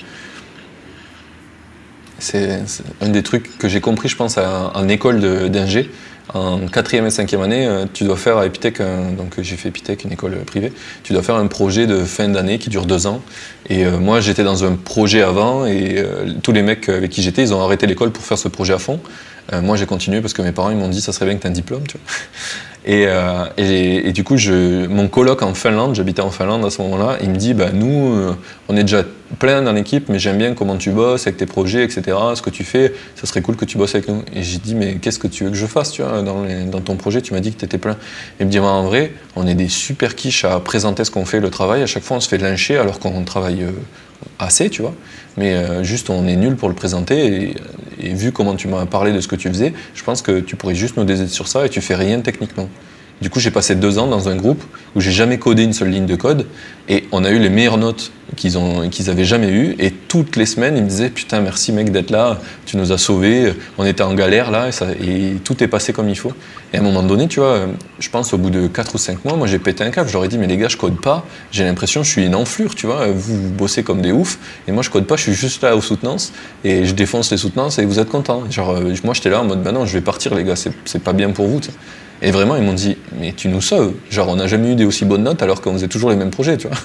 S1: C'est, c'est un des trucs que j'ai compris, je pense, à, en école de, d'ingé. En quatrième et cinquième année, tu dois faire à Epitech, donc j'ai fait Epitech, une école privée, tu dois faire un projet de fin d'année qui dure deux ans. Et euh, moi, j'étais dans un projet avant et euh, tous les mecs avec qui j'étais, ils ont arrêté l'école pour faire ce projet à fond. Euh, moi, j'ai continué parce que mes parents ils m'ont dit ça serait bien que tu aies un diplôme, tu vois. Et, euh, et, et du coup, je, mon coloc en Finlande, j'habitais en Finlande à ce moment-là, il me dit bah, nous, euh, on est déjà plein dans l'équipe, mais j'aime bien comment tu bosses avec tes projets, et cetera. Ce que tu fais, ça serait cool que tu bosses avec nous. Et j'ai dit mais qu'est-ce que tu veux que je fasse, tu vois, dans, les, dans ton projet, tu m'as dit que tu étais plein. Et il me dit bah, en vrai, on est des super quiches à présenter ce qu'on fait, le travail. À chaque fois, on se fait lyncher alors qu'on travaille euh, assez, tu vois. Mais euh, juste, on est nul pour le présenter. Et, et vu comment tu m'as parlé de ce que tu faisais, je pense que tu pourrais juste nous aider sur ça et tu fais rien techniquement. Du coup, j'ai passé deux ans dans un groupe où j'ai jamais codé une seule ligne de code et on a eu les meilleures notes qu'ils ont, qu'ils avaient jamais eues. Et toutes les semaines, ils me disaient putain, merci mec d'être là, tu nous as sauvés, on était en galère là et, ça, et tout est passé comme il faut. Et à un moment donné, tu vois, je pense au bout de quatre ou cinq mois, moi j'ai pété un câble. Je leur ai dit mais les gars, je code pas. J'ai l'impression que je suis une enflure, tu vois. Vous, vous bossez comme des oufs et moi je code pas. Je suis juste là aux soutenances et je défonce les soutenances et vous êtes contents. Genre euh, moi j'étais là en mode bah non, je vais partir les gars, c'est, c'est pas bien pour vous. T'sais. Et vraiment, ils m'ont dit, mais tu nous sauves. Genre, on n'a jamais eu des aussi bonnes notes alors qu'on faisait toujours les mêmes projets, tu vois.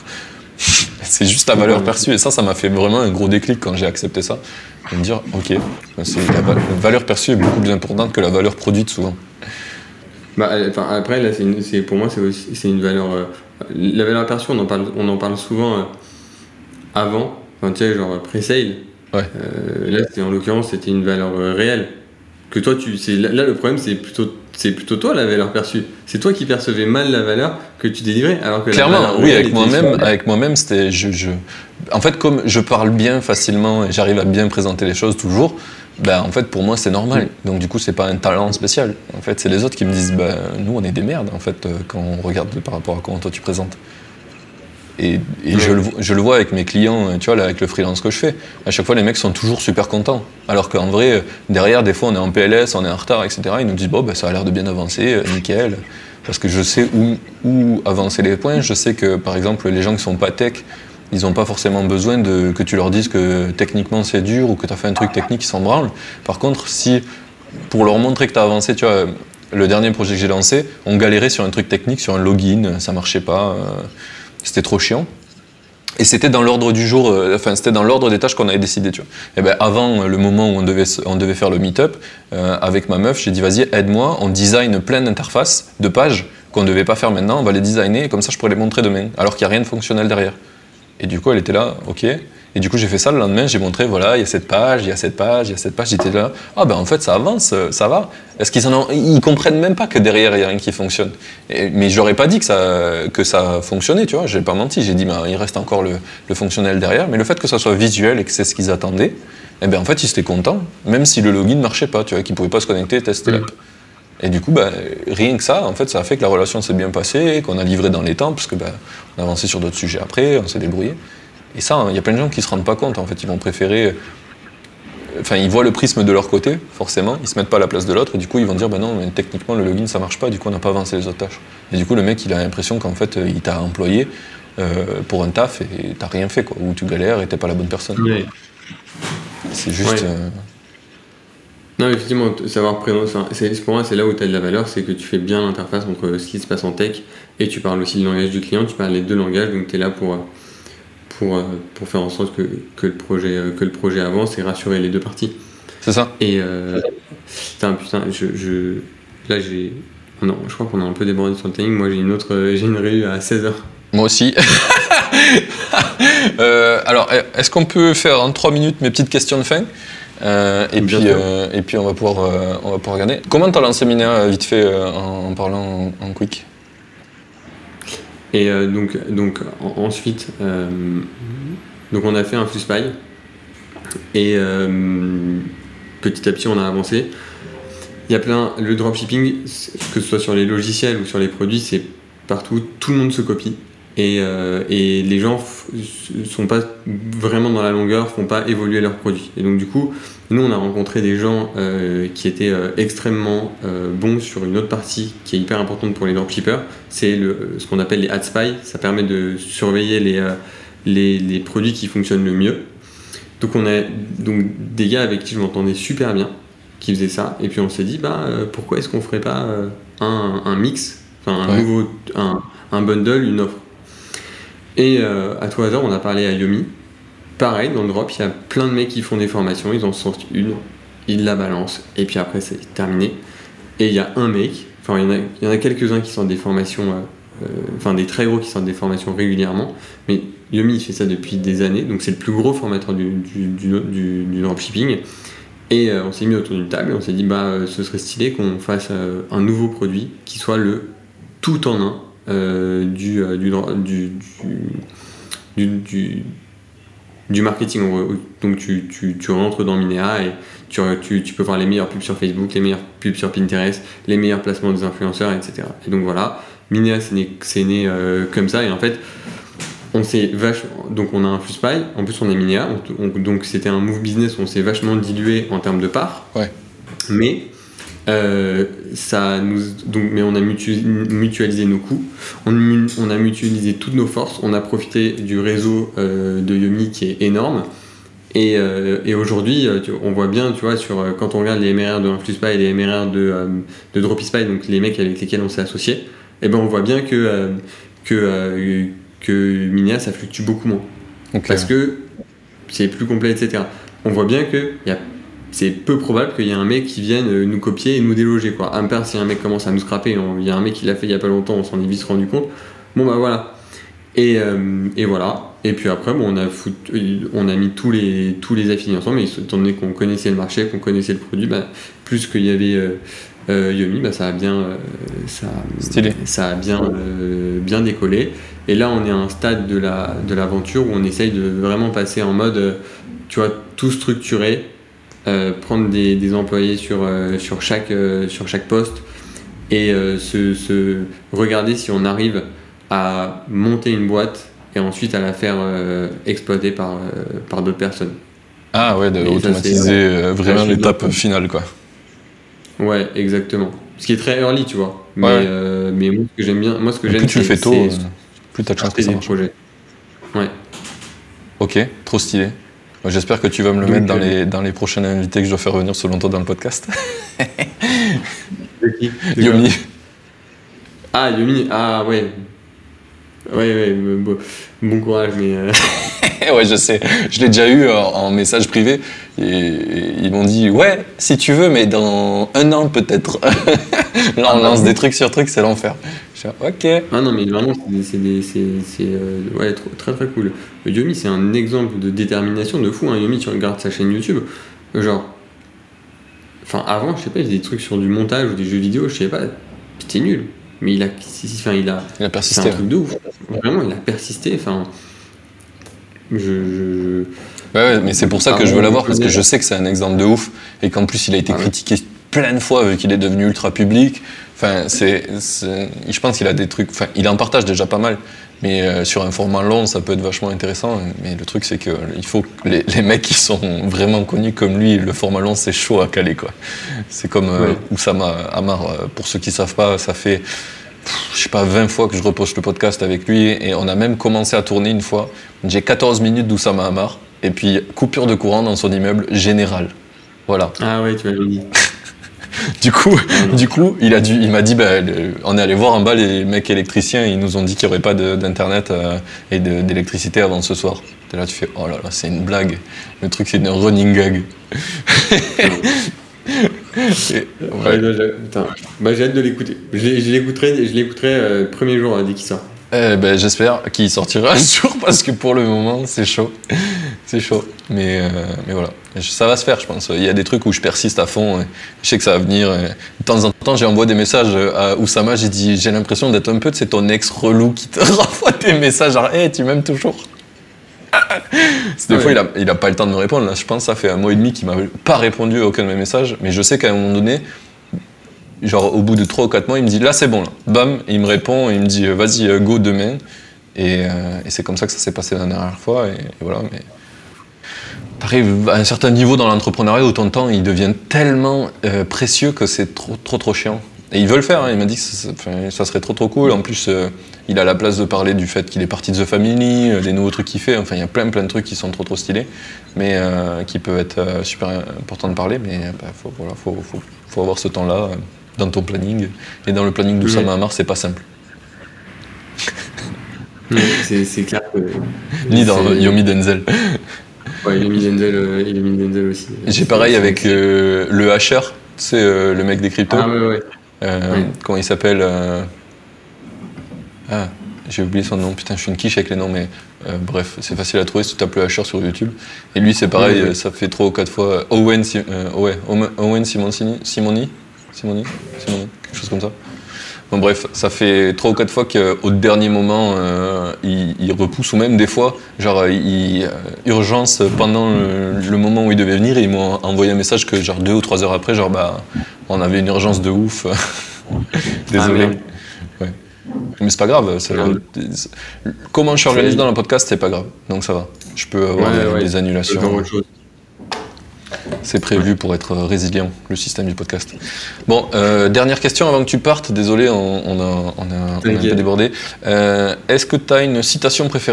S1: C'est juste la valeur perçue. Et ça, ça m'a fait vraiment un gros déclic quand j'ai accepté ça. De me dire, ok, c'est la, la valeur perçue est beaucoup plus importante que la valeur produite, souvent.
S2: Bah, enfin, après, là, c'est une, c'est, pour moi, c'est, aussi, c'est une valeur... Euh, la valeur perçue, on en parle, on en parle souvent euh, avant. Enfin, tu sais, genre pré-sale.
S1: Ouais.
S2: Euh, là, c'est, en l'occurrence, c'était une valeur euh, réelle. Que toi, tu, c'est, là, là, le problème, c'est plutôt, c'est plutôt toi la valeur perçue. C'est toi qui percevais mal la valeur que tu délivrais. Alors que
S1: clairement,
S2: la valeur
S1: oui, avec moi-même,
S2: sur...
S1: avec moi-même, c'était, je, je, en fait, comme je parle bien facilement et j'arrive à bien présenter les choses toujours, ben, en fait, pour moi, c'est normal. Mmh. Donc, du coup, c'est pas un talent spécial. En fait, c'est les autres qui me disent, ben, nous, on est des merdes, en fait, quand on regarde par rapport à comment toi tu présentes. Et, et ouais. je, le, je le vois avec mes clients, tu vois, là, avec le freelance que je fais. À chaque fois, les mecs sont toujours super contents. Alors qu'en vrai, derrière, des fois, on est en P L S, on est en retard, et cetera. Ils nous disent, bon, ben, ça a l'air de bien avancer, nickel. Parce que je sais où, où avancer les points. Je sais que, par exemple, les gens qui sont pas tech, ils n'ont pas forcément besoin de, que tu leur dises que techniquement c'est dur ou que tu as fait un truc technique qui s'en branle. Par contre, si, pour leur montrer que tu as avancé, tu vois, le dernier projet que j'ai lancé, on galérait sur un truc technique, sur un login, ça marchait pas. Euh, C'était trop chiant. Et c'était dans l'ordre du jour, euh, enfin c'était dans l'ordre des tâches qu'on avait décidé, tu vois. Et ben avant le moment où on devait, on devait faire le meet-up, euh, avec ma meuf, j'ai dit vas-y aide-moi, on design plein d'interfaces, de pages qu'on ne devait pas faire maintenant, on va les designer et comme ça je pourrais les montrer demain, alors qu'il n'y a rien de fonctionnel derrière. Et du coup elle était là, ok. Et du coup j'ai fait ça le lendemain, j'ai montré voilà il y a cette page, il y a cette page, il y a cette page, j'étais là, ah ben en fait ça avance, ça va. Est-ce qu'ils en ont, ils comprennent même pas que derrière il y a rien qui fonctionne. Et, mais je leur ai pas dit que ça que ça fonctionnait, tu vois, j'ai pas menti, j'ai dit ben il reste encore le, le fonctionnel derrière, mais le fait que ça soit visuel et que c'est ce qu'ils attendaient, eh ben en fait ils étaient contents, même si le login marchait pas, tu vois, qu'ils pouvaient pas se connecter et tester l'app. Et du coup, bah, rien que ça, en fait, ça a fait que la relation s'est bien passée, qu'on a livré dans les temps, parce que bah, on a avancé sur d'autres sujets après, on s'est débrouillé. Et ça, il y a plein de gens qui se rendent pas compte. En fait, ils vont préférer, enfin, ils voient le prisme de leur côté, forcément, ils se mettent pas à la place de l'autre, et du coup, ils vont dire, bah non, mais techniquement, le login, ça marche pas, du coup, on n'a pas avancé les autres tâches. Et du coup, le mec, il a l'impression qu'en fait, il t'a employé euh, pour un taf et t'as rien fait, quoi, ou tu galères et t'es pas la bonne personne.
S2: Oui.
S1: C'est juste.
S2: Oui.
S1: Euh...
S2: Non, effectivement, savoir présenter, enfin, c'est, pour moi, c'est là où tu as de la valeur, c'est que tu fais bien l'interface entre ce qui se passe en tech et tu parles aussi le langage du client, tu parles les deux langages, donc tu es là pour, pour, pour faire en sorte que, que, le projet, que le projet avance et rassurer les deux parties.
S1: C'est ça.
S2: Et euh, putain, putain, je, je, là, j'ai. Non, je crois qu'on a un peu débordé sur le timing. Moi, j'ai une autre, j'ai une réu à seize heures.
S1: Moi aussi. euh, alors, est-ce qu'on peut faire en trois minutes mes petites questions de fin ? Euh, et, puis, euh, et puis on va pouvoir, euh, on va pouvoir regarder. Comment t'as lancé Minea vite fait euh, en, en parlant en, en quick ?
S2: Et euh, donc, donc en, ensuite, euh, donc on a fait un FluSpy et euh, petit à petit on a avancé. Il y a plein, le dropshipping, que ce soit sur les logiciels ou sur les produits, c'est partout, tout le monde se copie. Et, euh, et les gens ne sont pas vraiment dans la longueur, font pas évoluer leurs produits. Et donc du coup, nous on a rencontré des gens euh, qui étaient euh, extrêmement euh, bons sur une autre partie qui est hyper importante pour les dropshippers, c'est le, ce qu'on appelle les ad spy. Ça permet de surveiller les, euh, les, les produits qui fonctionnent le mieux. Donc on a donc, des gars avec qui je m'entendais super bien, qui faisaient ça, et puis on s'est dit bah, euh, pourquoi est-ce qu'on ferait pas euh, un, un mix, enfin un
S1: ouais.
S2: nouveau, un, un bundle, une offre. Et euh, à tout hasard, on a parlé à Yomi. Pareil, dans le drop, il y a plein de mecs qui font des formations, ils en sortent une, ils la balancent, et puis après c'est terminé. Et il y a un mec, enfin il y en a, il y en a quelques-uns qui sortent des formations, euh, enfin des très gros qui sortent des formations régulièrement, mais Yomi il fait ça depuis des années, donc c'est le plus gros formateur du, du, du, du, du dropshipping. Et euh, on s'est mis autour d'une table et on s'est dit bah euh, ce serait stylé qu'on fasse euh, un nouveau produit qui soit le tout en un. Euh, du, euh, du, du, du, du, du marketing. Donc tu, tu, tu rentres dans Minea et tu, tu, tu peux voir les meilleures pubs sur Facebook, les meilleures pubs sur Pinterest, les meilleurs placements des influenceurs, et cetera. Et donc voilà, Minea c'est né, c'est né euh, comme ça, et en fait on s'est vachement, donc on a un FluSpy, en plus on est Minea, on, on, donc c'était un move business où on s'est vachement dilué en termes de parts,
S1: ouais.
S2: mais Euh, ça nous, donc, mais on a mutu, mutualisé nos coûts, on, on a mutualisé toutes nos forces, on a profité du réseau euh, de Yomi qui est énorme, et, euh, et aujourd'hui tu, on voit bien, tu vois, sur, quand on regarde les M R R de FluSpy et les M R R de, euh, de Dropispy, donc les mecs avec lesquels on s'est associé, et ben on voit bien que, euh, que, euh, que Minea ça fluctue beaucoup moins, okay. Parce que c'est plus complet, et cetera. On voit bien que y a c'est peu probable qu'il y ait un mec qui vienne nous copier et nous déloger, quoi. À part si un mec commence à nous scraper, il y a un mec qui l'a fait il y a pas longtemps, on s'en est vite rendu compte. Bon bah voilà. Et, euh, et voilà. Et puis après, bon, on a foutu, on a mis tous les tous les affiliés ensemble. Et étant donné qu'on connaissait le marché, qu'on connaissait le produit, bah, plus qu'il y avait euh, euh, Yomi, bah ça a bien euh, ça
S1: Stylé.
S2: ça a bien euh, bien décollé. Et là, on est à un stade de la de l'aventure où on essaye de vraiment passer en mode, tu vois, tout structuré. Euh, prendre des, des employés sur, euh, sur, chaque, euh, sur chaque poste et euh, se, se regarder si on arrive à monter une boîte et ensuite à la faire euh, exploiter par, euh, par d'autres personnes.
S1: Ah ouais, d'automatiser euh, vraiment l'étape finale, quoi.
S2: Ouais, exactement. Ce qui est très early, tu vois. Mais,
S1: ouais.
S2: euh, mais moi, ce que j'aime bien, moi, ce que
S1: et
S2: j'aime,
S1: plus tu le fais tôt,
S2: c'est,
S1: euh, plus t'as de chance que ça marche.
S2: Projets. Ouais.
S1: Ok, trop stylé. J'espère que tu vas me le Donc, mettre dans, euh... les, dans les prochains invités que je dois faire revenir selon toi dans le podcast.
S2: De qui ? De
S1: Yomi.
S2: Ah, Yomi, ah ouais. Ouais, ouais, bon, bon courage, mais... Euh...
S1: ouais, je sais. Je l'ai déjà eu en, en message privé. Et, et ils m'ont dit, ouais, si tu veux, mais dans un an peut-être. Là, on ah, lance des trucs sur trucs, c'est l'enfer. Je dis, ok.
S2: Ah non, mais vraiment, c'est, c'est, des, c'est, c'est euh, ouais, trop, très très cool. Yomi, c'est un exemple de détermination de fou. Hein. Yomi, tu regardes sa chaîne YouTube, genre... Enfin, avant, je sais pas, il faisait des trucs sur du montage ou des jeux vidéo, je sais pas, c'était nul. Mais il a, enfin, il a,
S1: il a persisté.
S2: C'est un truc de ouf. Vraiment, il a persisté. Enfin, je, je...
S1: Ouais, ouais, mais c'est pour ça que je veux l'avoir, parce que je sais que c'est un exemple de ouf et qu'en plus il a été ah, critiqué ouais. plein de fois vu qu'il est devenu ultra public. Enfin, c'est, c'est, je pense qu'il a des trucs. Enfin, il en partage déjà pas mal, mais euh, sur un format long, ça peut être vachement intéressant. Mais le truc, c'est que il faut que les, les mecs qui sont vraiment connus comme lui, le format long, c'est chaud à caler, quoi. C'est comme euh, ouais. Oussama Ammar. Pour ceux qui savent pas, ça fait. Je sais pas, vingt fois que je reposte le podcast avec lui et on a même commencé à tourner une fois. J'ai quatorze minutes d'Oussama Ammar et puis coupure de courant dans son immeuble général. Voilà.
S2: Ah ouais, tu m'avais dit.
S1: du coup, du coup, il a dû, il m'a dit, bah, le, on est allé voir en bas les mecs électriciens, ils nous ont dit qu'il n'y aurait pas de, d'internet euh, et de, d'électricité avant ce soir. Et là, tu fais, oh là là, c'est une blague. Le truc, c'est une running gag.
S2: Et, ouais. Ouais, j'ai, bah, j'ai hâte de l'écouter. Je, je l'écouterai, je l'écouterai euh, premier jour hein, dès qu'il sort.
S1: Eh ben, j'espère qu'il sortira un jour parce que pour le moment c'est chaud, c'est chaud. Mais euh, mais voilà, ça va se faire, je pense. Il y a des trucs où je persiste à fond. Je sais que ça va venir. De temps en temps, j'ai envoyé des messages à Oussama. J'ai dit, j'ai l'impression d'être un peu de c'est ton ex relou qui te renvoie des messages genre, hey, tu m'aimes toujours. Des ouais. fois, il a, il a pas le temps de me répondre. Là, je pense que ça fait un mois et demi qu'il m'a pas répondu à aucun de mes messages. Mais je sais qu'à un moment donné, genre au bout de trois ou quatre mois, il me dit là c'est bon, là. Bam, et il me répond, et il me dit vas-y, go demain. Et, euh, et c'est comme ça que ça s'est passé la dernière fois, et, et voilà. Mais t'arrives à un certain niveau dans l'entrepreneuriat où ton temps il devient tellement euh, précieux que c'est trop trop trop chiant. Et il veut le faire, hein. Il m'a dit que ça, ça, ça serait trop trop cool. En plus, euh, il a la place de parler du fait qu'il est parti de The Family, euh, des nouveaux trucs qu'il fait. Enfin, il y a plein plein de trucs qui sont trop trop stylés, mais euh, qui peuvent être euh, super importants de parler. Mais bah, faut, voilà, faut, faut, faut avoir ce temps-là euh, dans ton planning. Et dans le planning d'Oussama Ammar, c'est pas simple.
S2: c'est, c'est clair que...
S1: Ni dans c'est... Yomi Denzel.
S2: Ouais, Yomi Denzel, euh, Yomi Denzel aussi.
S1: J'ai pareil avec euh, le Hasher, tu sais, euh, le mec des cryptos.
S2: Ah ouais, ouais.
S1: Euh,
S2: oui.
S1: Comment il s'appelle euh... Ah, j'ai oublié son nom. Putain, je suis une quiche avec les noms, mais euh, bref, c'est facile à trouver si tu tapes le Hasher sur YouTube. Et lui, c'est pareil, oui, oui. Ça fait trois ou quatre fois. Owen, si... euh, ouais, Owen Simoni, Simoni, Simoni, Simoni, quelque chose comme ça. Bon, bref, ça fait trois ou quatre fois qu'au dernier moment, euh, il, il repousse, ou même des fois, genre, il, euh, urgence pendant le, le moment où il devait venir, et ils m'ont envoyé un message que, genre, deux ou trois heures après, genre, bah, on avait une urgence de ouf. Désolé. Ah, ouais. Mais c'est pas grave. C'est, ah, comment je suis organisé dans le podcast, c'est pas grave. Donc ça va. Je peux avoir ouais, des, ouais. des annulations. C'est prévu pour être résilient, le système du podcast. Bon, euh, dernière question avant que tu partes. Désolé, on, on, a, on, a, on a un peu débordé. Euh, est-ce que tu as une citation préférée ?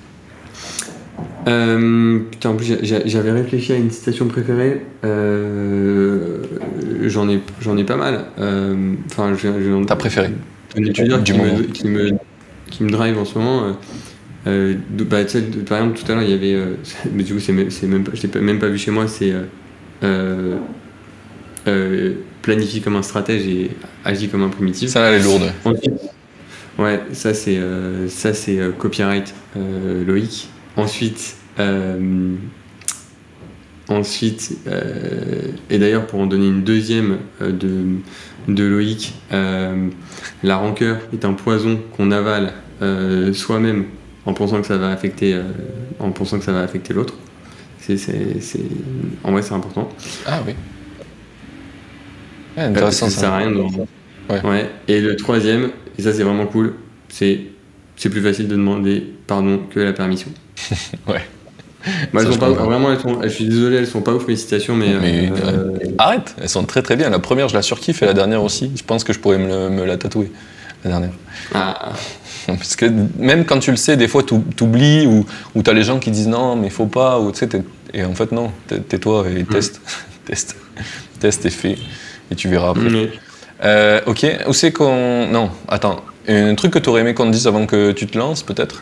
S2: euh, Putain, en plus, j'avais réfléchi à une citation préférée. Euh, j'en, ai, j'en ai pas mal. Enfin, euh,
S1: Ta préférée ?
S2: Un étudiant qui me, qui, me, qui me drive en ce moment. Euh, Euh, bah, par exemple, tout à l'heure, il y avait. Euh, mais du coup, c'est même, c'est même pas, je l'ai même pas vu chez moi, c'est. Euh, euh, euh, planifie comme un stratège et agit comme un primitif.
S1: Ça, elle est lourde.
S2: Ensuite, ouais, ça, c'est, euh, ça, c'est euh, copyright euh, Loïc. Ensuite. Euh, ensuite. Euh, et d'ailleurs, pour en donner une deuxième euh, de, de Loïc, euh, la rancœur est un poison qu'on avale euh, soi-même. En pensant que ça va affecter, euh, en pensant que ça va affecter l'autre, c'est, c'est, c'est, en vrai c'est important.
S1: Ah oui. Ouais, intéressant.
S2: Parce que ça sert à rien de... ouais. Ouais. Et le troisième, et ça c'est vraiment cool, c'est c'est plus facile de demander pardon que la permission.
S1: Ouais.
S2: Bah, elles sont pas, vraiment, elles sont, je suis désolé, elles sont pas ouf mes citations, mais,
S1: mais
S2: euh,
S1: euh, arrête, elles sont très très bien. La première, je la surkiffe, et la dernière aussi. Je pense que je pourrais me, me la tatouer. La dernière.
S2: Ah.
S1: Parce que même quand tu le sais, des fois tu oublies, ou, ou tu as les gens qui disent non, mais il faut pas, ou tu sais, et en fait non, tais-toi et teste, mmh. teste, teste et fais, et tu verras après. Mmh. Euh, ok, où c'est qu'on. Non, attends, un truc que tu aurais aimé qu'on te dise avant que tu te lances, peut-être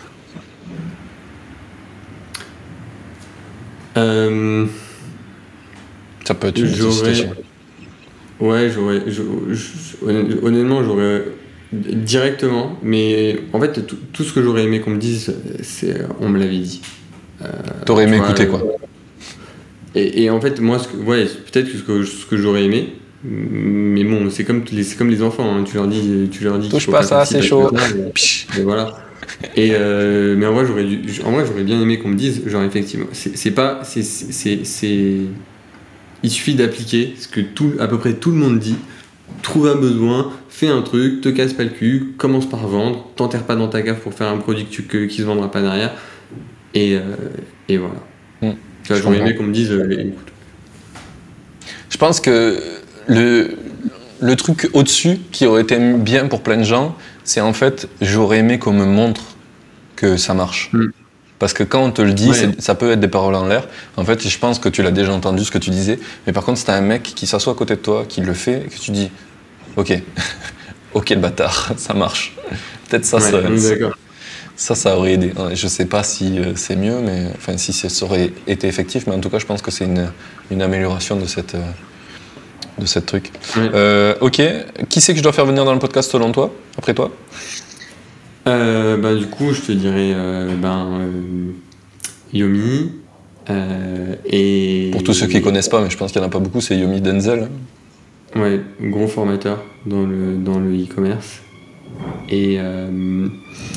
S2: euh...
S1: Ça peut être une citation.
S2: Ouais, j'aurais. Je, je, honnêtement, j'aurais. Directement, mais en fait, tout, tout ce que j'aurais aimé qu'on me dise, c'est, on me l'avait dit.
S1: Euh, T'aurais aimé vois, écouter quoi
S2: et, et en fait, moi, ce que, ouais, peut-être que ce, que ce que j'aurais aimé, mais bon, c'est comme les, c'est comme les enfants, hein, tu leur dis, tu leur dis.
S1: Touche pas ça, c'est chaud.
S2: Et, et voilà. Et euh, mais en vrai, j'aurais dû, en vrai, j'aurais bien aimé qu'on me dise, genre effectivement, c'est, c'est pas, c'est, c'est, c'est, il suffit d'appliquer ce que tout, à peu près tout le monde dit. Trouve un besoin, fais un truc, te casse pas le cul, commence par vendre, t'enterre pas dans ta cave pour faire un produit que tu, que, qui se vendra pas derrière, et, euh, et voilà. Mmh, tu vois, j'aurais aimé qu'on me dise, euh, écoute.
S1: Je pense que le, le truc au-dessus qui aurait été bien pour plein de gens, c'est en fait, j'aurais aimé qu'on me montre que ça marche. Mmh. Parce que quand on te le dit, ouais. ça peut être des paroles en l'air. En fait, je pense que tu l'as déjà entendu ce que tu disais. Mais par contre, si t'as un mec qui s'assoit à côté de toi, qui le fait, et que tu dis « Ok, ok le bâtard, ça marche. » Peut-être ça,
S2: ouais,
S1: ça,
S2: d'accord.
S1: ça, ça aurait aidé. Je sais pas si c'est mieux, mais enfin si ça aurait été effectif, mais en tout cas, je pense que c'est une, une amélioration de cette, de cette truc. Ouais. Euh, ok, qui c'est que je dois faire venir dans le podcast selon toi, après toi ?
S2: Euh, bah, du coup, je te dirais euh, ben, euh, Yomi. Euh, et
S1: Pour tous ceux qui ne connaissent pas, mais je pense qu'il n'y en a pas beaucoup, c'est Yomi Denzel.
S2: Ouais, gros formateur dans le, dans le e-commerce. Et euh,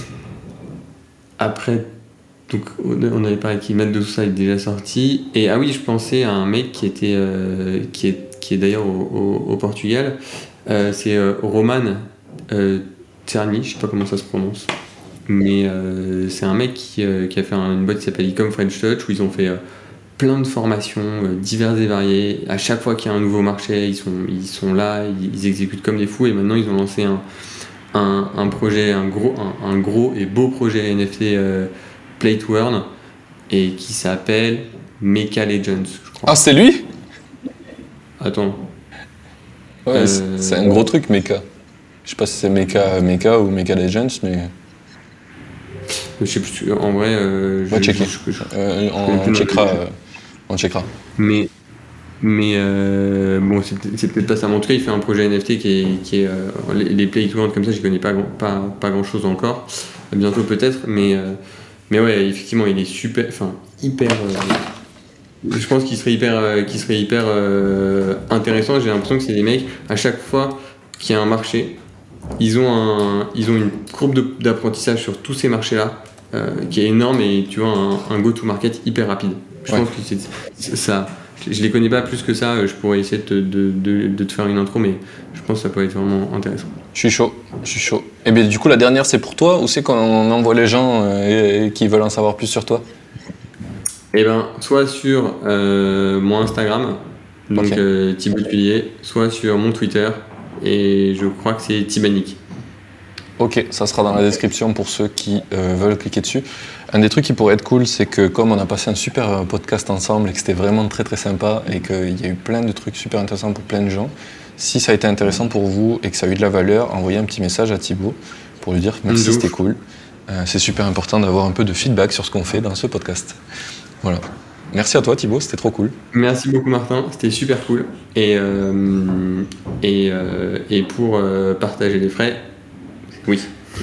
S2: après, donc, on avait parlé qu'Imad de tout ça est déjà sorti. Et ah oui, je pensais à un mec qui, était, euh, qui, est, qui est d'ailleurs au, au, au Portugal, Euh, c'est euh, Roman euh, Czerny, je sais pas comment ça se prononce. Mais euh, c'est un mec qui, euh, qui a fait un- une boîte qui s'appelle Ecom French Touch où ils ont fait euh, plein de formations euh, diverses et variées. À chaque fois qu'il y a un nouveau marché, ils sont, ils sont là, ils, ils exécutent comme des fous. Et maintenant, ils ont lancé un, un, un projet, un gros, un, un gros et beau projet N F T euh, Play to Earn et qui s'appelle Mecha Legends, je crois.
S1: Ah, c'est lui?
S2: Attends.
S1: Ouais,
S2: Euh,
S1: c'est- c'est un gros truc, Mecha. Je sais pas si c'est Mecha, Mecha ou Mecha Legends, mais
S2: Je sais plus, en vrai, euh,
S1: va
S2: je,
S1: checker.
S2: je- je-
S1: Euh,
S2: je
S1: on,
S2: connais plus
S1: on
S2: le nom.
S1: checkera. euh, on checkera.
S2: Mais, mais euh, bon, c'est, c'est peut-être pas ça. Mais en tout cas, il fait un projet N F T qui est. Qui est euh, les, les play to earn comme ça, je connais pas, grand- pas, pas grand chose encore. Bientôt peut-être, mais, euh, mais ouais, effectivement, il est super. Enfin, hyper. euh, je pense qu'il serait hyper, euh, qu'il serait hyper euh, intéressant. J'ai l'impression que c'est des mecs, à chaque fois qu'il y a un marché, ils ont, un, ils ont une courbe de- d'apprentissage sur tous ces marchés-là euh, qui est énorme et tu vois un, un go-to-market hyper rapide. Je
S1: Ouais.
S2: pense que c'est, c'est ça. Je, je les connais pas plus que ça. Je pourrais essayer de, de, de, de te faire une intro, mais je pense que ça peut être vraiment intéressant.
S1: Je suis chaud, je suis chaud. Et bien du coup, la dernière, c'est pour toi ou c'est qu'on envoie les gens euh, et, et qui veulent en savoir plus sur toi?
S2: Et ben, soit sur euh, mon Instagram, donc
S1: Ok.
S2: euh, Thibaut Tuillier, soit sur mon Twitter, et je crois que c'est Tibanik.
S1: Ok, ça sera dans la description pour ceux qui euh, veulent cliquer dessus. Un des trucs qui pourrait être cool, c'est que comme on a passé un super euh, podcast ensemble et que c'était vraiment très très sympa et qu'il y a eu plein de trucs super intéressants pour plein de gens, si ça a été intéressant pour vous et que ça a eu de la valeur, envoyez un petit message à Thibaut pour lui dire merci,
S2: De ouf.
S1: c'était cool. Euh, c'est super important d'avoir un peu de feedback sur ce qu'on fait dans ce podcast. Voilà. Merci à toi Thibaut, c'était trop cool.
S2: Merci beaucoup Martin, c'était super cool. Et, euh, et, euh, et pour euh, partager les frais, oui.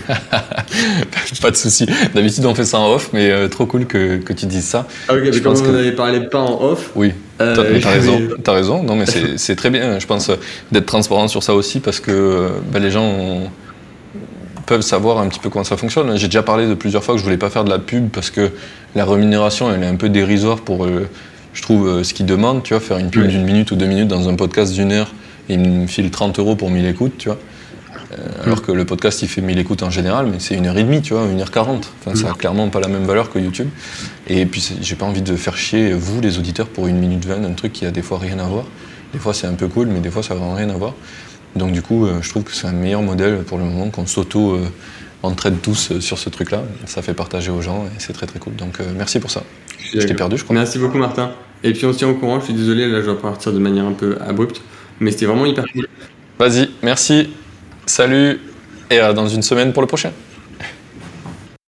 S1: Pas de souci. D'habitude on fait ça en off, mais euh, trop cool que, que tu dises ça.
S2: Ah ok, mais
S1: Je
S2: comme
S1: pense
S2: on en
S1: que-
S2: avait parlé pas en off,
S1: Oui.
S2: euh,
S1: T'as, mais t'as
S2: je vais-
S1: raison, t'as raison. Non, mais c'est, c'est très bien, je pense, euh, d'être transparent sur ça aussi parce que euh, bah, les gens ont- peuvent savoir un petit peu comment ça fonctionne. J'ai déjà parlé de plusieurs fois que je voulais pas faire de la pub parce que la rémunération, elle est un peu dérisoire pour, euh, je trouve, euh, ce qu'ils demandent. Tu vois, faire une pub
S2: Ouais.
S1: d'une minute ou deux minutes dans un podcast d'une heure et ils me filent trente euros pour mille écoutes, tu vois. Euh, alors que le podcast, il fait mille écoutes en général, mais c'est une heure et demie, tu vois, une heure quarante. Enfin, ça a clairement pas la même valeur que YouTube. Et puis, c'est- j'ai pas envie de faire chier vous, les auditeurs, pour une minute vingt, un truc qui a des fois rien à voir. Des fois, c'est un peu cool, mais des fois, ça a vraiment rien à voir. Donc, du coup, euh, je trouve que c'est un meilleur modèle pour le moment, qu'on s'auto euh, entraide tous euh, sur ce truc-là. Ça fait partager aux gens et c'est très très cool. Donc, euh, merci pour ça.
S2: suis
S1: Je t'ai
S2: d'accord.
S1: perdu, je crois.
S2: Merci beaucoup Martin. Et puis on se tient au courant, je suis désolé, là je dois partir de manière un peu abrupte, mais c'était vraiment hyper cool.
S1: Vas-y, merci. Salut. Et à dans une semaine pour le prochain.